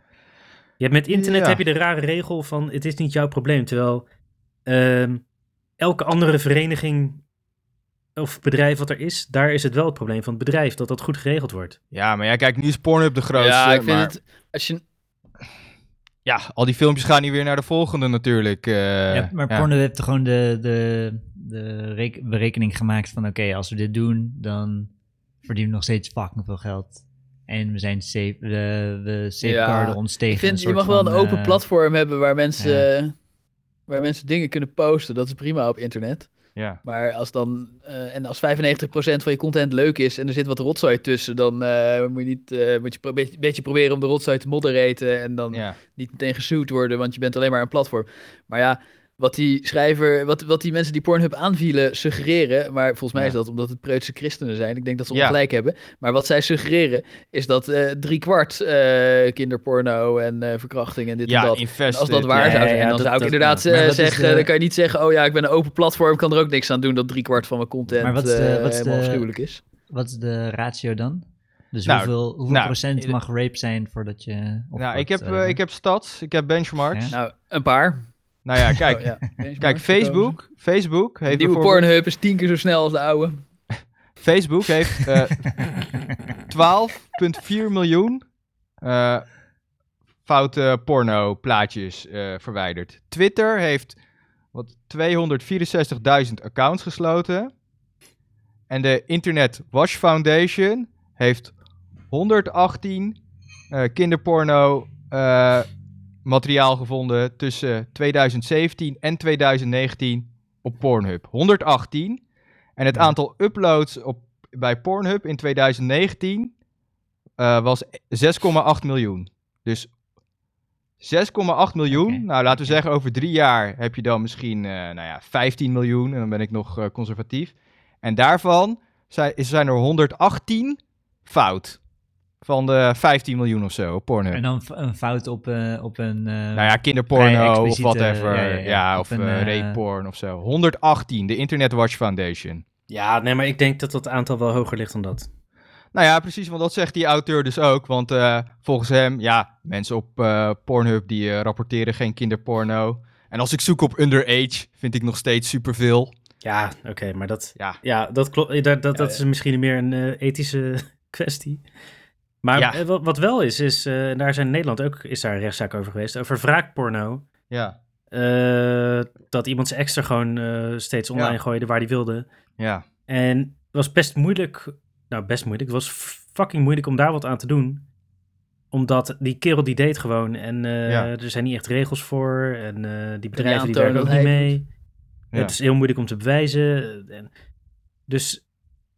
Je hebt met internet Ja. heb je de rare regel van, het is niet jouw probleem, terwijl ehm, elke andere vereniging of bedrijf wat er is, daar is het wel het probleem van het bedrijf, dat dat goed geregeld wordt. Ja, maar ja, kijk, nu is Pornhub de grootste. Ja, ik vind maar... het... Als je... Ja, al die filmpjes gaan niet weer naar de volgende natuurlijk. Uh, ja, maar ja. Pornhub heeft gewoon de, de, de rek- berekening gemaakt van... oké, okay, als we dit doen, dan verdienen we nog steeds fucking veel geld. En we zijn safe, we, we safeguarden Ja, ons tegen Ik vind, een je soort mag wel van, een open uh, platform hebben waar mensen, ja. waar mensen dingen kunnen posten. Dat is prima op internet. Ja. Maar als dan, uh, en als vijfennegentig procent van je content leuk is en er zit wat rotzooi tussen, dan uh, moet je niet, uh, moet je een beetje, beetje proberen om de rotzooi te moderaten en dan Ja. niet meteen gesued worden, want je bent alleen maar een platform. Maar ja, wat die schrijver, wat, wat die mensen die Pornhub aanvielen suggereren, maar volgens mij Ja. is dat omdat het preutse christenen zijn. Ik denk dat ze Ja. ongelijk hebben. Maar wat zij suggereren is dat uh, drie kwart uh, kinderporno en uh, verkrachting en dit Ja, en dat. invested. En als dat waar Ja, zou ja, zijn, ja, dan dat- zou ik dat- inderdaad ja. uh, Maar wat is zeggen, de- dan kan je niet zeggen, oh ja, ik ben een open platform, kan er ook niks aan doen dat drie kwart van mijn content Maar wat is de- uh, wat is helemaal de- afschuwelijk is. Wat is de ratio dan? Dus Nou, hoeveel, hoeveel nou, procent in- mag rape zijn voordat je... of Nou, wat, ik heb, uh, uh, ik heb stats, ik heb benchmarks. Ja. Nou, een paar. Nou ja, kijk, Oh, ja. kijk Facebook, Facebook De heeft nieuwe bijvoorbeeld- Pornhub is tien keer zo snel als de oude. Facebook heeft uh, twaalf komma vier miljoen uh, foute porno plaatjes uh, verwijderd. Twitter heeft wat tweehonderdvierenzestigduizend accounts gesloten. En de Internet Watch Foundation heeft honderdachttien uh, kinderporno uh, materiaal gevonden tussen tweeduizend zeventien en tweeduizend negentien op Pornhub. honderdachttien. En het aantal uploads op, bij Pornhub in tweeduizend negentien uh, was zes komma acht miljoen. Dus zes komma acht miljoen. Oké, Nou, laten we oké. zeggen, over drie jaar heb je dan misschien uh, nou ja, vijftien miljoen. En dan ben ik nog uh, conservatief. En daarvan zijn, zijn er honderdachttien fout. Van de vijftien miljoen of zo op Pornhub. En dan f- een fout op, uh, op een... Uh, Nou ja, vrij kinderporno of expliciete- whatever. ja, Ja, ja, ja. of Op een, uh, uh, rape porn of zo. honderdachttien, de Internet Watch Foundation. Ja, nee, maar ik denk dat dat aantal wel hoger ligt dan dat. Nou ja, precies, want dat zegt die auteur dus ook. Want uh, volgens hem, ja, mensen op uh, Pornhub die uh, rapporteren geen kinderporno. En als ik zoek op underage, vind ik nog steeds superveel. Ja, oké, okay, maar dat, Ja. ja, dat klopt. Dat, dat, dat Ja, is ja. misschien meer een uh, ethische kwestie. Maar Ja. uh, wat, wat wel is, is uh, daar zijn in Nederland ook is daar een rechtszaak over geweest, over wraakporno. Ja, Uh, dat iemand zijn extra gewoon uh, steeds online Ja. gooide waar hij wilde. ja, En het was best moeilijk, nou best moeilijk, het was fucking moeilijk om daar wat aan te doen. Omdat die kerel die deed gewoon en uh, Ja. er zijn niet echt regels voor. En uh, die je bedrijven die aantonen werken ook dat niet hij mee. Ja. Het is heel moeilijk om te bewijzen. En dus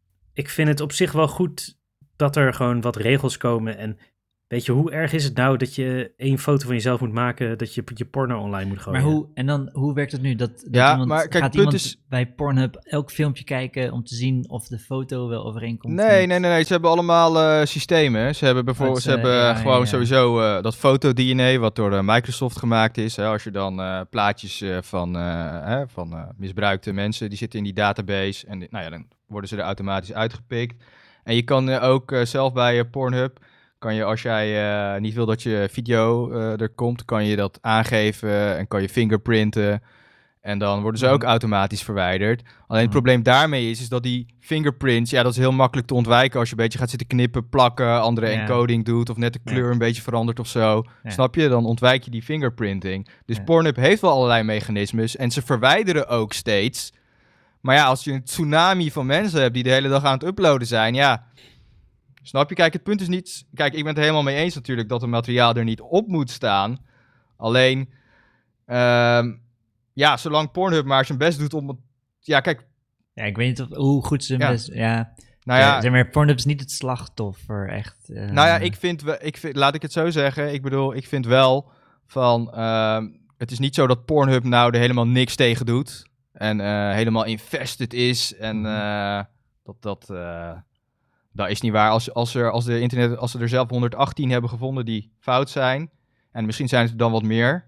ik vind het op zich wel goed dat er gewoon wat regels komen. En weet je, hoe erg is het nou dat je één foto van jezelf moet maken, dat je je porno online moet gooien? Maar hoe, en dan, hoe werkt het nu? Dat, dat Ja, iemand, maar kijk, gaat het punt iemand is- bij Pornhub elk filmpje kijken om te zien of de foto wel overeenkomt? Nee, met- nee, nee, nee. Ze hebben allemaal uh, systemen. Ze hebben bijvoorbeeld, Dat ze is, hebben uh, uh, ja, gewoon ja, ja. sowieso uh, dat foto-D N A, wat door uh, Microsoft gemaakt is. Hè, als je dan uh, plaatjes uh, van, uh, hè, van uh, misbruikte mensen, die zitten in die database. En die- nou ja, dan worden ze er automatisch uitgepikt. En je kan uh, ook uh, zelf bij uh, Pornhub, kan je als jij uh, niet wil dat je video uh, er komt, kan je dat aangeven en kan je fingerprinten. En dan worden ze Mhm. ook automatisch verwijderd. Alleen het Mhm. probleem daarmee is, is dat die fingerprints, ja, dat is heel makkelijk te ontwijken als je een beetje gaat zitten knippen, plakken, andere Ja. encoding doet of net de kleur Ja. een beetje verandert of zo. Ja. Snap je? Dan ontwijk je die fingerprinting. Dus Ja. Pornhub heeft wel allerlei mechanismes en ze verwijderen ook steeds. Maar ja, als je een tsunami van mensen hebt die de hele dag aan het uploaden zijn, ja, snap je? Kijk, het punt is niet... Kijk, ik ben het er helemaal mee eens natuurlijk dat het materiaal er niet op moet staan. Alleen, ehm, ja, zolang Pornhub maar zijn best doet om het... Ja, kijk, Ja, ik weet niet of, hoe goed ze hun Ja. best... Ja, nou ja. ja... zeg maar, Pornhub is niet het slachtoffer, echt. eh, Nou ja, ik vind, we- ik vind, laat ik het zo zeggen. Ik bedoel, ik vind wel van, ehm, het is niet zo dat Pornhub nou er helemaal niks tegen doet. En eh, helemaal invested is. En eh, dat, dat, eh, dat is niet waar. Als, als, er, als, de internet, als ze er zelf honderdachttien hebben gevonden die fout zijn. En misschien zijn het er dan wat meer.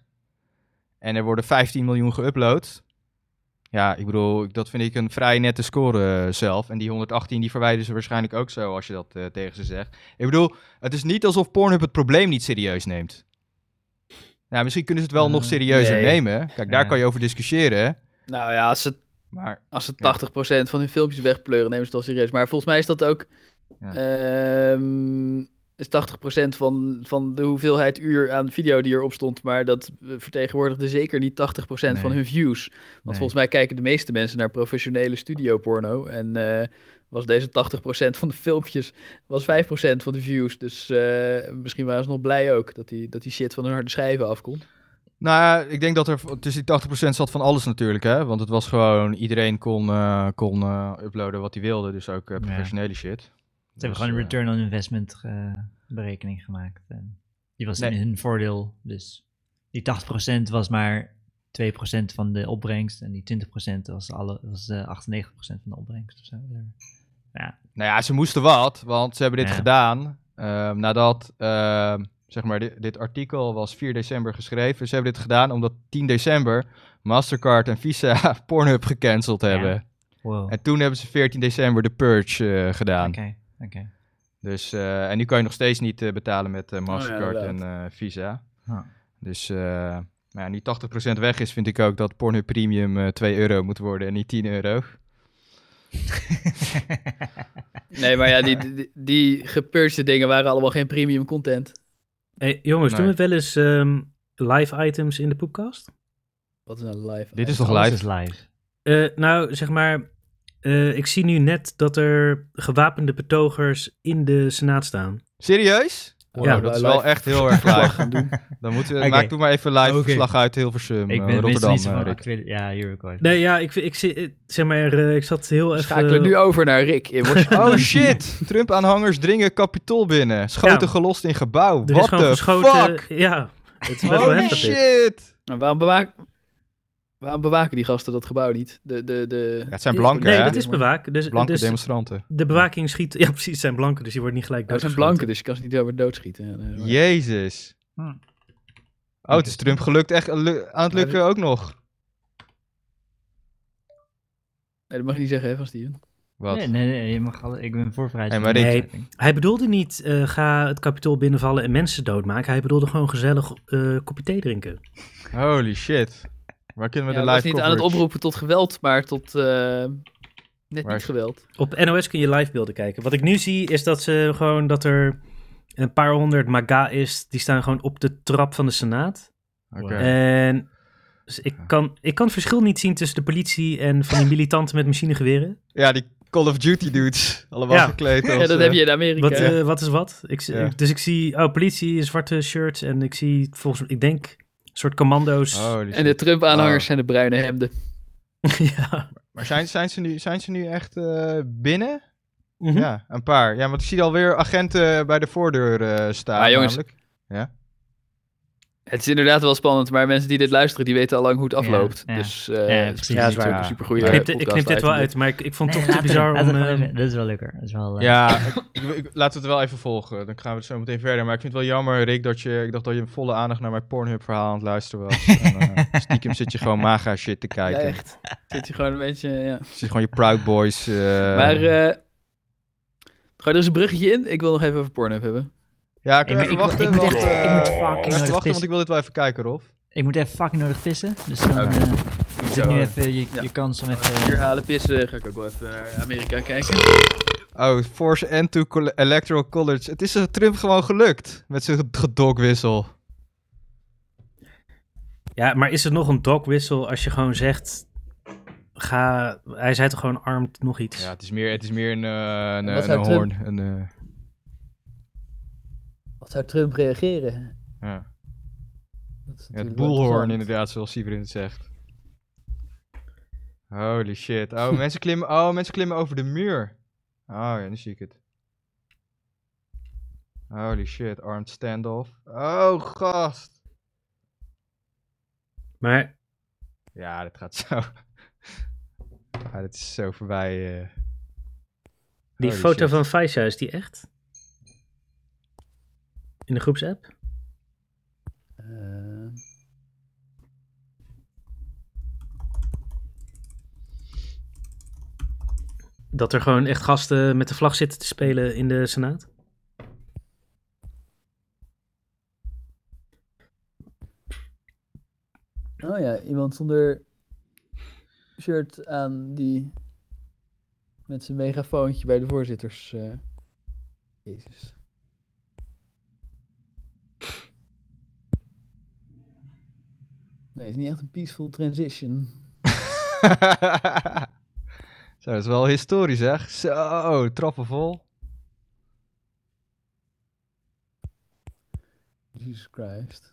En er worden vijftien miljoen geüpload. Ja, ik bedoel, dat vind ik een vrij nette score eh, zelf. En die honderdachttien die verwijderen ze waarschijnlijk ook zo als je dat eh, tegen ze zegt. Ik bedoel, het is niet alsof Pornhub het probleem niet serieus neemt. Nou, misschien kunnen ze het wel Eh, nog serieuzer nee. nemen. Kijk, daar Ja. kan je over discussiëren. Nou ja, als ze Maar Als ze tachtig procent van hun filmpjes wegpleuren, nemen ze het wel serieus. Maar volgens mij is dat ook... Ja. ehm, is tachtig procent van, van de hoeveelheid uur aan video die erop stond. Maar dat vertegenwoordigde zeker niet tachtig procent Nee. van hun views. Want Nee. volgens mij kijken de meeste mensen naar professionele studioporno. En eh, was deze tachtig procent van de filmpjes was vijf procent van de views. Dus eh, misschien waren ze nog blij ook dat die, dat die shit van hun harde schijven afkomt. Nou ja, ik denk dat er tussen die tachtig procent zat van alles natuurlijk, hè. Want het was gewoon, iedereen kon, eh, kon eh, uploaden wat hij wilde. Dus ook eh, Ja. professionele shit. Ze hebben Dus, gewoon een eh, return on investment eh, berekening gemaakt. En die was Nee. in hun voordeel. Dus die tachtig procent was maar twee procent van de opbrengst. En die twintig procent was, alle, was uh, achtennegentig procent van de opbrengst. Of zo. Ja, Nou ja, ze moesten wat, want ze hebben dit Ja. gedaan ehm, nadat, ehm, zeg maar, dit, dit artikel was vier december geschreven. Ze hebben dit gedaan omdat tien december Mastercard en Visa Pornhub gecanceld hebben. wow. En toen hebben ze veertien december de purge eh, gedaan. Oké, oké. Dus, eh, en nu kan je nog steeds niet eh, betalen met eh, Mastercard en inderdaad. eh, Visa. Huh. Dus, eh, maar ja, nu tachtig procent weg is, vind ik ook dat Pornhub Premium eh, twee euro moet worden en niet tien euro. Nee, maar ja, die, die, die gepurged dingen waren allemaal geen premium content. Hey, jongens, Nee. doen we wel eens ehm, live items in de podcast? Wat is een live? Dit is toch Alles live? is live. Eh, nou, zeg maar, eh, ik zie nu net dat er gewapende betogers in de Senaat staan. Serieus? Wow, Ja, dat is live wel echt heel erg live. gaan doen. Dan moeten we, Oké. maak doe maar even live Oké. verslag uit Hilversum, Ik eh, ben meestal Rotterdam. niet zo eh, van Rick. actuele... Ja, hier ook wel even. Nee, ja, ik, ik, zie, eh, zeg maar, eh, ik zat heel even... Schakelen nu over naar Rick in Washington. Oh shit, Trump-aanhangers dringen Capitool binnen. Schoten Ja. gelost in gebouw. Er is What gewoon the geschoten. fuck? Ja, het is best wel Holy heftig dit. shit. Nou, waarom, bewaak, waarom bewaken die gasten dat gebouw niet? De, de, de... Ja, het zijn blanken, Nee, hè? dat is bewaakt. Dus, Blanke dus demonstranten. de bewaking schiet... Ja, precies, het zijn blanken, dus die worden niet gelijk Ja, het zijn doodgeschoten. blanken, dus je kan ze niet over doodschieten. Ja, nee, maar- Jezus. Hm. Oh, het is Trump gelukt echt lu- aan het lukken ook nog. Nee, dat mag je niet zeggen, hè, van Steven. Wat? Nee, nee, nee, je mag alle... Ik ben voorbereid. Hey, voor maar de Rick- uitzending. Hij bedoelde niet, eh, ga het kapitool binnenvallen en mensen doodmaken. Hij bedoelde gewoon gezellig eh kopje thee drinken. Holy shit. Waar kunnen we Ja, de het was live niet coverage? aan het oproepen tot geweld, maar tot eh, net Waar niet is- geweld. Op N O S kun je live beelden kijken. Wat ik nu zie is dat ze gewoon dat er een paar honderd MAGA-is, die staan gewoon op de trap van de Senaat. Oké. En dus ik, kan, ik kan het verschil niet zien tussen de politie en van die militanten met machinegeweren. Ja, die Call of Duty dudes. Allemaal Ja. gekleed als... Ja, dat eh, heb je in Amerika. Wat, eh, wat is wat? Ik, zie- Ja. ik- dus ik zie, oh, politie, zwarte shirts en ik zie volgens mij, ik denk, een soort commando's. Holy en shit. de Trump-aanhangers Oh. zijn de bruine hemden. ja. Maar zijn, zijn, ze nu, zijn ze nu echt eh, binnen? Mhm. Ja, een paar. Ja, want ik zie alweer agenten bij de voordeur eh, staan. Ah, jongens. namelijk. Ja. Het is inderdaad wel spannend, maar mensen die dit luisteren, die weten al lang hoe het afloopt. Ja, ja. Dus eh Ja, het precies. is Ja, is natuurlijk waar. een supergoeie Ik knip, dit- ik podcast knip dit wel item. uit, maar ik, ik vond het Nee, toch te laat bizar erin, om... laat er gewoon eh, even- Dat is wel leuker. Dat is wel, eh, Ja, ik, ik- ik- laten we het wel even volgen. Dan gaan we het zo meteen verder. Maar ik vind het wel jammer, Rick, dat je... Ik dacht dat je volle aandacht naar mijn Pornhub-verhaal aan het luisteren was. en, eh, stiekem zit je gewoon maga shit te Ja, kijken. echt. Zit je gewoon een beetje, ja. Zit gewoon je Proud Boys... eh, Maar, eh gooi er eens een bruggetje in. Ik wil nog even over Pornhub hebben. ja, kunnen Ik we moet- even ik wachten? moet want, echt- eh, ik moet fucking even nodig wachten, want pissen. ik wil dit wel even kijken, Rolf. Ik moet even fucking nodig pissen. Dus dan Oké. eh, is dit nu even je, Ja. je kans om Hier even... halen pissen, ga ik ook wel even naar Amerika kijken. Oh, Force End to Col- Electoral College. Het is er Trump gewoon gelukt. Met zijn gedogwissel. Ja, maar is het nog een dog whistle als je gewoon zegt... Ga... Hij zei toch gewoon armed nog iets? Ja, het is meer, het is meer een, eh een, Wat een, zou hoorn. Een, eh, Wat zou Trump reageren? ja. Dat is Ja, het natuurlijk wel boelhoorn interessant. inderdaad, zoals Sieverin het zegt. Holy shit. Oh, mensen klimmen, oh, mensen klimmen over de muur. Oh ja, nu zie ik het. Holy shit, armed standoff. Oh, gast. Maar Ja, dit gaat zo. Ja, dit is zo voorbij. eh. die Holy foto shit. van Faisal, is die echt? In de groepsapp? Eh, Dat er gewoon echt gasten met de vlag zitten te spelen in de Senaat? Oh ja, iemand zonder shirt aan die met zijn megafoontje bij de voorzitters. Uh... Jezus. Nee, het is niet echt een peaceful transition. Zo, dat is wel historisch, zeg. Zo, trappen vol. Jesus Christ.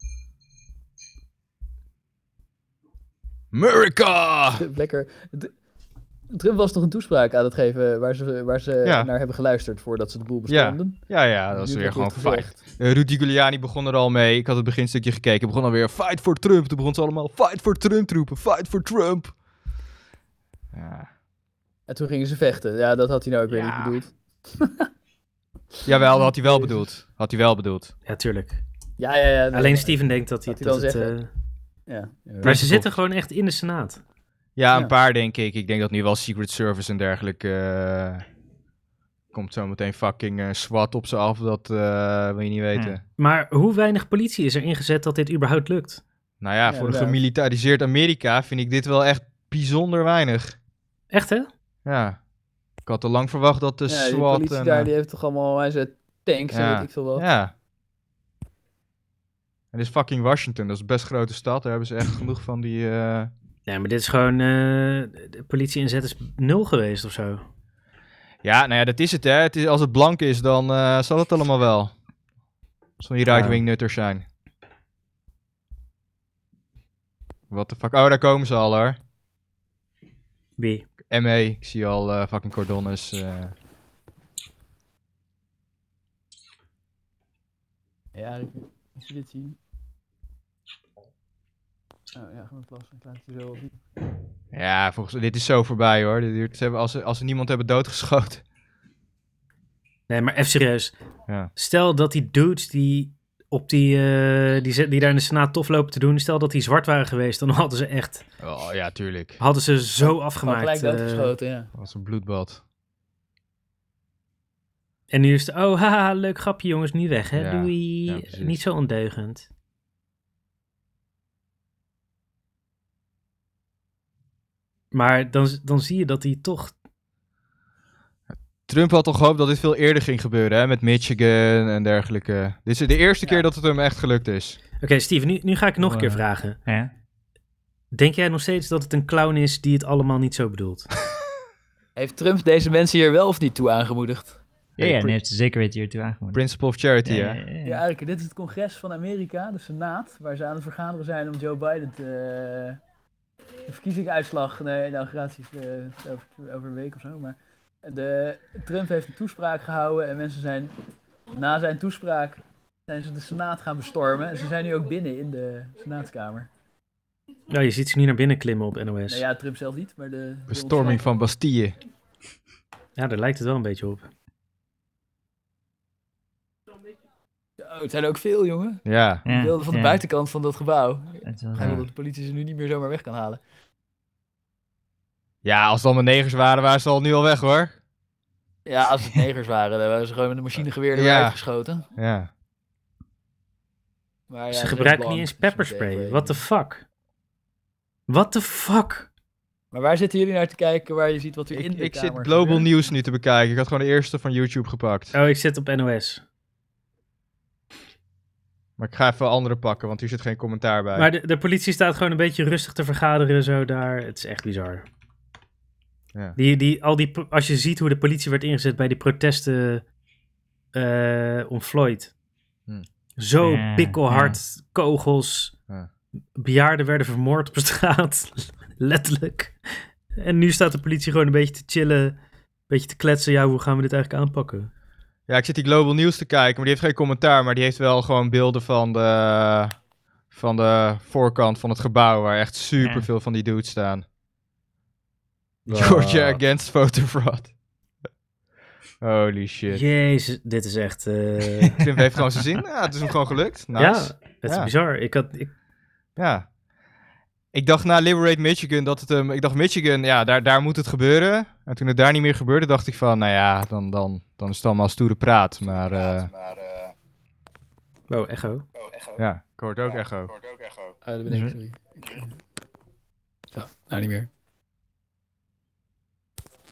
America! Lekker. Trump was toch een toespraak aan het geven waar ze, waar ze Ja. naar hebben geluisterd voordat ze de boel bestormden? Ja, ja, dat was Nu weer wordt gewoon dit fight. gezegd. Uh, Rudy Giuliani begon er al mee. Ik had het beginstukje gekeken. Begon alweer fight for Trump. Toen begon ze allemaal fight for Trump te roepen. Fight for Trump. Ja. En toen gingen ze vechten. Ja, dat had hij nou ook weer Ja. niet bedoeld. Jawel, dat had hij wel bedoeld. Had hij wel bedoeld. Ja, tuurlijk. Ja, ja, ja. nee, Alleen maar- Steven denkt dat hij, Gaat hij dat wel het... zeggen. eh, Ja. ja. Maar ze zitten gewoon echt in de Senaat. Ja, een Ja. paar denk ik. Ik denk dat nu wel Secret Service en dergelijke... eh, komt zo meteen fucking eh, SWAT op ze af. Dat eh, wil je niet weten. Ja. Maar hoe weinig politie is er ingezet dat dit überhaupt lukt? Nou ja, Ja, voor een inderdaad. gemilitariseerd Amerika vind ik dit wel echt bijzonder weinig. Echt, hè? Ja. Ik had al lang verwacht dat de Ja, die SWAT... politie en, daar, eh, die heeft toch allemaal, hij zei tanks en Ja. weet ik veel wat. Ja. En dit is fucking Washington, dat is een best grote stad. Daar hebben ze echt genoeg van die... eh, Nee, maar dit is gewoon... eh, de politie-inzet is nul geweest of zo. Ja, nou ja, dat is het hè. Het is, als het blank is, dan eh, zal het allemaal wel. Als van die right-wing nutters zijn. What the fuck. Oh, daar komen ze al hoor. Wie? M E, ik zie al eh, fucking cordonnes. eh. Ja, ik als je dit zien. Oh ja, ga maar plassen. Ik laat het je zo wel zien. Ja, volgens dit is zo voorbij hoor. Dit duurt, ze hebben, als, ze, als ze niemand hebben doodgeschoten. Nee, maar even serieus. Ja. Stel dat die dudes die, op die, eh, die, ze- die daar in de Senaat tof lopen te doen... Stel dat die zwart waren geweest, dan hadden ze echt... Oh ja, tuurlijk. Hadden ze zo Gewoon afgemaakt. gelijk eh, doodgeschoten, ja. Dat was een bloedbad. en nu is het... Oh, haha, leuk grapje jongens, nu weg hè. Ja, Doei. ja, precies. Niet zo ondeugend. Maar dan, dan zie je dat hij toch... Trump had toch gehoopt dat dit veel eerder ging gebeuren, hè? Met Michigan en dergelijke. Dit is de eerste Ja. keer dat het hem echt gelukt is. Oké, Steven, nu, nu ga ik nog een keer Eh, vragen. Ja? Denk jij nog steeds dat het een clown is die het allemaal niet zo bedoelt? Heeft Trump deze mensen hier wel of niet toe aangemoedigd? Ja, ja, Pri- en heeft ze zeker weten hiertoe aangemoedigd. Principle of charity, Ja, hè? ja, ja, ja. Ja, eigenlijk, dit is het congres van Amerika, de Senaat, waar ze aan het vergaderen zijn om Joe Biden te, de verkiezingsuitslag, nee, de inauguratie is, eh, over, over een week of zo, maar de, Trump heeft een toespraak gehouden en mensen zijn, na zijn toespraak, zijn ze de Senaat gaan bestormen en ze zijn nu ook binnen in de Senaatskamer. Ja, je ziet ze nu naar binnen klimmen op N O S. Nou ja, Trump zelf niet, maar de... de Bestorming van Bastille. Ja, daar lijkt het wel een beetje op. Oh, het zijn er ook veel, jongen. Ja. Die Ja, beelden van de ja. buitenkant van dat gebouw. Het is wel Ik raar. wil dat de politie ze nu niet meer zomaar weg kan halen. Ja, als het allemaal negers waren, waren ze al nu al weg, hoor. Ja, als het negers waren, dan waren ze gewoon met een machinegeweer eruit Ja. geschoten. Ja. Maar ja, ze zijn gebruiken blank, niet eens dus je moet pepperspray. even- What the fuck? What the fuck? Maar waar zitten jullie naar te kijken waar je ziet wat er in Ik, de ik zit kamer Global gebeurt? News nu te bekijken. Ik had gewoon de eerste van YouTube gepakt. Oh, ik zit op N O S. Maar ik ga even andere pakken, want hier zit geen commentaar bij. Maar de, de politie staat gewoon een beetje rustig te vergaderen zo daar. Het is echt bizar. Ja. Die, die, al die, pro- als je ziet hoe de politie werd ingezet bij die protesten eh, om Floyd. Hm. Zo Ja, pikkelhard, kogels. Ja. Bejaarden werden vermoord op straat. Letterlijk. En nu staat de politie gewoon een beetje te chillen. Een beetje te kletsen. Ja, hoe gaan we dit eigenlijk aanpakken? Ja, ik zit die Global News te kijken, maar die heeft geen commentaar. Maar die heeft wel gewoon beelden van de, van de voorkant van het gebouw, waar echt super veel van die dudes staan. Georgia Wow. against voter fraud. Holy shit. Jezus, dit is echt... eh, Trump heeft gewoon zijn zin. Ja, het is hem gewoon gelukt. Nice. Ja, het is Ja. bizar. Ik had... Ik, Ja. Ik dacht na Liberate Michigan dat het hem... Ik dacht Michigan, ja, daar, daar moet het gebeuren. En toen het daar niet meer gebeurde, dacht ik van... Nou ja, dan, dan, dan is het allemaal stoere praat. Maar eh, oh, echo. ja, ik hoor het ook echo. Ah, dat ben ik, sorry. Zo, nou niet meer.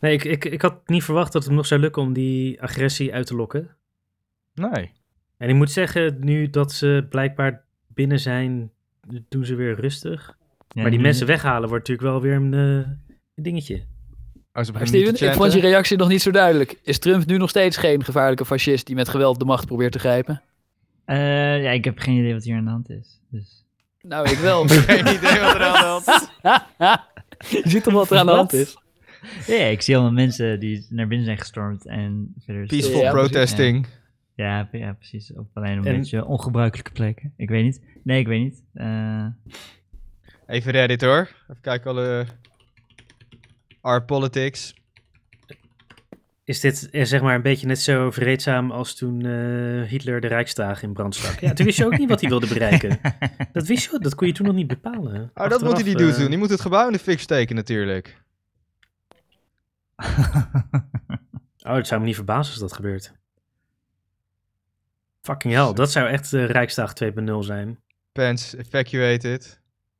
Nee, ik, ik, ik had niet verwacht dat het hem nog zou lukken om die agressie uit te lokken. Nee. En ik moet zeggen, nu dat ze blijkbaar binnen zijn, doen ze weer rustig. Ja, maar die nu- mensen weghalen wordt natuurlijk wel weer een, eh, een dingetje. Als ze Maar beginnen Steven, niet te ik vond je chanten. reactie nog niet zo duidelijk. Is Trump nu nog steeds geen gevaarlijke fascist die met geweld de macht probeert te grijpen? Eh, ja, ik heb geen idee wat hier aan de hand is. Dus. Nou, ik wel. Geen idee wat er aan de hand is. Je ziet toch wat er aan de hand is? Ja, ja, ik zie allemaal mensen die naar binnen zijn gestormd en verder... Peaceful Ja, precies. protesting. Ja, ja, precies. Op alleen een En- beetje ongebruikelijke plekken. Ik weet niet. Nee, ik weet niet. Eh, Even Reddit hoor. Even kijken alle... Our politics. Is dit eh, zeg maar een beetje net zo vreedzaam als toen eh, Hitler de Rijksdag in brand stak? Ja, toen wist je ook niet wat hij wilde bereiken. Dat wist je, dat kon je toen nog niet bepalen. Oh, dat moet hij niet Achteraf, doen. eh, Die moet het gebouw in de fik steken natuurlijk. Oh, het zou me niet verbazen als dat gebeurt. Fucking hell, dat zou echt uh, Rijksdag twee punt nul zijn. Pence, evacuated.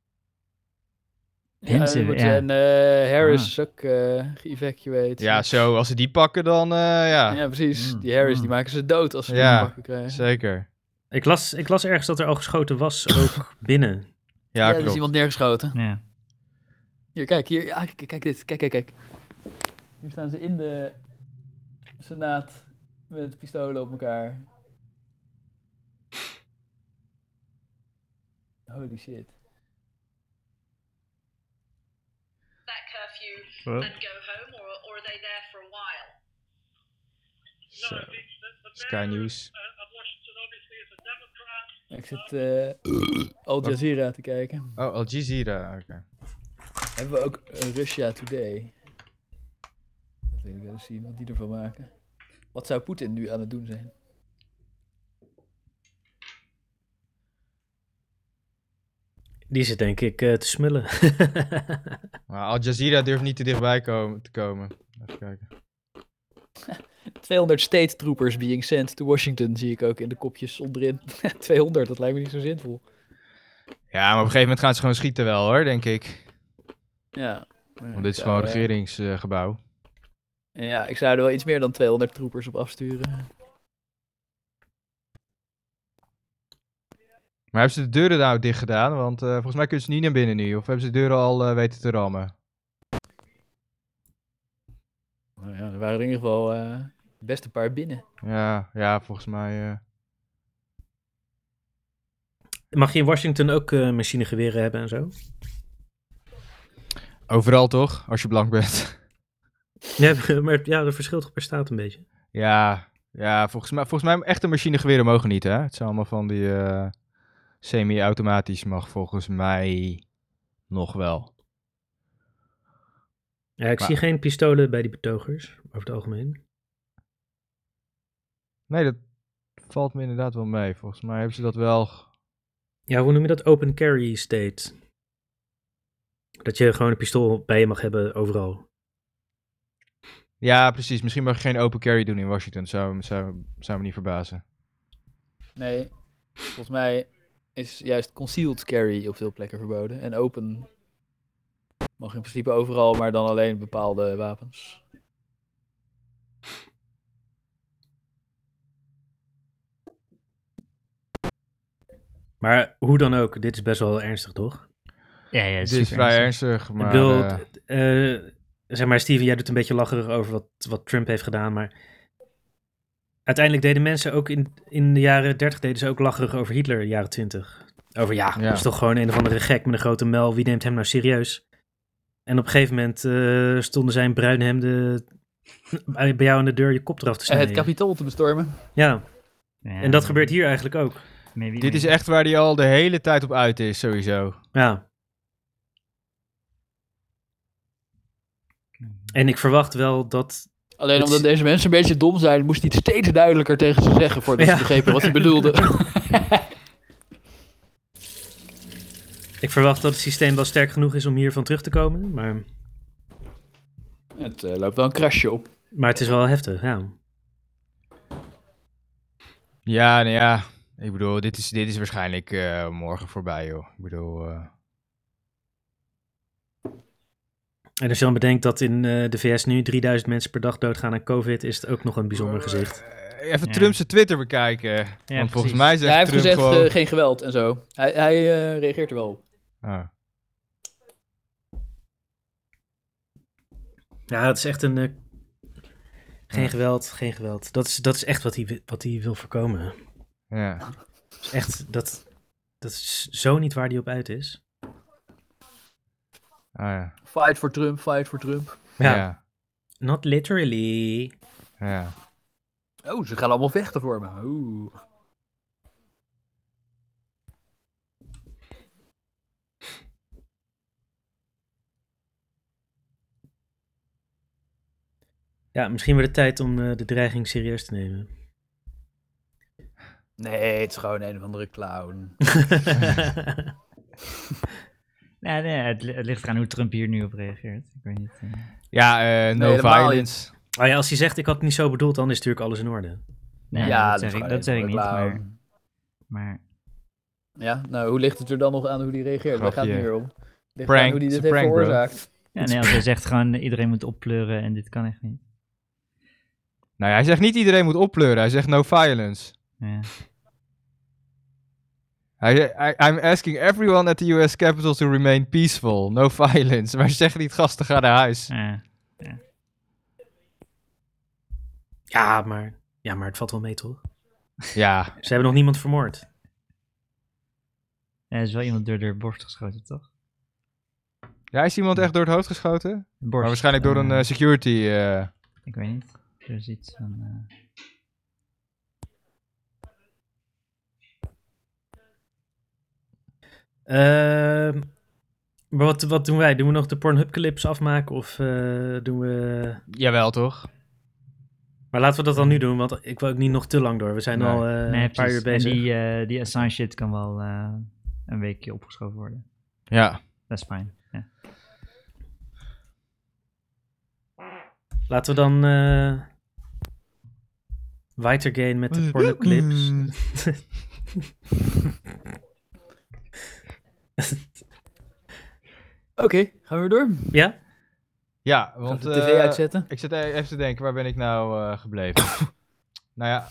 Pence, Ja, ja. En eh, Harris Ah. is ook uh, geëvacueerd. Ja, zo. Als ze die pakken, dan uh, ja. Ja, precies. Mm, Die Harris, mm. die maken ze dood als ze Ja, die te pakken krijgen. Zeker. Ik las, ik las ergens dat er al geschoten was, ook binnen. Ja, Ja, er is klopt. iemand neergeschoten. ja. Hier, kijk, hier. Ja, kijk, kijk dit. Kijk, kijk, kijk. Hier staan ze in de Senaat met pistolen op elkaar. Holy shit. that curfew Well. and go home, or, or are they there for a while? Zo. Sky News. Ik zit eh Al Jazeera te kijken. Oh, Al Jazeera. Oké. Hebben we ook eh, Russia Today. Dat wil ik wel eens zien wat die ervan maken. Wat zou Poetin nu aan het doen zijn? Die zit denk ik eh, te smullen. Maar Al Jazeera durft niet te dichtbij komen, te komen. Even kijken. tweehonderd state troopers being sent to Washington zie ik ook in de kopjes onderin. tweehonderd, dat lijkt me niet zo zinvol. Ja, maar op een gegeven moment gaan ze gewoon schieten wel hoor, denk ik. Ja. Want dit is gewoon een regeringsgebouw. Ja, ik zou er wel iets meer dan tweehonderd troopers op afsturen. Maar hebben ze de deuren nou dicht gedaan? Want uh, volgens mij kunnen ze niet naar binnen nu. Of hebben ze de deuren al uh, weten te rammen? Nou ja, er waren er in ieder geval uh, best een paar binnen. Ja, ja volgens mij... Uh... Mag je in Washington ook uh, machinegeweren hebben en zo? Overal toch, als je blank bent. Ja, maar ja, dat verschilt toch per staat een beetje. Ja, ja volgens, mij, volgens mij echte machinegeweren mogen niet, hè? Het zijn allemaal van die uh, semi-automatisch mag volgens mij nog wel. Ja, ik maar... zie geen pistolen bij die betogers, over het algemeen. Nee, dat valt me inderdaad wel mee. Volgens mij hebben ze dat wel... Ja, hoe noem je dat? Open carry state. Dat je gewoon een pistool bij je mag hebben overal. Ja, precies. Misschien mag je geen open carry doen in Washington. Zou, zou, zou me niet verbazen. Nee, volgens mij is juist concealed carry op veel plekken verboden. En open mag in principe overal, maar dan alleen bepaalde wapens. Maar hoe dan ook, dit is best wel ernstig, toch? Ja, ja, Dit is vrij ernstig, maar... Ik bedoel, uh... uh, zeg maar, Steven, jij doet een beetje lacherig over wat, wat Trump heeft gedaan, maar uiteindelijk deden mensen ook in, in de jaren dertig deden ze ook lacherig over Hitler, de jaren twintig. Over ja, Ja. dat is toch gewoon een of andere gek met een grote mel, wie neemt hem nou serieus? En op een gegeven moment uh, stonden zijn bruine hemden bij jou aan de deur je kop eraf te En snijden. het kapitool te bestormen. Ja, Ja, en dat gebeurt hier eigenlijk ook. maybe, Dit is maybe. echt waar hij al de hele tijd op uit is, sowieso. Ja. En ik verwacht wel dat... Alleen Het omdat is- deze mensen een beetje dom zijn, moest hij het steeds duidelijker tegen ze zeggen voordat Ja. ze begrepen wat hij bedoelde. Ik verwacht dat het systeem wel sterk genoeg is om hiervan terug te komen, maar, Het uh, loopt wel een krasje op. maar het is wel heftig, ja. Ja, nou ja. Ik bedoel, dit is, dit is waarschijnlijk uh, morgen voorbij, joh. Ik bedoel... Uh... En als je dan bedenkt dat in uh, de V S nu drieduizend mensen per dag doodgaan aan COVID, is het ook nog een bijzonder gezicht. Uh, even Ja. Trump's Twitter bekijken. Ja, Want precies. volgens mij Ja, zegt hij heeft Trump gezegd gewoon... eh, geen geweld en zo. Hij, hij eh, reageert er wel op. Ah. Ja, het is echt een... Uh, geen Ja. geweld, geen geweld. Dat is, dat is echt wat hij, wi- wat hij wil voorkomen. Ja. Dat is echt... Dat, dat is zo niet waar hij op uit is. Ah, ja. Fight for Trump, fight for Trump. Ja. Ja. Not literally. Ja. Oh, ze gaan allemaal vechten voor me. Oeh. Ja, misschien wordt het tijd om uh, de dreiging serieus te nemen. Nee, het is gewoon een of andere clown. Nee, nee, het, li- het ligt eraan hoe Trump hier nu op reageert. Ik weet niet. eh. Ja, uh, no Nee, helemaal violence. Oh ja, als hij zegt ik had het niet zo bedoeld, dan is natuurlijk alles in orde. Nee, ja, dat is zeg ik, gewoon dat zeg een ik niet. of andere Maar, clown. maar Ja, nou, hoe ligt het er dan nog aan hoe die reageert? Waar gaat het Grapje. nu weer om? Ligt Prank, aan hoe die dit it's a heeft prank, bro. veroorzaakt. ja, nee, als hij zegt gewoon iedereen moet oppleuren en dit kan echt niet. Nou ja, hij zegt niet iedereen moet oppleuren. Hij zegt no violence. Ja. Hij, I, I'm asking everyone at the U S Capitol to remain peaceful. No violence. Maar ze zeggen niet gasten gaan naar huis. Ja. Ja, maar, ja, maar het valt wel mee, toch? Ja. Ze hebben nog niemand vermoord. Ja, er is wel iemand door de borst geschoten, toch? Ja, is iemand echt door het hoofd geschoten? De borst, Maar waarschijnlijk door een eh, uh, security... Uh... Ik weet niet. Er is iets van... eh, Ehm, maar wat, wat doen wij? Doen we nog de Pornhub-clips afmaken of eh, doen we... Jawel, toch? Maar laten we dat dan nu doen, want ik wil ook niet nog te lang door. We zijn Nee. al eh, nee, een paar precies. uur bezig. En die, eh, die Assange shit kan wel eh, een weekje opgeschoven worden. Ja. Dat is fijn. Ja. Laten we dan uh, weitergaan met de Pornhub-clips. Oké, okay, gaan we weer door? Ja? Ja, Want want... de tv uh, uitzetten. Ik zit even te denken, waar ben ik nou uh, gebleven? Nou ja.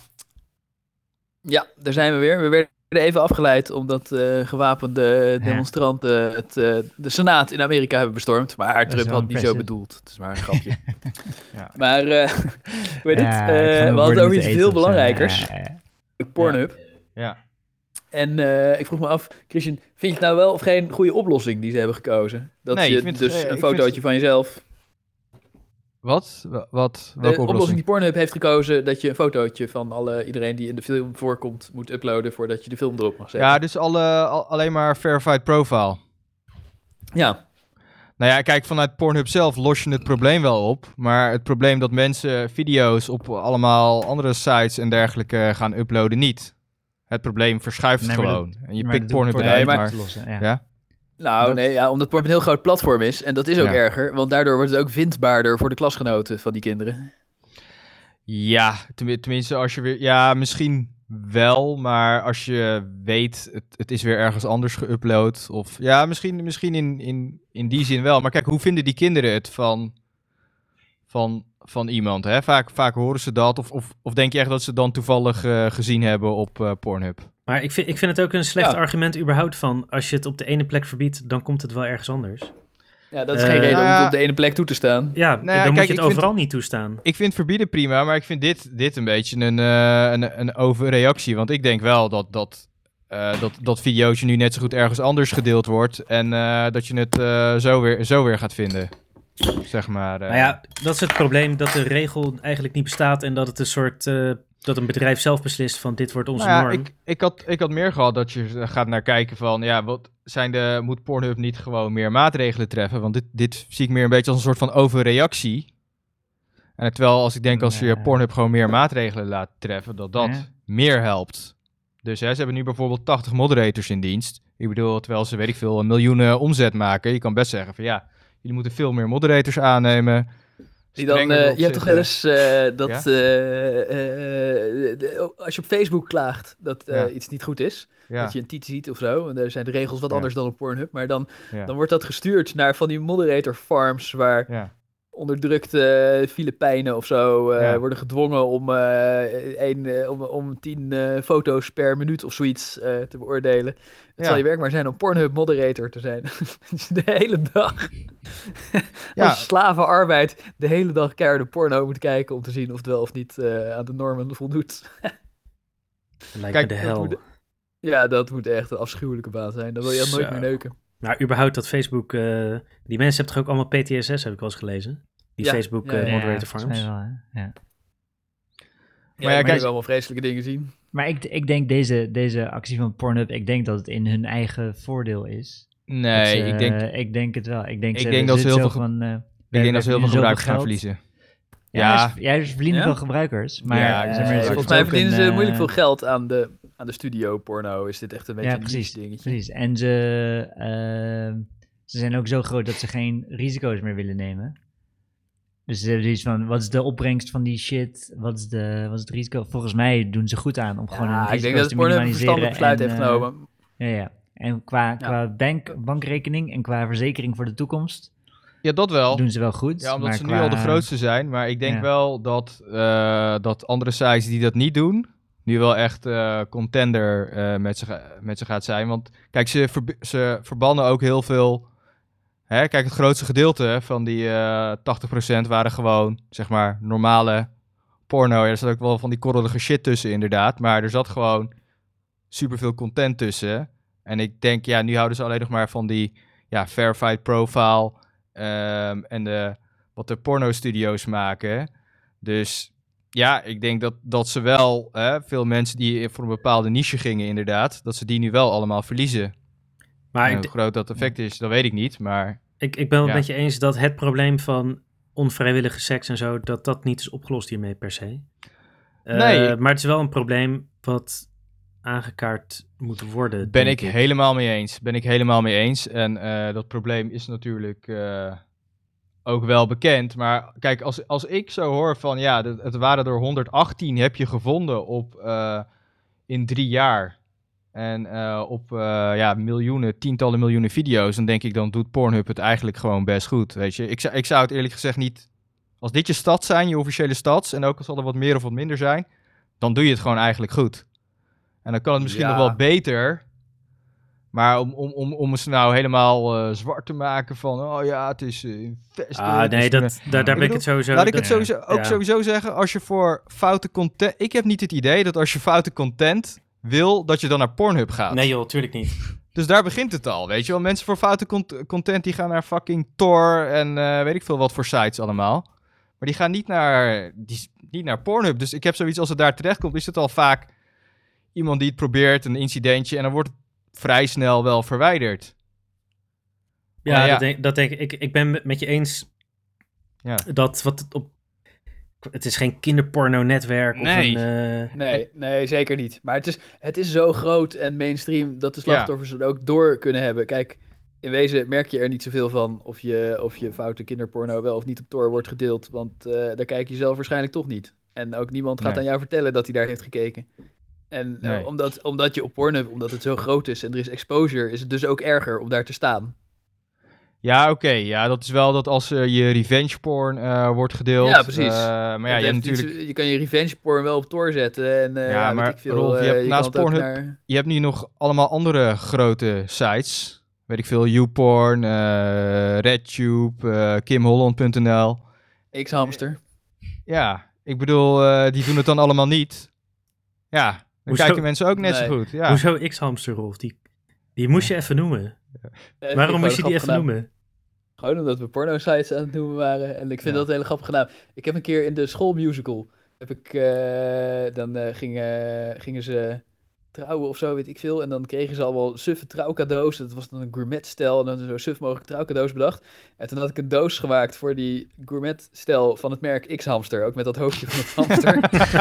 Ja, daar zijn we weer. We werden even afgeleid omdat uh, gewapende demonstranten het, uh, de Senaat in Amerika hebben bestormd. Maar Trump had niet zo bedoeld. Het is maar een grapje. Ja. Maar, uh, weet Ja, het? Uh, we hadden over iets veel belangrijkers. Ja, ja, ja. Pornhub. Ja. ja. En uh, ik vroeg me af, Christian, vind je het nou wel of geen goede oplossing die ze hebben gekozen? Dat nee, je ik vind, dus eh, een ik fotootje vind... van jezelf... Wat? Wat? Welke de oplossing? oplossing die Pornhub heeft gekozen, dat je een fotootje van alle, iedereen die in de film voorkomt moet uploaden voordat je de film erop mag zetten. Ja, dus alle, al, alleen maar verified profile. Ja. Nou ja, kijk, vanuit Pornhub zelf los je het probleem wel op. Maar het probleem dat mensen video's op allemaal andere sites en dergelijke gaan uploaden niet. Het probleem verschuift Nee, gewoon. dat, en je pikt Pornhub nee, eruit, maar... maar... Lossen, ja. ja? Nou, dat... nee, ja, omdat Pornhub een heel groot platform is. En dat is ook ja. erger, want daardoor wordt het ook vindbaarder voor de klasgenoten van die kinderen. Ja, ten, tenminste als je weer... Ja, misschien wel, maar als je weet, het, het is weer ergens anders geüpload. Of ja, misschien, misschien in, in, in die zin wel. Maar kijk, hoe vinden die kinderen het van, van, van iemand? Hè? Vaak, vaak horen ze dat. Of, of, of denk je echt dat ze het dan toevallig uh, gezien hebben op uh, Pornhub? Maar ik vind, ik vind het ook een slecht Ja. argument überhaupt van... als je het op de ene plek verbiedt, dan komt het wel ergens anders. Ja, dat is Uh, geen reden om ja. het op de ene plek toe te staan. Ja, Nou ja, dan kijk, moet je ik het overal vind- niet toestaan. Ik vind verbieden prima, maar ik vind dit, dit een beetje een, uh, een, een overreactie. Want ik denk wel dat dat, uh, dat dat videootje nu net zo goed ergens anders gedeeld wordt. En uh, dat je het uh, zo, weer, zo weer gaat vinden. Zeg maar. Uh. Nou ja, dat is het probleem, dat de regel eigenlijk niet bestaat... en dat het een soort... Uh, dat een bedrijf zelf beslist van dit wordt onze Nou ja, norm. ik, ik, had, ik had meer gehad dat je gaat naar kijken van... ja, wat zijn de, moet Pornhub niet gewoon meer maatregelen treffen? Want dit, dit zie ik meer een beetje als een soort van overreactie. En terwijl als ik denk als je Nee. Pornhub gewoon meer maatregelen laat treffen... dat dat Ja. meer helpt. Dus hè, ze hebben nu bijvoorbeeld tachtig moderators in dienst. Ik bedoel, terwijl ze, weet ik veel, een miljoen uh, omzet maken. Je kan best zeggen van ja, jullie moeten veel meer moderators aannemen... Die dan, strenger eh, erop je hebt toch wel eens zitten. eh, dat Ja? eh, eh, de- als je op Facebook klaagt dat eh, Ja. iets niet goed is, Ja, dat je een titel ziet of zo, en daar zijn de regels wat Ja. anders dan op Pornhub, maar dan, ja, dan wordt dat gestuurd naar van die moderator farms waar ja. onderdrukte Filipijnen of zo eh, Ja. worden gedwongen om, eh, een, eh, om, om tien eh, foto's per minuut of zoiets eh, te beoordelen. Het Ja. zal je werk maar zijn om Pornhub moderator te zijn. De hele dag. Ja. Als slavenarbeid de hele dag keiharde porno moet kijken om te zien of het wel of niet eh, aan de normen voldoet. Lijkt Kijk, me de dat hel. moet- Ja, dat moet echt een afschuwelijke baan zijn. Dan wil je echt nooit Zo. meer neuken. Nou, überhaupt dat Facebook... eh, die mensen hebben toch ook allemaal P T S S, heb ik wel eens gelezen? Die Ja, Facebook ja, eh, ja. moderator volgens farms. mij wel, hè. Ja. Ja, ja, maar je kijk- wil allemaal vreselijke dingen zien. Maar ik, ik denk deze, deze actie van Pornhub, ik denk dat het in hun eigen voordeel is. Nee, Dat ze, ik denk, eh, ik denk het wel. Ik denk, Ik ze denk hebben dat ze zit heel zo veel van, eh, ik denk dat ze heel veel gebruikers gaan geld. verliezen. Ja, Ja. ze- ja, ze verdienen Ja? veel gebruikers. Maar, Ja, zeg ja, maar, ja, het is Volgens ook mij een, verdienen ze eh, moeilijk veel geld aan de, aan de studio porno. Is dit echt een beetje Ja, een precies. niche dingetje. Precies. En ze, eh, ze zijn ook zo groot dat ze geen risico's meer willen nemen. Dus ze hebben zoiets van, wat is de opbrengst van die shit? Wat is, de, wat is het risico? Volgens mij doen ze goed aan om gewoon hun Ja, risico's ik denk dat te het Pornhub een verstandig minimaliseren. besluit heeft en, eh, genomen. Ja, ja. En qua, qua bank, bankrekening en qua verzekering voor de toekomst Ja, dat wel. doen ze wel goed. Ja, omdat maar ze qua, nu al de grootste zijn. Maar ik denk Ja. wel dat, eh, dat andere sites die dat niet doen, nu wel echt eh, contender eh, met, ze, ga- met ze gaat zijn. Want kijk, ze, verb- ze verbannen ook heel veel. Hè, kijk, het grootste gedeelte van die eh tachtig procent waren gewoon, zeg maar, normale porno. Ja, er zat ook wel van die korrelige shit tussen, inderdaad. Maar er zat gewoon superveel content tussen. En ik denk, ja, nu houden ze alleen nog maar van die ja, verified profile ehm, en de, wat de porno-studio's maken. Dus ja, ik denk dat, dat ze wel, hè, veel mensen die voor een bepaalde niche gingen inderdaad, dat ze die nu wel allemaal verliezen. Maar En ik, hoe groot dat effect is, dat weet ik niet, maar ik, ik ben het Ja. met je eens dat het probleem van onvrijwillige seks en zo, dat dat niet is opgelost hiermee per se. Eh, Nee. Maar het is wel een probleem wat aangekaart moet worden. ben denk ik helemaal mee eens. Ben ik helemaal mee eens. En eh, dat probleem is natuurlijk eh, ook wel bekend. Maar kijk, als, als ik zo hoor van ja, het, het waren er honderdachttien heb je gevonden op eh, in drie jaar. En eh, op eh, ja, miljoenen, tientallen miljoenen video's. Dan denk ik, dan doet Pornhub het eigenlijk gewoon best goed. Weet je, ik zou, ik zou het eerlijk gezegd niet. Als dit je stats zijn, je officiële stats. En ook als er wat meer of wat minder zijn. Dan doe je het gewoon eigenlijk goed. En dan kan het misschien Ja. nog wel beter. Maar om, om, om, om ze nou helemaal eh, zwart te maken van, oh ja, het is uh, invest. Ah, nee, dat, daar, daar ben ik bedoel, het sowieso... Laat ik dat- het sowieso, ook ja. sowieso zeggen, als je voor foute content... Ik heb niet het idee dat als je foute content wil, dat je dan naar Pornhub gaat. Nee joh, tuurlijk niet. Dus daar begint het al, weet je wel. Mensen voor foute cont- content, die gaan naar fucking Tor en eh, weet ik veel wat voor sites allemaal. Maar die gaan niet naar, die, niet naar Pornhub. Dus ik heb zoiets, als het daar terecht komt, is het al vaak iemand die het probeert, een incidentje, en dan wordt het vrij snel wel verwijderd. Ja, Maar ja. Dat, denk, dat denk ik. ik. Ik ben met- met je eens Ja. dat wat het op... Het is geen kinderporno-netwerk Nee. of een... eh, Nee, nee, zeker niet. Maar het is, het is zo groot en mainstream dat de slachtoffers het ook door kunnen hebben. Kijk, in wezen merk je er niet zoveel van of je, of je foute kinderporno wel of niet op Tor wordt gedeeld. Want eh, daar kijk je zelf waarschijnlijk toch niet. En ook niemand gaat Nee. aan jou vertellen dat hij daar heeft gekeken. En eh, Nee. omdat, omdat je op Pornhub, omdat het zo groot is en er is exposure, is het dus ook erger om daar te staan. Ja, oké. Ja, dat is wel dat als eh, je revenge porn eh, wordt gedeeld. Ja, precies. eh, maar ja, Het je, hebt heeft natuurlijk, iets- je kan je revenge porn wel op Tor zetten. En, eh, Ja, ja, maar weet ik veel, Rolf, je eh, hebt naast kan het ook Pornhub- naar- je hebt nu nog allemaal andere grote sites. Weet ik veel, YouPorn, eh RedTube, eh kimholland punt n l. X-hamster. Ja, ik bedoel, eh, die doen het dan allemaal niet. Ja, dan Hoezo? kijken mensen ook net Nee. zo goed. Ja. Hoezo X-hamster, Rolf? Die, die moest je even noemen. Eh, Waarom vind moest ik je die gewoon even grappig noemen? Gewoon omdat we porno-sites aan het noemen waren. En ik vind Ja. dat een hele grappig gedaan. Ik heb een keer in de schoolmusical... Heb ik, eh, dan eh, gingen, gingen ze trouwen of zo, weet ik veel. En dan kregen ze allemaal suffe trouwcadeaus. Dat was dan een gourmet-stel. En dan zo suf mogelijk trouwcadeaus bedacht. En toen had ik een doos gemaakt voor die gourmet-stel van het merk X-hamster. Ook met dat hoofdje van het hamster.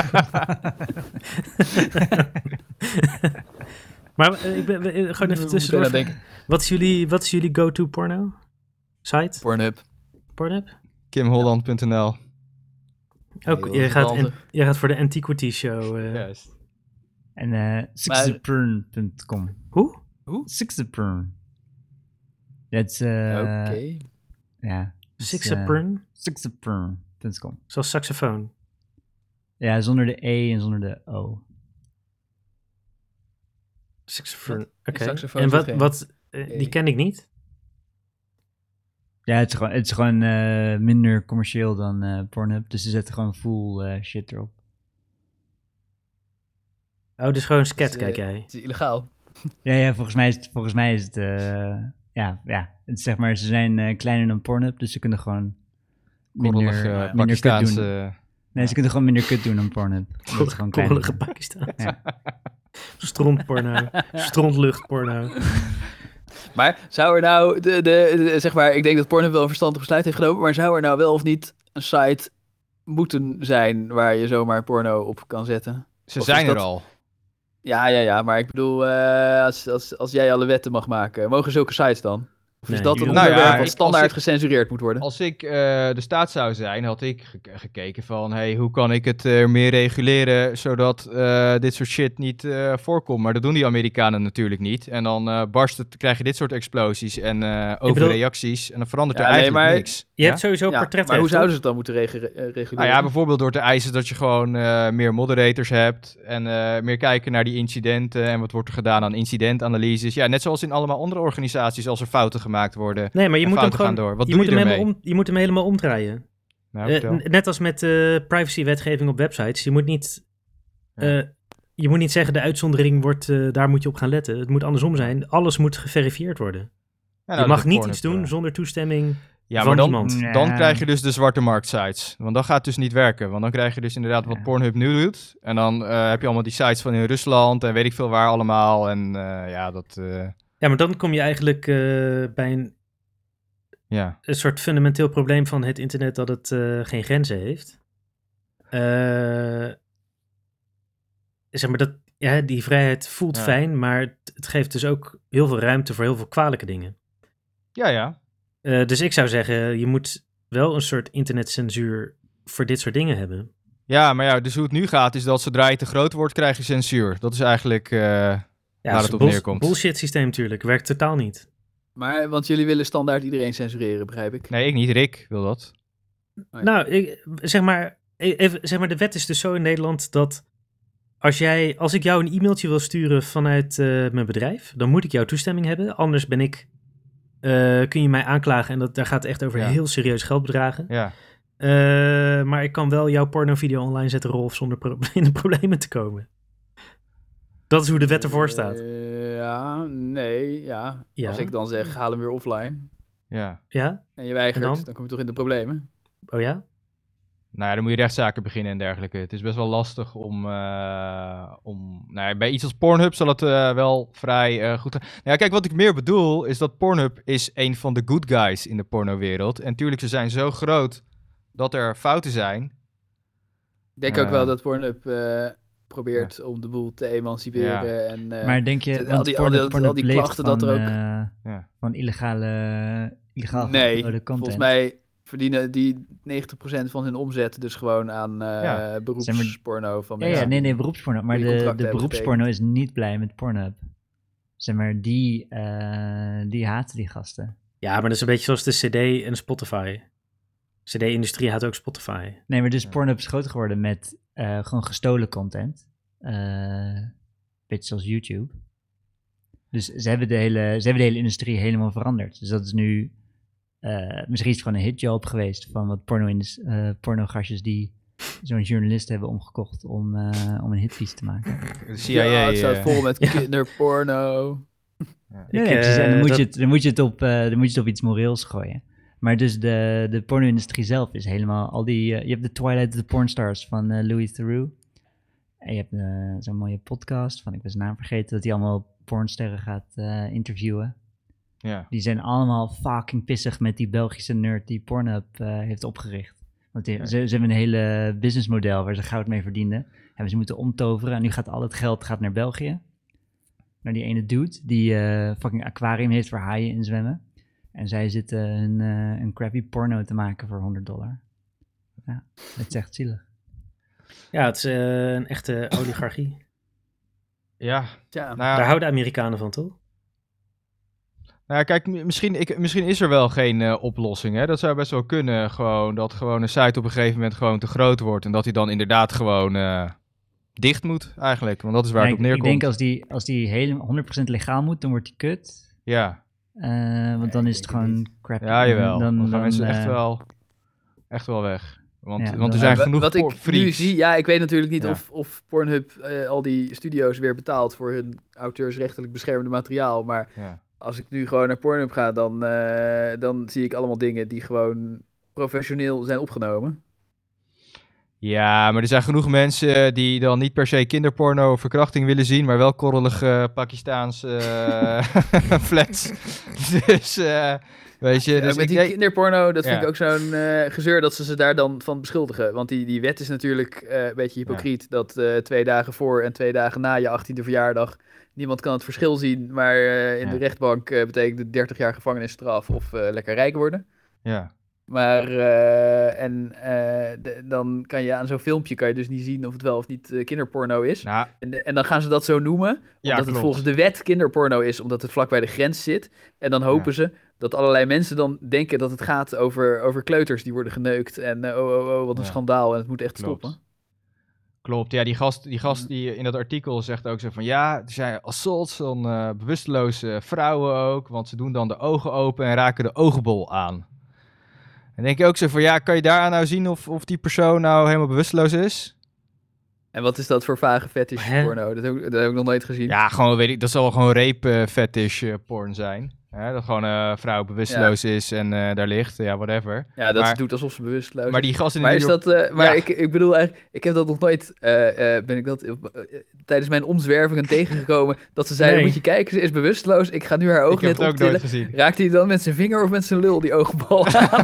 Maar eh, ik ben, eh, gewoon even Hoe tussendoor. moet je nou denken? Wat is jullie, wat is jullie go-to porno? Site? Pornhub. Pornhub? kim holland punt n l. Ook, Heel jij, gaat handig. en, jij gaat voor de Antiquity Show. eh. Juist. En uh, sixthepern punt com. Hoe? Sixthepern. Dat is... eh Oké. Ja. dus, Sixapern? eh, sixthepern punt com. Zoals saxofoon. Ja, zonder de E en zonder de O. Saxofoon. Wat? Oké. Saxofoon En is wat, ook geen- wat eh, die E. ken ik niet. Ja, het is gewoon, het is gewoon eh, minder commercieel dan eh, Pornhub. Dus ze zetten gewoon full eh, shit erop. Oh, dus gewoon scat Dus, kijk eh, jij. Het is illegaal. Ja, ja volgens mij is het... Volgens mij is het eh, ja, ja. Het is zeg maar, ze zijn eh, kleiner dan Pornhub. Dus ze kunnen gewoon minder, Korrelige eh, uh, minder kut Pakistaanse... doen. Nee, ze kunnen gewoon minder kut doen dan Pornhub. Omdat het gewoon kleiner is. Korrelige Pakistan. Ja. Strontporno. Strontluchtporno. Maar zou er nou, de, de, de- zeg maar, ik denk dat Pornhub wel een verstandig besluit heeft genomen, maar zou er nou wel of niet een site moeten zijn waar je zomaar porno op kan zetten? Ze Of zijn is er dat- al. Ja, ja, ja, maar ik bedoel, eh, als, als, als jij alle wetten mag maken, mogen zulke sites dan? Of is Nee, dat een die- Nou ja, onderwerp ik- wat standaard als ik- gecensureerd moet worden? Als ik eh, de staat zou zijn, had ik ge- gekeken van... Hey, hoe kan ik het eh, meer reguleren, zodat eh, dit soort shit niet eh, voorkomt. Maar dat doen die Amerikanen natuurlijk niet. En dan eh, barst het, krijg je dit soort explosies en eh overreacties. En dan verandert er Ja, nee, eigenlijk maar- niks. Je Ja? hebt sowieso Ja, portretrecht. maar hoe toch? zouden ze het dan moeten regu- eh, reguleren? Nou ja, bijvoorbeeld door te eisen dat je gewoon eh, meer moderators hebt. En eh, meer kijken naar die incidenten. En wat wordt er gedaan aan incidentanalyses. Ja, net zoals in allemaal andere organisaties als er fouten gemaakt worden. Nee, maar je en moet hem fouten gewoon... gaan door. Wat je, doe moet je hem ermee? helemaal om, je moet hem helemaal omdraaien. Nou, Eh, vertel. n- net als met de privacywetgeving op websites. Je moet niet... Ja. eh, je moet niet zeggen de uitzondering wordt... eh, daar moet je op gaan letten. Het moet andersom zijn. Alles moet geverifieerd worden. Ja, nou, je dat mag doet niet Pornhub, iets doen eh. zonder toestemming Ja, van maar dan, iemand. Ja. dan krijg je dus de zwarte markt sites. Want dat gaat dus niet werken. Want dan krijg je dus inderdaad wat Ja. Pornhub nu doet. En dan eh, heb je allemaal die sites van in Rusland en weet ik veel waar allemaal. En eh, ja, dat... eh, Ja, maar dan kom je eigenlijk eh, bij een, ja. een soort fundamenteel probleem van het internet dat het eh, geen grenzen heeft. Eh, zeg maar dat, ja, die vrijheid voelt Ja. fijn, maar het, het geeft dus ook heel veel ruimte voor heel veel kwalijke dingen. Ja, ja. Eh, dus ik zou zeggen, je moet wel een soort internetcensuur voor dit soort dingen hebben. Ja, maar ja, dus hoe het nu gaat is dat zodra je te groot wordt, krijg je censuur. Dat is eigenlijk... eh, Ja, Waar dat het is op een neerkomt. bullshit systeem natuurlijk. Werkt totaal niet. Maar, want jullie willen standaard iedereen censureren, begrijp ik. Nee, ik niet. Rick wil dat. Nee. Nou, ik, zeg maar, e- even, zeg maar, de wet is dus zo in Nederland dat als jij, als ik jou een e-mailtje wil sturen vanuit eh, mijn bedrijf, dan moet ik jouw toestemming hebben. Anders ben ik, eh, kun je mij aanklagen en dat, daar gaat het echt over Ja. heel serieus geldbedragen. Ja. Eh, maar ik kan wel jouw pornovideo online zetten, Rolf, zonder pro- in de problemen te komen. Dat is hoe de wet ervoor staat. Eh, ja, nee, ja. Ja. Als ik dan zeg, haal hem weer offline. Ja. Ja? En je weigert, En dan? dan? kom je toch in de problemen. Oh ja? Nou ja, dan moet je rechtszaken beginnen en dergelijke. Het is best wel lastig om... eh, om nou ja, bij iets als Pornhub zal het eh, wel vrij eh, goed... Nou ja, kijk, wat ik meer bedoel is dat Pornhub is een van de good guys in de pornowereld. En tuurlijk, ze zijn zo groot dat er fouten zijn. Ik denk Ja. ook wel dat Pornhub eh, probeert om de boel te emanciperen. Ja. En, eh, Maar denk je, al want die- al Pornhub, die- Pornhub al die leeft klachten dat van, er ook- eh, Ja. van illegale, illegaal nee, geüploade content. volgens mij verdienen die negentig procent van hun omzet dus gewoon aan eh Ja. beroepsporno van Ja, ja, mensen. nee, nee, beroepsporno. Maar die de, contracten de hebben beroepsporno is niet blij met Pornhub. Zeg maar, die, eh, die haten die gasten. Ja, maar dat is een beetje zoals de C D en Spotify. C D-industrie haat ook Spotify. Nee, maar dus Ja. Pornhub is groot geworden met eh, gewoon gestolen content. Eh beetje zoals YouTube. Dus ze hebben, de hele, ze hebben de hele industrie helemaal veranderd. Dus dat is nu... eh, misschien is het gewoon een hitjob geweest van wat porno eh pornogastjes die zo'n journalist hebben omgekocht om, eh, om een hitpiece te maken. De C I Ja, A... het staat eh, vol met Ja. kinderporno. Nee, Ik, nee, precies. En dan eh, moet, dat- je het, dan, moet je het op, eh, dan moet je het op iets moreels gooien. Maar dus de, de porno-industrie zelf is helemaal... Al die, eh, je hebt de Twilight of the Pornstars van eh, Louis Theroux. En je hebt eh, zo'n mooie podcast van, ik ben zijn naam vergeten, dat hij allemaal pornsterren gaat eh, interviewen. ja. Die zijn allemaal fucking pissig met die Belgische nerd die Pornhub eh, heeft opgericht. Want die, Ja. ze, ze hebben een hele businessmodel waar ze goud mee verdienden. Hebben ze moeten omtoveren en nu gaat al het geld gaat naar België. Naar die ene dude die eh fucking aquarium heeft waar haaien in zwemmen. En zij zitten een, uh, een crappy porno te maken voor honderd dollar. Ja, het is echt zielig. Ja, het is uh, een echte oligarchie. Ja, Ja. nou, Daar houden Amerikanen van, toch? Nou ja, kijk, misschien, ik, misschien is er wel geen uh, oplossing. Hè? Dat zou best wel kunnen. Gewoon, dat gewoon een site op een gegeven moment gewoon te groot wordt. En dat hij dan inderdaad gewoon uh, dicht moet, eigenlijk. Want dat is waar ja, het op ik, neerkomt. Ik denk als die, als die helemaal honderd procent legaal moet, dan wordt die kut. Ja. Uh, want dan is het gewoon crappy. Ja, jawel. Dan, dan gaan dan, mensen uh, echt wel, echt wel weg. Want, ja, want er dan, zijn uh, genoeg Wat ik freaks. nu zie, ja, ik weet natuurlijk niet Ja. of, of Pornhub uh, al die studio's weer betaalt voor hun auteursrechtelijk beschermde materiaal. Maar Ja. als ik nu gewoon naar Pornhub ga, dan, uh, dan zie ik allemaal dingen die gewoon professioneel zijn opgenomen. Ja, maar er zijn genoeg mensen die dan niet per se kinderporno of verkrachting willen zien, maar wel korrelige uh, Pakistaanse uh, flats. Dus, uh, weet je... Ja, dus met ik, die nee, kinderporno, dat vind ja. ik ook zo'n uh, gezeur dat ze ze daar dan van beschuldigen. Want die, die wet is natuurlijk uh, een beetje hypocriet. Ja. Dat uh, twee dagen voor en twee dagen na je achttiende verjaardag niemand kan het verschil zien. Maar uh, in ja. de rechtbank uh, betekent het dertig jaar gevangenisstraf of uh, lekker rijk worden. Ja. Maar uh, en uh, de, dan kan je aan zo'n filmpje kan je dus niet zien of het wel of niet uh, kinderporno is. Nou, en, en dan gaan ze dat zo noemen, omdat ja, het volgens de wet kinderporno is, omdat het vlak bij de grens zit. En dan hopen ja. ze dat allerlei mensen dan denken dat het gaat over, over kleuters die worden geneukt. En uh, oh, oh, oh, wat een ja. schandaal en het moet echt Klopt. stoppen. Klopt, ja, die gast, die gast die in dat artikel zegt ook zo van, ja, er zijn assaults van uh, bewusteloze vrouwen ook, want ze doen dan de ogen open en raken de ogenbol aan. En denk je ook zo van, ja, kan je daaraan nou zien of, of die persoon nou helemaal bewusteloos is? En wat is dat voor vage fetish porno? Dat heb, ik, dat heb ik nog nooit gezien. Ja, gewoon, weet ik, dat zal gewoon rape uh, fetish uh, porn zijn. Hè? Dat gewoon een uh, vrouw bewusteloos ja. is en uh, daar ligt, ja, whatever. Ja, dat maar, ze doet alsof ze bewusteloos is. Maar die gast in de maar New is York... dat, uh, maar ja. ik, ik bedoel eigenlijk, ik heb dat nog nooit, uh, uh, ben ik dat uh, tijdens mijn omzwervingen tegengekomen, dat ze zeiden, nee. moet je kijken, ze is bewusteloos, ik ga nu haar oog net optillen. Raakt hij dan met zijn vinger of met zijn lul die oogbal aan?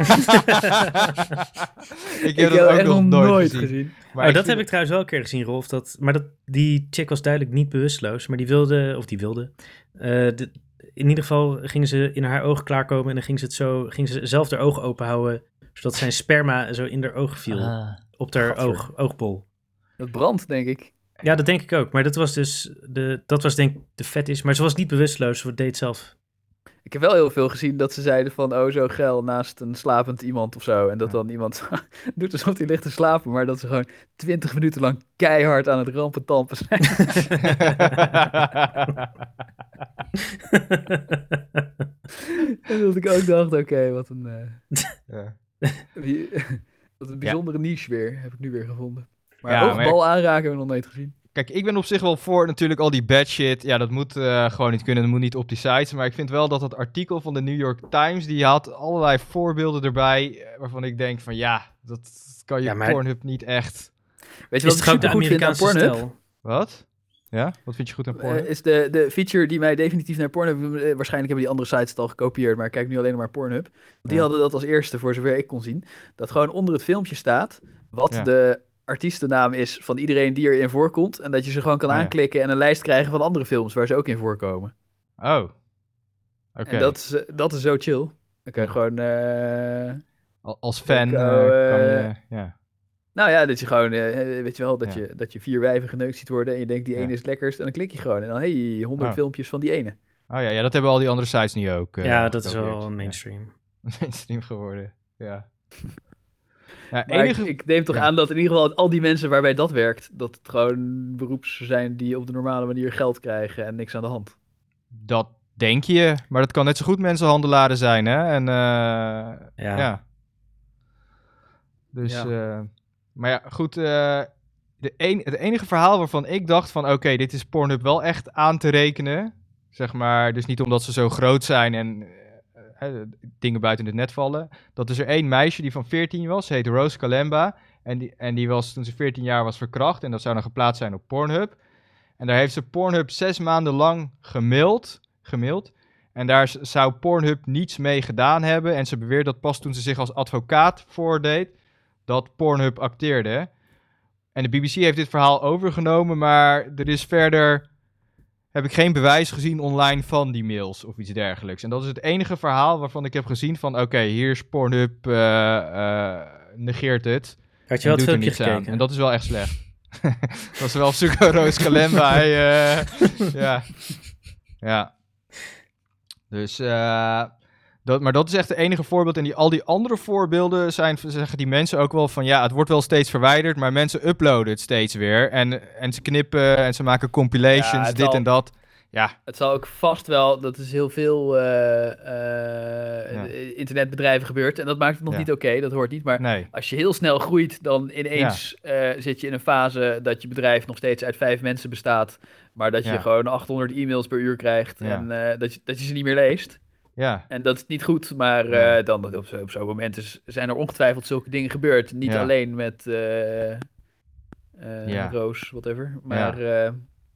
ik heb ik dat ook nog nooit, nooit gezien. gezien. Maar oh, dat heb ik trouwens wel een keer gezien, Rolf. Dat, maar dat, die chick was duidelijk niet bewusteloos, maar die wilde, of die wilde... Uh, de, in ieder geval gingen ze in haar ogen klaarkomen en dan ging ze, het zo, ging ze zelf haar ogen open houden, zodat zijn sperma zo in haar oog viel. Ah, op haar oog, oogbol. Dat brandt, denk ik. Ja, dat denk ik ook. Maar dat was dus de, dat was denk ik de fetish. Maar ze was niet bewusteloos, ze deed het zelf. Ik heb wel heel veel gezien dat ze zeiden van, oh zo geil, naast een slapend iemand of zo. En dat dan iemand doet alsof hij ligt te slapen, maar dat ze gewoon twintig minuten lang keihard aan het rampentampen zijn. En dat ik ook dacht, oké, okay, wat een... Uh, ja. Wat een bijzondere ja. niche weer, heb ik nu weer gevonden. Maar ja, oogbal maar... aanraken hebben we nog nooit gezien. Kijk, ik ben op zich wel voor natuurlijk al die bad shit. Ja, dat moet uh, gewoon niet kunnen. Dat moet niet op die sites. Maar ik vind wel dat het artikel van de New York Times... die had allerlei voorbeelden erbij... waarvan ik denk van ja, dat kan je ja, maar... Pornhub niet echt... Weet je wat ik super goed vind aan Pornhub? Stel. Wat? Ja? Wat vind je goed aan Pornhub? Uh, is de, de feature die mij definitief naar Pornhub... Uh, waarschijnlijk hebben die andere sites het al gekopieerd... maar ik kijk nu alleen nog maar Pornhub. Die ja. hadden dat als eerste, voor zover ik kon zien. Dat gewoon onder het filmpje staat... wat ja. de... artiestennaam is van iedereen die erin voorkomt. En dat je ze gewoon kan oh, ja. aanklikken en een lijst krijgen van andere films waar ze ook in voorkomen. Oh. Oké. Okay. En dat is, dat is zo chill. Dan kan je gewoon... Uh, Als fan uh, uh, kan je... Ja. Nou ja, dat je gewoon... Uh, weet je wel, dat, ja. je, dat je vier wijven geneukt ziet worden en je denkt die ja. ene is het lekkerst. En dan klik je gewoon. En dan hey, honderd oh. filmpjes van die ene. Oh ja, ja, dat hebben al die andere sites niet ook. Uh, ja, dat is wel mainstream. Ja. Mainstream geworden, ja. Ja, enige... ik, ik neem toch ja. aan dat in ieder geval al die mensen waarbij dat werkt, dat het gewoon beroeps zijn die op de normale manier geld krijgen en niks aan de hand. Dat denk je, maar dat kan net zo goed mensenhandelaren zijn, hè? En uh, ja. ja. Dus, ja. Uh, maar ja, goed. Uh, de een, het enige verhaal waarvan ik dacht van, oké, okay, dit is Pornhub wel echt aan te rekenen, zeg maar, dus niet omdat ze zo groot zijn en He, dingen buiten het net vallen. Dat is er één meisje die van veertien was, heet Rose Kalemba. En die, en die was toen ze veertien jaar was verkracht. En dat zou dan geplaatst zijn op Pornhub. En daar heeft ze Pornhub zes maanden lang gemaild. gemaild. En daar zou Pornhub niets mee gedaan hebben. En ze beweert dat pas toen ze zich als advocaat voordeed, dat Pornhub acteerde. En de B B C heeft dit verhaal overgenomen, maar er is verder... heb ik geen bewijs gezien online van die mails of iets dergelijks. En dat is het enige verhaal waarvan ik heb gezien van, oké, okay, hier is Pornhub, uh, uh, negeert het. Had je wel het doet er filmpje niets aan. gekeken? En dat is wel echt slecht. Was er wel op zoek naar Roos Kalemba. uh, ja. Ja. Dus, uh, dat, maar dat is echt het enige voorbeeld. En die, al die andere voorbeelden zijn, zeggen die mensen ook wel van, ja, het wordt wel steeds verwijderd, maar mensen uploaden het steeds weer. En, en ze knippen en ze maken compilations, Ja, dit zal- en dat. Ja, Het zal ook vast wel, dat is heel veel eh, eh, Ja. internetbedrijven gebeurd. En dat maakt het nog Ja. niet oké, dat hoort niet. Maar nee. als je heel snel groeit, dan ineens eh, zit je in een fase dat je bedrijf nog steeds uit vijf mensen bestaat. Maar dat je Ja. gewoon achthonderd e-mails per uur krijgt Ja. en eh, dat, je, dat je ze niet meer leest. Ja, En dat is niet goed, maar eh, Ja. dan op, zo, op zo'n moment is, zijn er ongetwijfeld zulke dingen gebeurd. Niet Ja. alleen met eh, eh, Ja. Roos, whatever. Maar eh,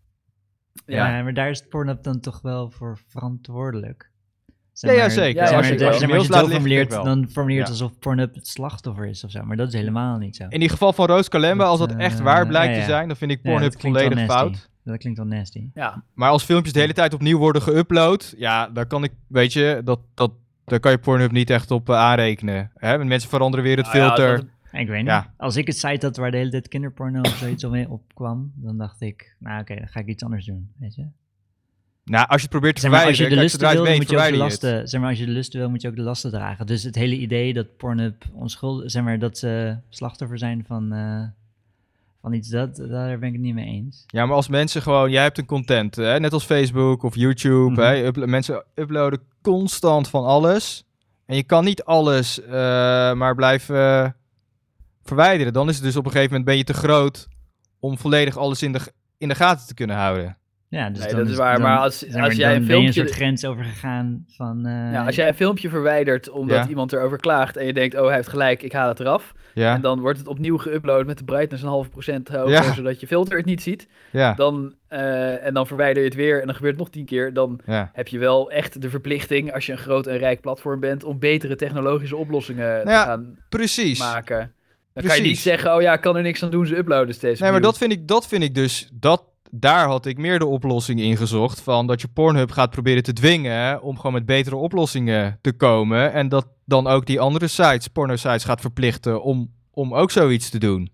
Ja, Ja. maar daar is Pornhub dan toch wel voor verantwoordelijk. Ja, ja, zeker. Ja, Zeg als maar, je- zeg als je maar, als je mails het zo laat liggen, formuleert, vind ik wel. dan formuleert Ja. het alsof Pornhub het slachtoffer is of zo. Maar dat is helemaal niet zo. in ieder geval van Roos Kalemba, als dat Dat, echt eh, waar blijkt ja, te ja. zijn, dan vind ik Ja, Pornhub dat klinkt wel volledig nasty. fout. Dat klinkt wel nasty. ja, Maar als filmpjes de hele tijd opnieuw worden geüpload, ja, dan kan ik, weet je, dat, dat, daar kan je Pornhub niet echt op uh, aanrekenen. Hè? Want mensen veranderen weer het Nou ja, als filter. dat- Ik weet niet. Ja. Als ik het site had waar de hele tijd kinderporno of zoiets mee opkwam, dan dacht ik, nou oké, dan ga ik iets anders doen, weet je. Nou, als je het probeert te Zeg maar, als je verwijderen, de kijk, lusten zodra je wil, het moet weet, je ook de verwijder je het. lasten, zeg maar, als je de lusten wil, moet je ook de lasten dragen. Dus het hele idee dat Pornhub onschuldig, zeg maar, dat ze slachtoffer zijn van, eh, van iets, dat, daar ben ik het niet mee eens. Ja, maar als mensen gewoon, jij hebt een content, hè? Net als Facebook of YouTube, Mhm. hè? Uplo- mensen uploaden constant van alles. En je kan niet alles uh, maar blijven uh, verwijderen. Dan is het dus op een gegeven moment ben je te groot om volledig alles in de, in de gaten te kunnen houden. Ja, dus Nee, dan dat is waar, maar als- zeg als jij dan een ben je een filmpje- soort grens overgegaan van... eh, ja, als jij een filmpje verwijdert omdat Ja. iemand erover klaagt en je denkt, oh hij heeft gelijk, ik haal het eraf. Ja, En dan wordt het opnieuw geüpload met de brightness een half procent hoger, Ja. zodat je filter het niet ziet. ja, Dan, eh, en dan verwijder je het weer en dan gebeurt het nog tien keer. Dan ja. heb je wel echt de verplichting, als je een groot en rijk platform bent, om betere technologische oplossingen Nou te ja, gaan Precies. maken. Dan kan je Precies. niet zeggen, oh ja, ik kan er niks aan doen, ze uploaden steeds Nee, maar opnieuw. dat vind ik, dat vind ik dus, dat, daar had ik meer de oplossing in gezocht. Van dat je Pornhub gaat proberen te dwingen om gewoon met betere oplossingen te komen. En dat dan ook die andere sites, porno-sites, gaat verplichten om, om ook zoiets te doen.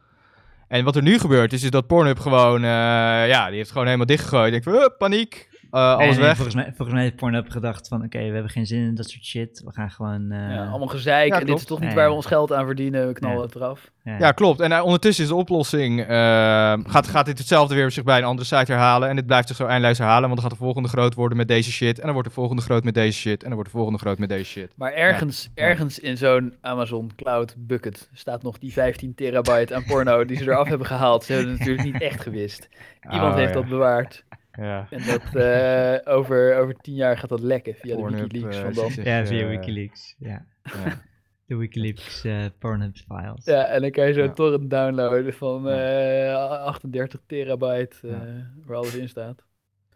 En wat er nu gebeurt is, is dat Pornhub gewoon, uh, ja, die heeft gewoon helemaal dichtgegooid. Ik denk van, uh, paniek, uh, nee, alles nee, weg. Volgens mij, volgens mij heeft Pornhub gedacht van, oké, we hebben geen zin in dat soort shit. We gaan gewoon... eh, Ja, allemaal gezeik Ja, en dit is klopt. toch niet Ja, waar ja. we ons geld aan verdienen, we knallen Ja. het eraf. ja. Ja, klopt. En uh, ondertussen is de oplossing, uh, gaat, gaat dit hetzelfde weer zich bij een andere site herhalen. En dit blijft zich zo eindeloos herhalen, want dan gaat de volgende groot worden met deze shit. En dan wordt de volgende groot met deze shit. En dan wordt de volgende groot met deze shit. Maar ergens, ergens in zo'n Amazon Cloud bucket staat nog die vijftien terabyte aan porno die ze eraf hebben gehaald. Ze hebben het natuurlijk niet echt gewist. Iemand Oh, heeft ja. dat bewaard. Ja. En dat, eh, over, over tien jaar gaat dat lekken via de Pornhub, Wikileaks uh, van dan. zit, Ja, uh, via Wikileaks. Ja. ja. De Wikileaks eh Pornhub files. Ja, en dan kan je zo'n Ja. torrent downloaden van eh, achtendertig terabyte, eh, Ja. waar alles in staat.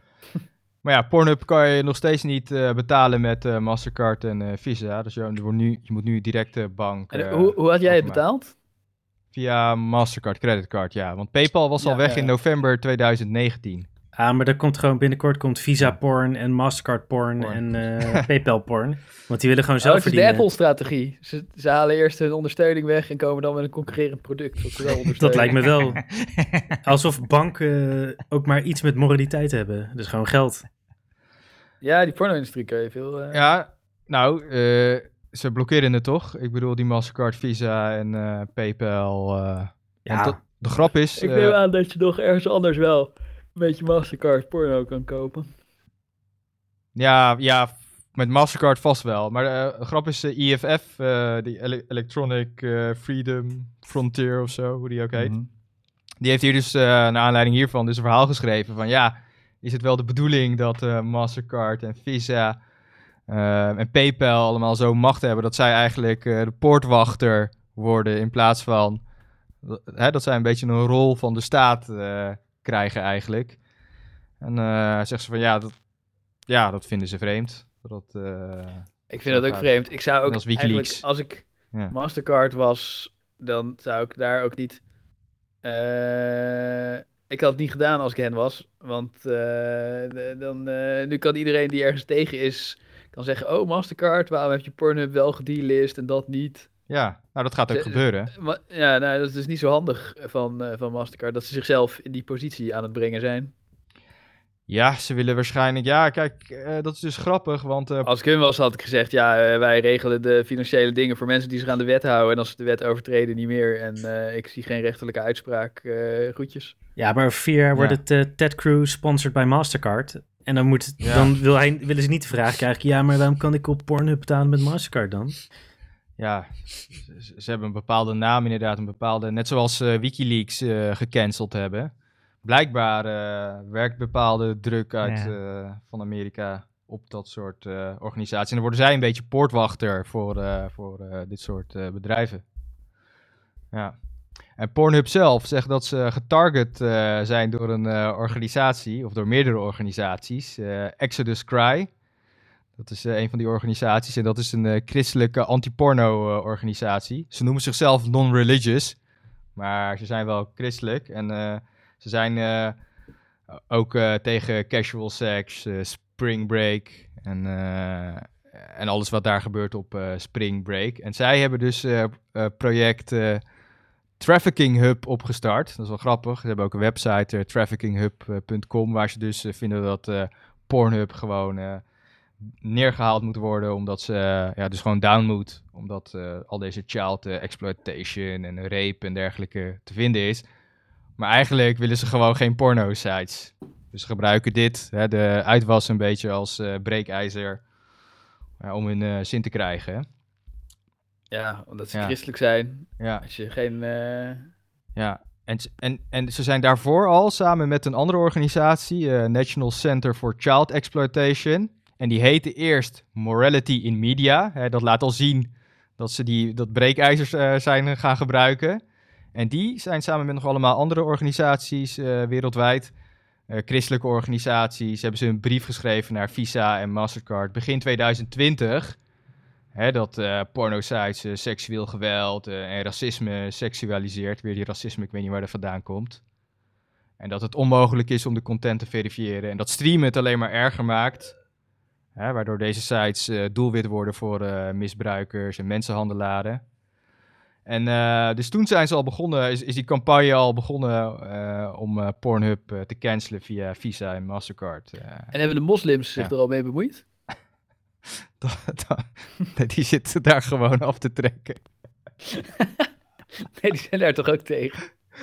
Maar ja, Pornhub kan je nog steeds niet uh, betalen met uh, Mastercard en uh, Visa. Dus je, er wordt nu, je moet nu direct de bank... En uh, hoe, hoe had jij het afmaken. betaald? Via Mastercard, creditcard, ja. Want PayPal was al Ja, weg ja. in november tweeduizend negentien. Ah, maar er komt gewoon binnenkort komt Visa porn en Mastercard porn, Porn. en eh, PayPal porn. Want die willen gewoon Oh, zelf het is de verdienen. Apple-strategie. Ze, ze halen eerst hun ondersteuning weg en komen dan met een concurrerend product. Dat, ze wel Dat ondersteunen. lijkt me wel. Alsof banken eh, ook maar iets met moraliteit hebben. Dus gewoon geld. Ja, die porno-industrie kan je veel... eh, Ja, nou, uh, ze blokkeren het toch? Ik bedoel, die Mastercard, Visa en uh, PayPal. Uh, Ja. dat, de grap is... Ik uh, neem aan dat je nog ergens anders wel een beetje Mastercard porno kan kopen. Ja, ja, met Mastercard vast wel. Maar uh, de grap is uh, E F F, uh, die Ele- Electronic uh, Freedom Frontier of zo, hoe die ook heet. Mhm. Die heeft hier dus, uh, naar aanleiding hiervan, dus een verhaal geschreven van ja, is het wel de bedoeling dat uh, Mastercard en Visa uh, en PayPal allemaal zo macht hebben dat zij eigenlijk uh, de poortwachter worden in plaats van, hè, dat zij een beetje een rol van de staat uh, krijgen eigenlijk. En uh, zegt ze van ja, dat, ja, dat vinden ze vreemd. Dat, uh, Ik vind dat ook gaat. vreemd. Ik zou ook Net als Wikileaks. eigenlijk, als ik Ja. Mastercard was, dan zou ik daar ook niet... eh, Ik had het niet gedaan als ik hen was. Want uh, de, dan, uh, nu kan iedereen die ergens tegen is, kan zeggen, oh Mastercard, waarom heb je Pornhub wel gedelist en dat niet? Ja, nou dat gaat ook Ze- gebeuren. Maar, ja, nou, dat is dus niet zo handig van, uh, van Mastercard, dat ze zichzelf in die positie aan het brengen zijn. Ja, ze willen waarschijnlijk... Ja, kijk, uh, dat is dus grappig, want... Uh, Als ik hun was, had ik gezegd, ja, uh, wij regelen de financiële dingen voor mensen die zich aan de wet houden. En als ze de wet overtreden, niet meer. En uh, ik zie geen rechterlijke uitspraak. Uh, groetjes. Ja, maar over vier jaar wordt Ja. het uh, Ted Cruz sponsored by Mastercard. En dan, moet, Ja. dan wil hij, willen ze niet de vraag krijgen, ja, maar waarom kan ik op Pornhub betalen met Mastercard dan? ja, ze, ze hebben een bepaalde naam inderdaad, een bepaalde... Net zoals uh, Wikileaks uh, gecanceld hebben. Blijkbaar uh, werkt bepaalde druk uit Ja. uh, van Amerika op dat soort uh, organisaties. En dan worden zij een beetje poortwachter voor, uh, voor uh, dit soort uh, bedrijven. Ja. En Pornhub zelf zegt dat ze getarget uh, zijn door een uh, organisatie, of door meerdere organisaties. Uh, Exodus Cry, dat is uh, een van die organisaties. En dat is een uh, christelijke anti-porno uh, organisatie. Ze noemen zichzelf non-religious, maar ze zijn wel christelijk. En uh, ze zijn uh, ook uh, tegen casual sex, uh, spring break en, uh, en alles wat daar gebeurt op uh, spring break. En zij hebben dus uh, uh, project... Uh, Trafficking Hub opgestart. Dat is wel grappig. Ze hebben ook een website, uh, trafficking hub punt com, waar ze dus uh, vinden dat uh, Pornhub gewoon uh, neergehaald moet worden, omdat ze uh, ja, dus gewoon down moet, omdat uh, al deze child uh, exploitation en rape en dergelijke te vinden is. Maar eigenlijk willen ze gewoon geen porno-sites. Dus ze gebruiken dit, hè, de uitwas een beetje als uh, breekijzer uh, om hun uh, zin te krijgen. Hè? Ja, omdat ze Ja. christelijk zijn. Ja. Als je geen... Uh... Ja, en, en, en ze zijn daarvoor al samen met een andere organisatie, uh, National Center for Child Exploitation. En die heette eerst Morality in Media. Hè, dat laat al zien dat ze die, dat breekijzers uh, zijn gaan gebruiken. En die zijn samen met nog allemaal andere organisaties uh, wereldwijd, uh, christelijke organisaties, hebben ze een brief geschreven naar Visa en Mastercard begin twintig twintig... Hè, dat uh, porno-sites uh, seksueel geweld uh, en racisme seksualiseert. Weer die racisme, ik weet niet waar dat vandaan komt. En dat het onmogelijk is om de content te verifiëren. En dat streamen het alleen maar erger maakt. Hè, waardoor deze sites uh, doelwit worden voor uh, misbruikers en mensenhandelaren. En uh, dus toen zijn ze al begonnen, is, is die campagne al begonnen uh, om uh, Pornhub uh, te cancelen via Visa en Mastercard. Uh, En hebben de moslims zich Ja. er al mee bemoeid? dat- dat- die zitten daar gewoon af te trekken. Nee, die zijn daar toch ook tegen?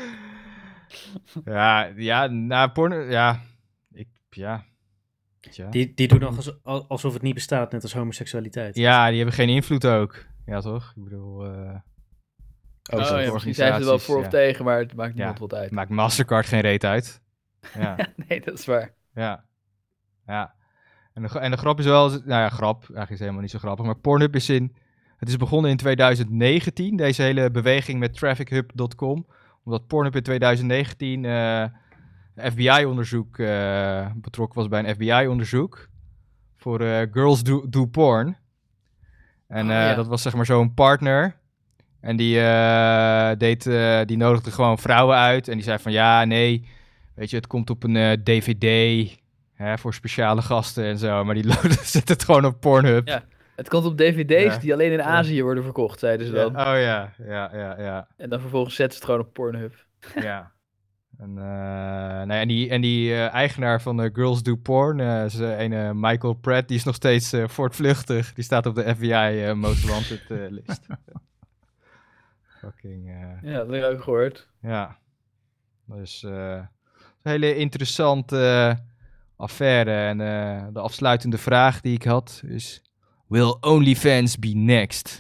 Ja, ja, na porno, ja, ik, ja. Ja. Die, die doen nog als, al- alsof het niet bestaat, net als homoseksualiteit. ja, die hebben geen invloed ook. Ja, toch? Ik bedoel, eh Oh, ook zo'n ja, misschien zijn ze er wel voor of ja. tegen, maar het maakt niemand Ja. wat uit. Maakt Mastercard geen reet uit. Ja, Nee, dat is waar. ja, ja. En de, en de grap is wel, nou ja, grap, eigenlijk is het helemaal niet zo grappig, maar Pornhub is in, het is begonnen in twintig negentien, deze hele beweging met traffic hub punt com, omdat Pornhub in twintig negentien eh, een F B I-onderzoek eh, betrokken was bij een F B I-onderzoek voor eh, Girls Do, Do Porn. En Oh, eh, ja. dat was zeg maar zo'n partner. En die, eh, deed, eh, die nodigde gewoon vrouwen uit. En die zei van ja, nee, weet je, het komt op een eh, D V D hè, voor speciale gasten en zo. Maar die zet het gewoon op Pornhub. Ja. Het komt op D V D's Ja. die alleen in Azië worden verkocht, zeiden ze Ja, dan. oh ja, ja, ja, ja. En dan vervolgens zetten ze het gewoon op Pornhub. ja. En, eh, nou ja, en die, en die eh, eigenaar van eh, Girls Do Porn, eh, is, eh, een eh, Michael Pratt, die is nog steeds eh, voortvluchtig. Die staat op de F B I eh, Most Wanted eh, list. Fucking, eh, Ja, dat heb ik ook gehoord. ja. Dus eh, een hele interessante eh, affaire. En eh, de afsluitende vraag die ik had is: Will OnlyFans be next?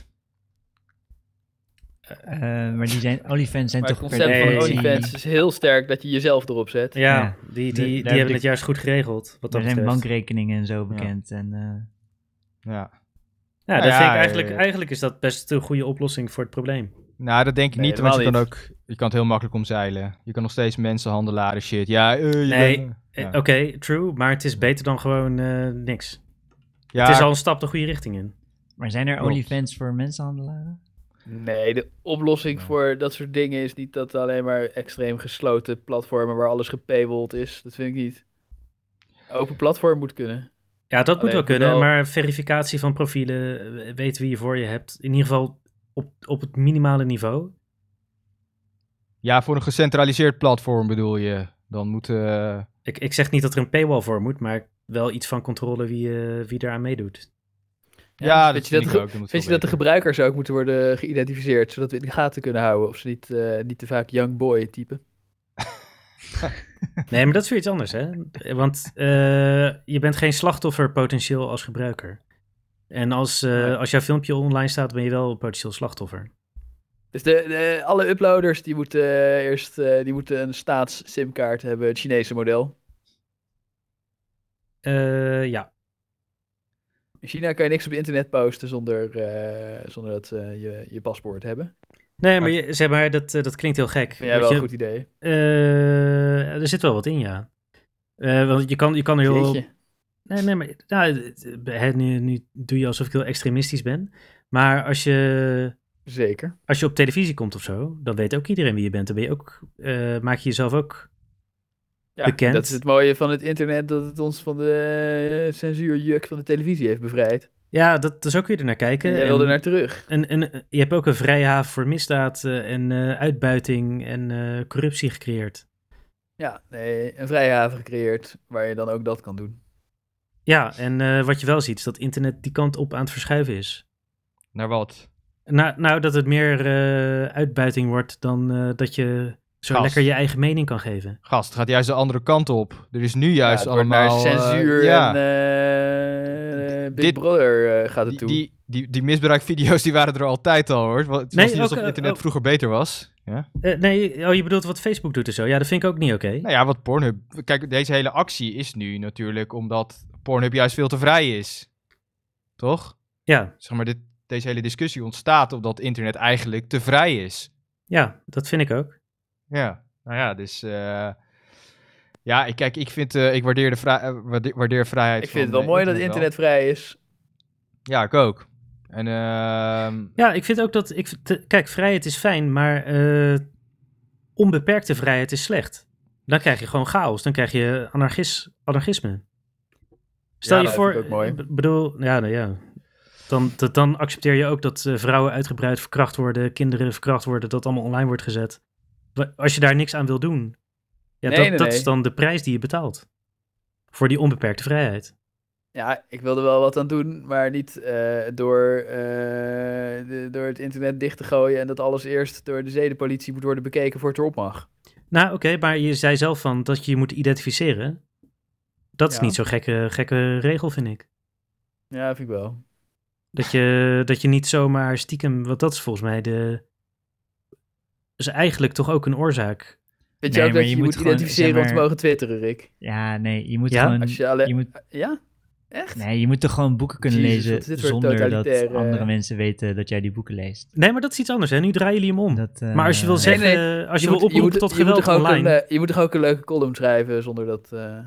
Eh, maar die zijn, OnlyFans zijn Maar het toch concept Nee, van nee, OnlyFans is heel sterk dat je jezelf erop zet. Ja, Ja. die, die, De- die, daar heb hebben ik- het juist goed geregeld. Wat dat Er zijn betreft. bankrekeningen en zo bekend. En, eh, Ja. Ja, Nou dat ja, vind ik eigenlijk, eh, eigenlijk is dat best een goede oplossing voor het probleem. Nou, dat denk ik Nee, niet, want je kan helemaal ook, je kan het heel makkelijk omzeilen. Je kan nog steeds mensen handelen shit. Ja, eh, je Nee, bent- Eh, ja. Oké, true, maar het is beter dan gewoon eh, niks. Ja, Het is al een stap de goede richting in. maar zijn er Klopt. OnlyFans voor mensenhandelaren? Nee, de oplossing Nee. voor dat soort dingen is niet dat alleen maar extreem gesloten platformen waar alles gepaywalled is. Dat vind ik niet. Open platform moet kunnen. Ja, dat moet Alleen wel het moet kunnen, wel- maar verificatie van profielen, eh, weet wie je voor je hebt. In ieder geval op, op het minimale niveau. Ja, voor een gecentraliseerd platform bedoel je. Dan moet... eh, Ik, ik zeg niet dat er een paywall voor moet, maar wel iets van controle wie, eh, wie eraan meedoet. Ja, dus dat vind je vind dat, ik de- ook. Dat moet vind je veel dat de beter. gebruikers ook moeten worden geïdentificeerd, zodat we in de gaten kunnen houden of ze niet, eh, niet te vaak young boy typen? Nee, maar dat is weer iets anders, hè? Want eh, je bent geen slachtoffer potentieel als gebruiker. En als, eh, Nee. als jouw filmpje online staat, ben je wel een potentieel slachtoffer. Dus de, de, alle uploaders die moeten eh, eerst eh, die moeten een staats-simkaart hebben, het Chinese model. Eh, ja. In China kan je niks op internet posten zonder, eh, zonder dat ze je, je paspoort hebben. Nee, maar je, zeg maar, dat, eh, dat klinkt heel gek. Vind jij Weet wel je, een goed idee? eh, er zit wel wat in, ja. Eh, want je kan, je kan er heel... Jeetje. Nee, nee, maar nou, het- hè, nu, nu doe je alsof ik heel extremistisch ben. Maar als je, Zeker. als je op televisie komt of zo, dan weet ook iedereen wie je bent. Dan ben je ook, eh, maak je jezelf ook Ja, bekend. dat is het mooie van het internet, dat het ons van de eh, censuurjuk van de televisie heeft bevrijd. Ja, dat, dat is ook weer ernaar En kijken. jij En, wilde naar terug. en, en je hebt ook een vrijhaven voor misdaad eh, en eh, uitbuiting en eh, corruptie gecreëerd. Ja, nee, een vrijhaven gecreëerd waar je dan ook dat kan doen. Ja, en eh, wat je wel ziet is dat internet die kant op aan het verschuiven is. Naar wat? Nou, nou dat het meer eh, uitbuiting wordt dan eh, dat je zo Gast. lekker je eigen mening kan geven. Gast, het gaat juist de andere kant op. Er is nu juist ja, het wordt naar allemaal... eh, censuur ja. en eh, Big Dit- Brother eh, gaat het Die, toe. die, die, die misbruikvideo's die waren er altijd al, hoor. Het Nee, was niet alsof ook, eh, internet ook- vroeger beter was. Ja? Eh, nee, oh, je bedoelt wat Facebook doet en zo. Ja, dat vind ik ook niet oké. Nou ja, wat Pornhub... Kijk, deze hele actie is nu natuurlijk omdat Pornhub juist veel te vrij is. Toch? Ja, Zeg maar, dit, deze hele discussie ontstaat omdat internet eigenlijk te vrij is. ja, dat vind ik ook. Ja, nou ja, dus... eh, ja, ik, kijk, ik vind... eh, ik waardeer, de vrij, eh, waardeer, waardeer vrijheid Ik vind het van, wel eh, mooi dat wel. internet vrij is. Ja, ik ook. En ehm, Ja, ik vind ook dat... Ik, vind- te- kijk, vrijheid is fijn, maar eh, onbeperkte vrijheid is slecht. Dan krijg je gewoon chaos. Dan krijg je anarchis, anarchisme. Stel Ja, je dat voor... vind ik ook mooi. Ik bedoel, ja, nou ja. Dan, dat, dan accepteer je ook dat eh, vrouwen uitgebreid verkracht worden, kinderen verkracht worden, dat allemaal online wordt gezet. Wa- Als je daar niks aan wil doen, ja, Nee, dat, nee, dat nee. is dan de prijs die je betaalt. Voor die onbeperkte vrijheid. Ja, ik wilde wel wat aan doen, maar niet eh, door, eh, de, door het internet dicht te gooien en dat alles eerst door de zedenpolitie moet worden bekeken voor het erop mag. Nou, oké, maar je zei zelf van dat je je moet identificeren. Dat is Ja. niet zo'n gekke, gekke regel, vind ik. Ja, vind ik wel. Dat je, dat je niet zomaar stiekem, want dat is volgens mij de... is eigenlijk toch ook een oorzaak. Vind je Nee, ook maar dat je je je moet moet gewoon, identificeren zeg om te maar- mogen twitteren, Rick? Ja, nee, je moet Ja? gewoon... Als je alleen... je moet, Ja? Echt? nee, je moet toch gewoon boeken kunnen Jezus, wat is lezen dit voor zonder dat totalitaire- andere mensen weten dat jij die boeken leest. Nee, maar dat is iets anders, hè? Nu draaien jullie hem om. Dat, eh, maar als je wil Nee, zeggen, nee, als je, je wil moet- je oproepen moet- tot je moet geweld toch ook online... Een, eh, je moet toch ook een leuke column schrijven zonder dat... eh,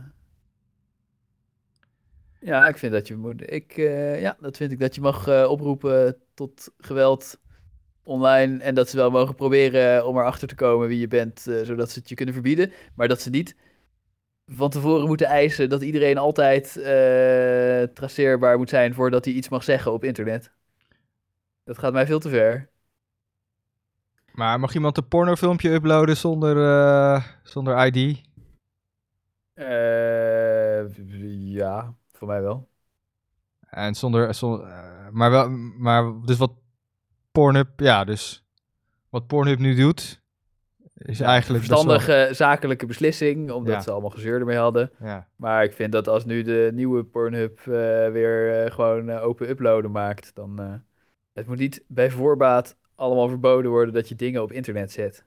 Ja, ik vind dat je moet... Ik, eh, ja, dat vind ik dat je mag eh, oproepen tot geweld online en dat ze wel mogen proberen om erachter te komen wie je bent, eh, zodat ze het je kunnen verbieden. Maar dat ze niet van tevoren moeten eisen dat iedereen altijd eh, traceerbaar moet zijn voordat hij iets mag zeggen op internet. Dat gaat mij veel te ver. maar mag iemand een pornofilmpje uploaden zonder, eh, zonder I D? Eh, ja, voor mij wel. En zonder, zonder eh, maar wel, maar dus wat Pornhub, ja, dus wat Pornhub nu doet, is Ja, eigenlijk best wel- verstandige zakelijke beslissing, omdat Ja. ze allemaal gezeur ermee hadden. Ja. Maar ik vind dat als nu de nieuwe Pornhub eh, weer eh, gewoon eh, open uploaden maakt, dan eh, het moet niet bij voorbaat allemaal verboden worden dat je dingen op internet zet.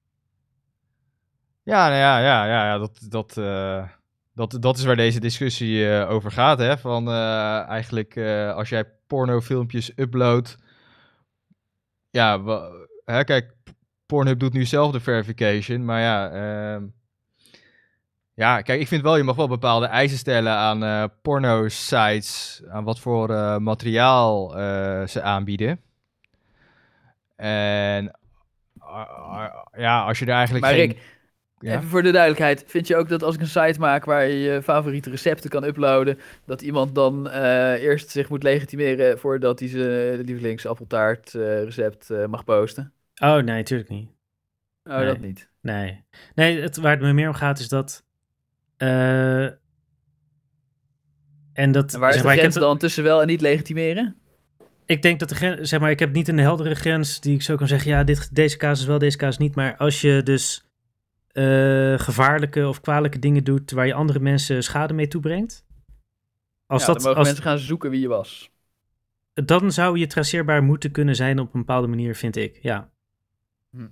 Ja, nou ja, ja, ja, ja, dat, dat, eh, dat, dat is waar deze discussie eh, over gaat, hè. Van eh, eigenlijk, eh, als jij pornofilmpjes uploadt, ja, wa- hè, kijk, Pornhub doet nu zelf de verification, maar ja, ehm, ja, kijk, ik vind wel, je mag wel bepaalde eisen stellen aan eh porno-sites, aan wat voor eh, materiaal eh, ze aanbieden. En uh, uh, ja, als je er eigenlijk Maar geen... Rick, ja? even voor de duidelijkheid. Vind je ook dat als ik een site maak waar je je favoriete recepten kan uploaden, dat iemand dan uh, eerst zich moet legitimeren voordat hij zijn lievelingsappeltaart uh, recept uh, mag posten? Oh, nee, natuurlijk niet. Oh, Nee. dat niet. Nee, nee het, waar het me meer om gaat is dat... Uh, en dat... En waar is zeg de maar, ik grens heb, dan tussen wel en niet legitimeren? Ik denk dat de grens... Zeg maar, ik heb niet een heldere grens die ik zo kan zeggen... Ja, dit, deze casus wel, deze casus niet. Maar als je dus uh, gevaarlijke of kwalijke dingen doet... waar je andere mensen schade mee toebrengt... Als ja, dat, dan mogen als, mensen gaan zoeken wie je was. Dan zou je traceerbaar moeten kunnen zijn op een bepaalde manier, vind ik. Ja. Hm.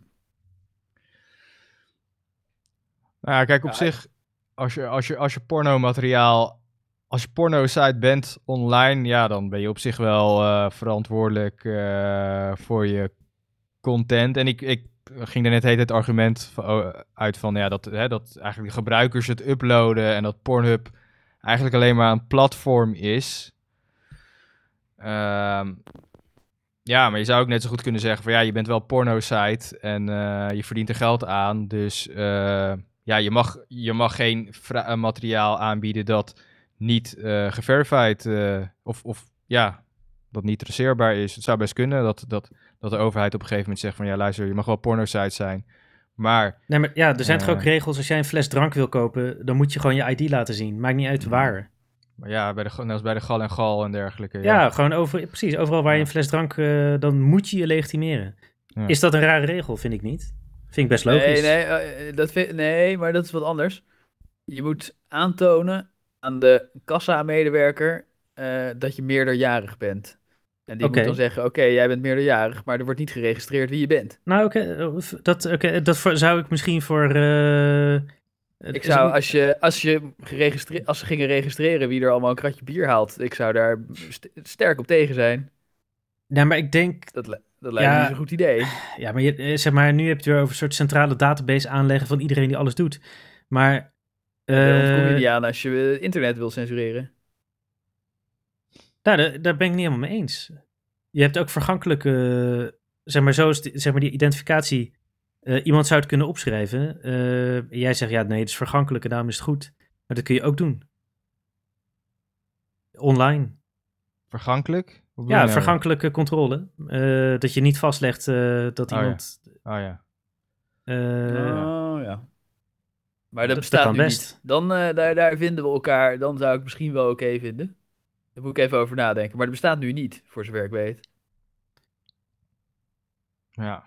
Nou, kijk, op Ja, zich, als je, als je, als je pornomateriaal, als je porno-site bent online, ja, dan ben je op zich wel uh, verantwoordelijk uh, voor je content. En ik, ik ging er net heet het argument van, uit van, ja, dat, hè, dat eigenlijk de gebruikers het uploaden en dat Pornhub eigenlijk alleen maar een platform is. Um, ja, maar je zou ook net zo goed kunnen zeggen van, ja, je bent wel porno-site en uh, je verdient er geld aan, dus... Uh, Ja, je mag, je mag geen fra- materiaal aanbieden dat niet uh, geverified uh, of, of ja, dat niet traceerbaar is. Het zou best kunnen dat, dat, dat de overheid op een gegeven moment zegt van ja, luister, je mag wel porno-site zijn, maar... Nee, maar ja, er zijn uh, toch ook regels, als jij een fles drank wil kopen, dan moet je gewoon je I D laten zien. Maakt niet uit waar. Maar ja, bij de, net als bij de gal en gal en dergelijke. Ja, ja. gewoon over, precies, overal waar ja. je een fles drank, uh, dan moet je je legitimeren. Ja. Is dat een rare regel? Vind ik niet. Vind ik best logisch. Nee, nee, uh, dat vind, nee, maar dat is wat anders. Je moet aantonen aan de kassa-medewerker uh, dat je meerderjarig bent. En die okay. moet dan zeggen, oké, okay, jij bent meerderjarig, maar er wordt niet geregistreerd wie je bent. Nou, oké, okay, dat, okay, dat voor, zou ik misschien voor... Uh, ik zou, als, je, als, je geregistreerd, als ze gingen registreren wie er allemaal een kratje bier haalt, ik zou daar st- sterk op tegen zijn. Nee, maar ik denk... Dat, dat lijkt ja, me niet zo'n goed idee. Ja, maar, je, zeg maar nu heb je het weer over een soort centrale database aanleggen van iedereen die alles doet. Maar... Uh, Daar kom je niet aan als je internet wil censureren. Nou, daar, daar ben ik niet helemaal mee eens. Je hebt ook vergankelijke... Zeg maar, zo is die, zeg maar die identificatie... Uh, iemand zou het kunnen opschrijven. Uh, jij zegt, ja, nee, het is vergankelijk en daarom is het goed. Maar dat kun je ook doen. Online. Vergankelijk? Ja, nou? vergankelijke controle. Uh, dat je niet vastlegt uh, dat oh, iemand... Ja. Oh ja. Uh, oh ja. Maar dat, dat bestaat dat nu best. Niet. Dan, uh, daar, daar vinden we elkaar. Dan zou ik misschien wel oké okay vinden. Daar moet ik even over nadenken. Maar dat bestaat nu niet, voor zover ik weet. Ja.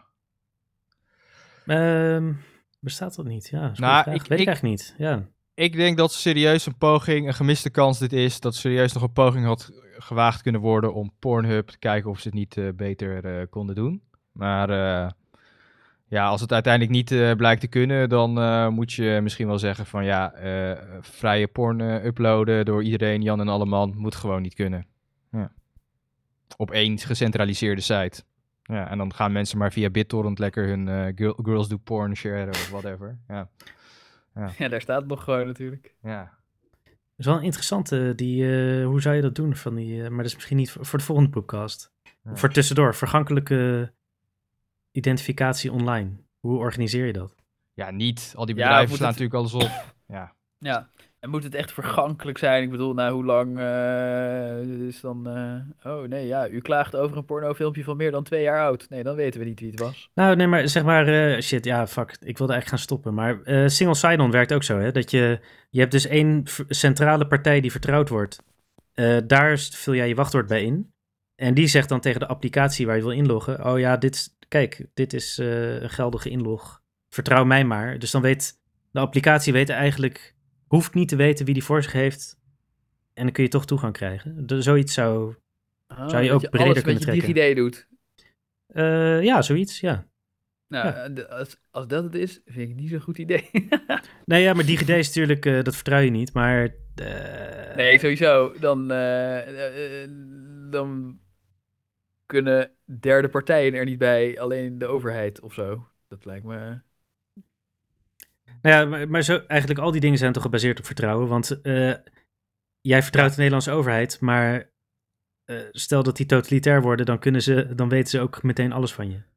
Um, bestaat dat niet? Ja, dat nou, ik, ik, weet ik, eigenlijk niet. Ja. Ik denk dat serieus een poging, een gemiste kans dit is, dat serieus nog een poging had gewaagd kunnen worden om Pornhub te kijken of ze het niet uh, beter uh, konden doen. Maar uh, ja, als het uiteindelijk niet uh, blijkt te kunnen, dan uh, moet je misschien wel zeggen van ja, uh, vrije porn uh, uploaden door iedereen, Jan en alleman, moet gewoon niet kunnen. Ja. Op één gecentraliseerde site. Ja, en dan gaan mensen maar via BitTorrent lekker hun uh, girl, girls do porn sharen of whatever. Ja. Ja. ja, daar staat het nog gewoon natuurlijk. Ja. Dat is wel een interessante, die, uh, hoe zou je dat doen? Van die, uh, maar dat is misschien niet voor, voor de volgende podcast. Ja. Voor tussendoor, vergankelijke identificatie online. Hoe organiseer je dat? Ja, niet. Al die bedrijven ja, slaan het... natuurlijk alles op. Ja. Ja, en moet het echt vergankelijk zijn? Ik bedoel, nou, hoe lang uh, is dan... Uh... Oh, nee, ja, u klaagt over een pornofilmpje van meer dan twee jaar oud. Nee, dan weten we niet wie het was. Nou, nee, maar zeg maar... Uh, shit, ja, fuck. Ik wilde eigenlijk gaan stoppen. Maar uh, single sign-on werkt ook zo, hè? Dat je... Je hebt dus één v- centrale partij die vertrouwd wordt. Uh, daar vul jij je wachtwoord bij in. En die zegt dan tegen de applicatie waar je wil inloggen... Oh ja, dit, kijk, dit is uh, een geldige inlog. Vertrouw mij maar. Dus dan weet... De applicatie weet eigenlijk... Hoeft niet te weten wie die voor zich heeft. En dan kun je toch toegang krijgen. De, zoiets zou, oh, zou je ook je breder kunnen trekken. Dat je DigiD doet. Uh, ja, zoiets, ja. Nou, ja. Als, als dat het is, vind ik het niet zo'n goed idee. Nee, ja, maar DigiD is natuurlijk... Uh, dat vertrouw je niet, maar... Uh... Nee, sowieso. Dan, uh, uh, dan kunnen derde partijen er niet bij. Alleen de overheid of zo. Dat lijkt me... Nou ja, maar, maar zo, eigenlijk al die dingen zijn toch gebaseerd op vertrouwen. Want uh, jij vertrouwt de Nederlandse overheid, maar uh, stel dat die totalitair worden, dan, kunnen ze, dan weten ze ook meteen alles van je.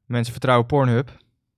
Mensen vertrouwen Pornhub.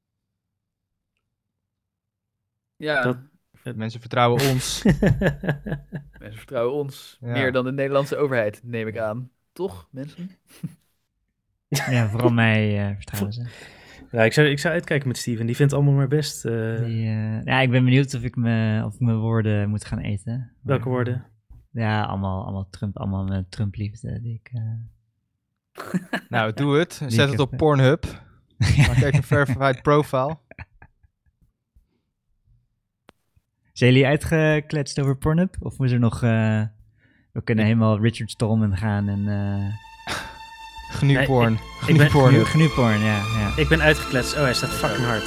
Ja, Dat- Mensen vertrouwen ons. mensen vertrouwen ons. Ja. Meer dan de Nederlandse overheid, neem ik aan. Toch, mensen? Ja, vooral mij uh, vertrouwen ze. Ja, ik zou, ik zou uitkijken met Steven. Die vindt allemaal maar best. eh, Die, uh, ja, ik ben benieuwd of ik, me, of ik mijn woorden moet gaan eten. welke woorden? Ja, allemaal, allemaal Trump, allemaal mijn Trump-liefde. Die ik, uh... Nou, doe het. Die Zet ik het op heb, Pornhub. Maak even een verified profile. Zijn jullie uitgekletst over Pornhub? Of moet er nog... Uh... We kunnen helemaal Richard Stallman gaan en... Uh... Gnu-porn. Nee, ik- ik ben- Gnu-porn. Gnu-porn, ja, ja. Ik ben uitgekletst. Oh, hij staat fucking hard.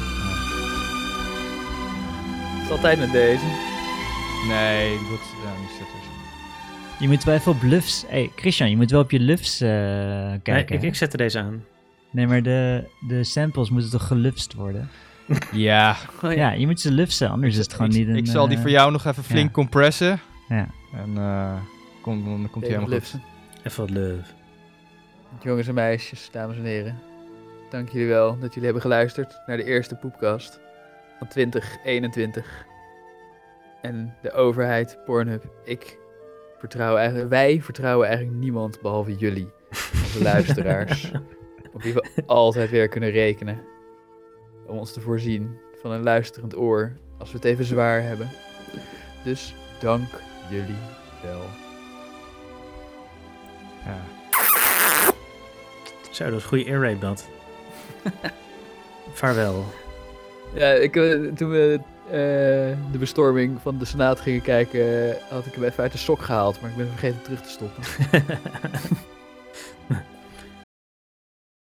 Het is altijd met deze. Nee, die wordt ja, niet zitten. Je moet wel even op Lufs... Hey, Christian, je moet wel op je Lufs uh, Nee, kijken. ik, hè? ik zette deze aan. Nee, maar de, de samples moeten toch gelufst worden? Ja, Oh, Ja, je moet ze lufsen, anders is het gewoon ik, niet een... ik zal die uh, voor jou nog even flink ja. compressen. Ja. En uh, kom, dan komt hij Even helemaal goed. liften. Even wat love. Jongens en meisjes, dames en heren. Dank jullie wel dat jullie hebben geluisterd naar de eerste Poepcast van twintig eenentwintig. En de overheid, Pornhub, ik vertrouw eigenlijk, wij vertrouwen eigenlijk niemand behalve jullie, onze luisteraars. Op wie we altijd weer kunnen rekenen. Om ons te voorzien van een luisterend oor als we het even zwaar hebben. Dus dank jullie wel. Ja. Zo, dat is een goede air rape dat. Vaarwel. Ja, ik, eh, toen we eh, de bestorming van de Senaat gingen kijken, eh, had ik hem even uit de sok gehaald, maar ik ben vergeten terug te stoppen.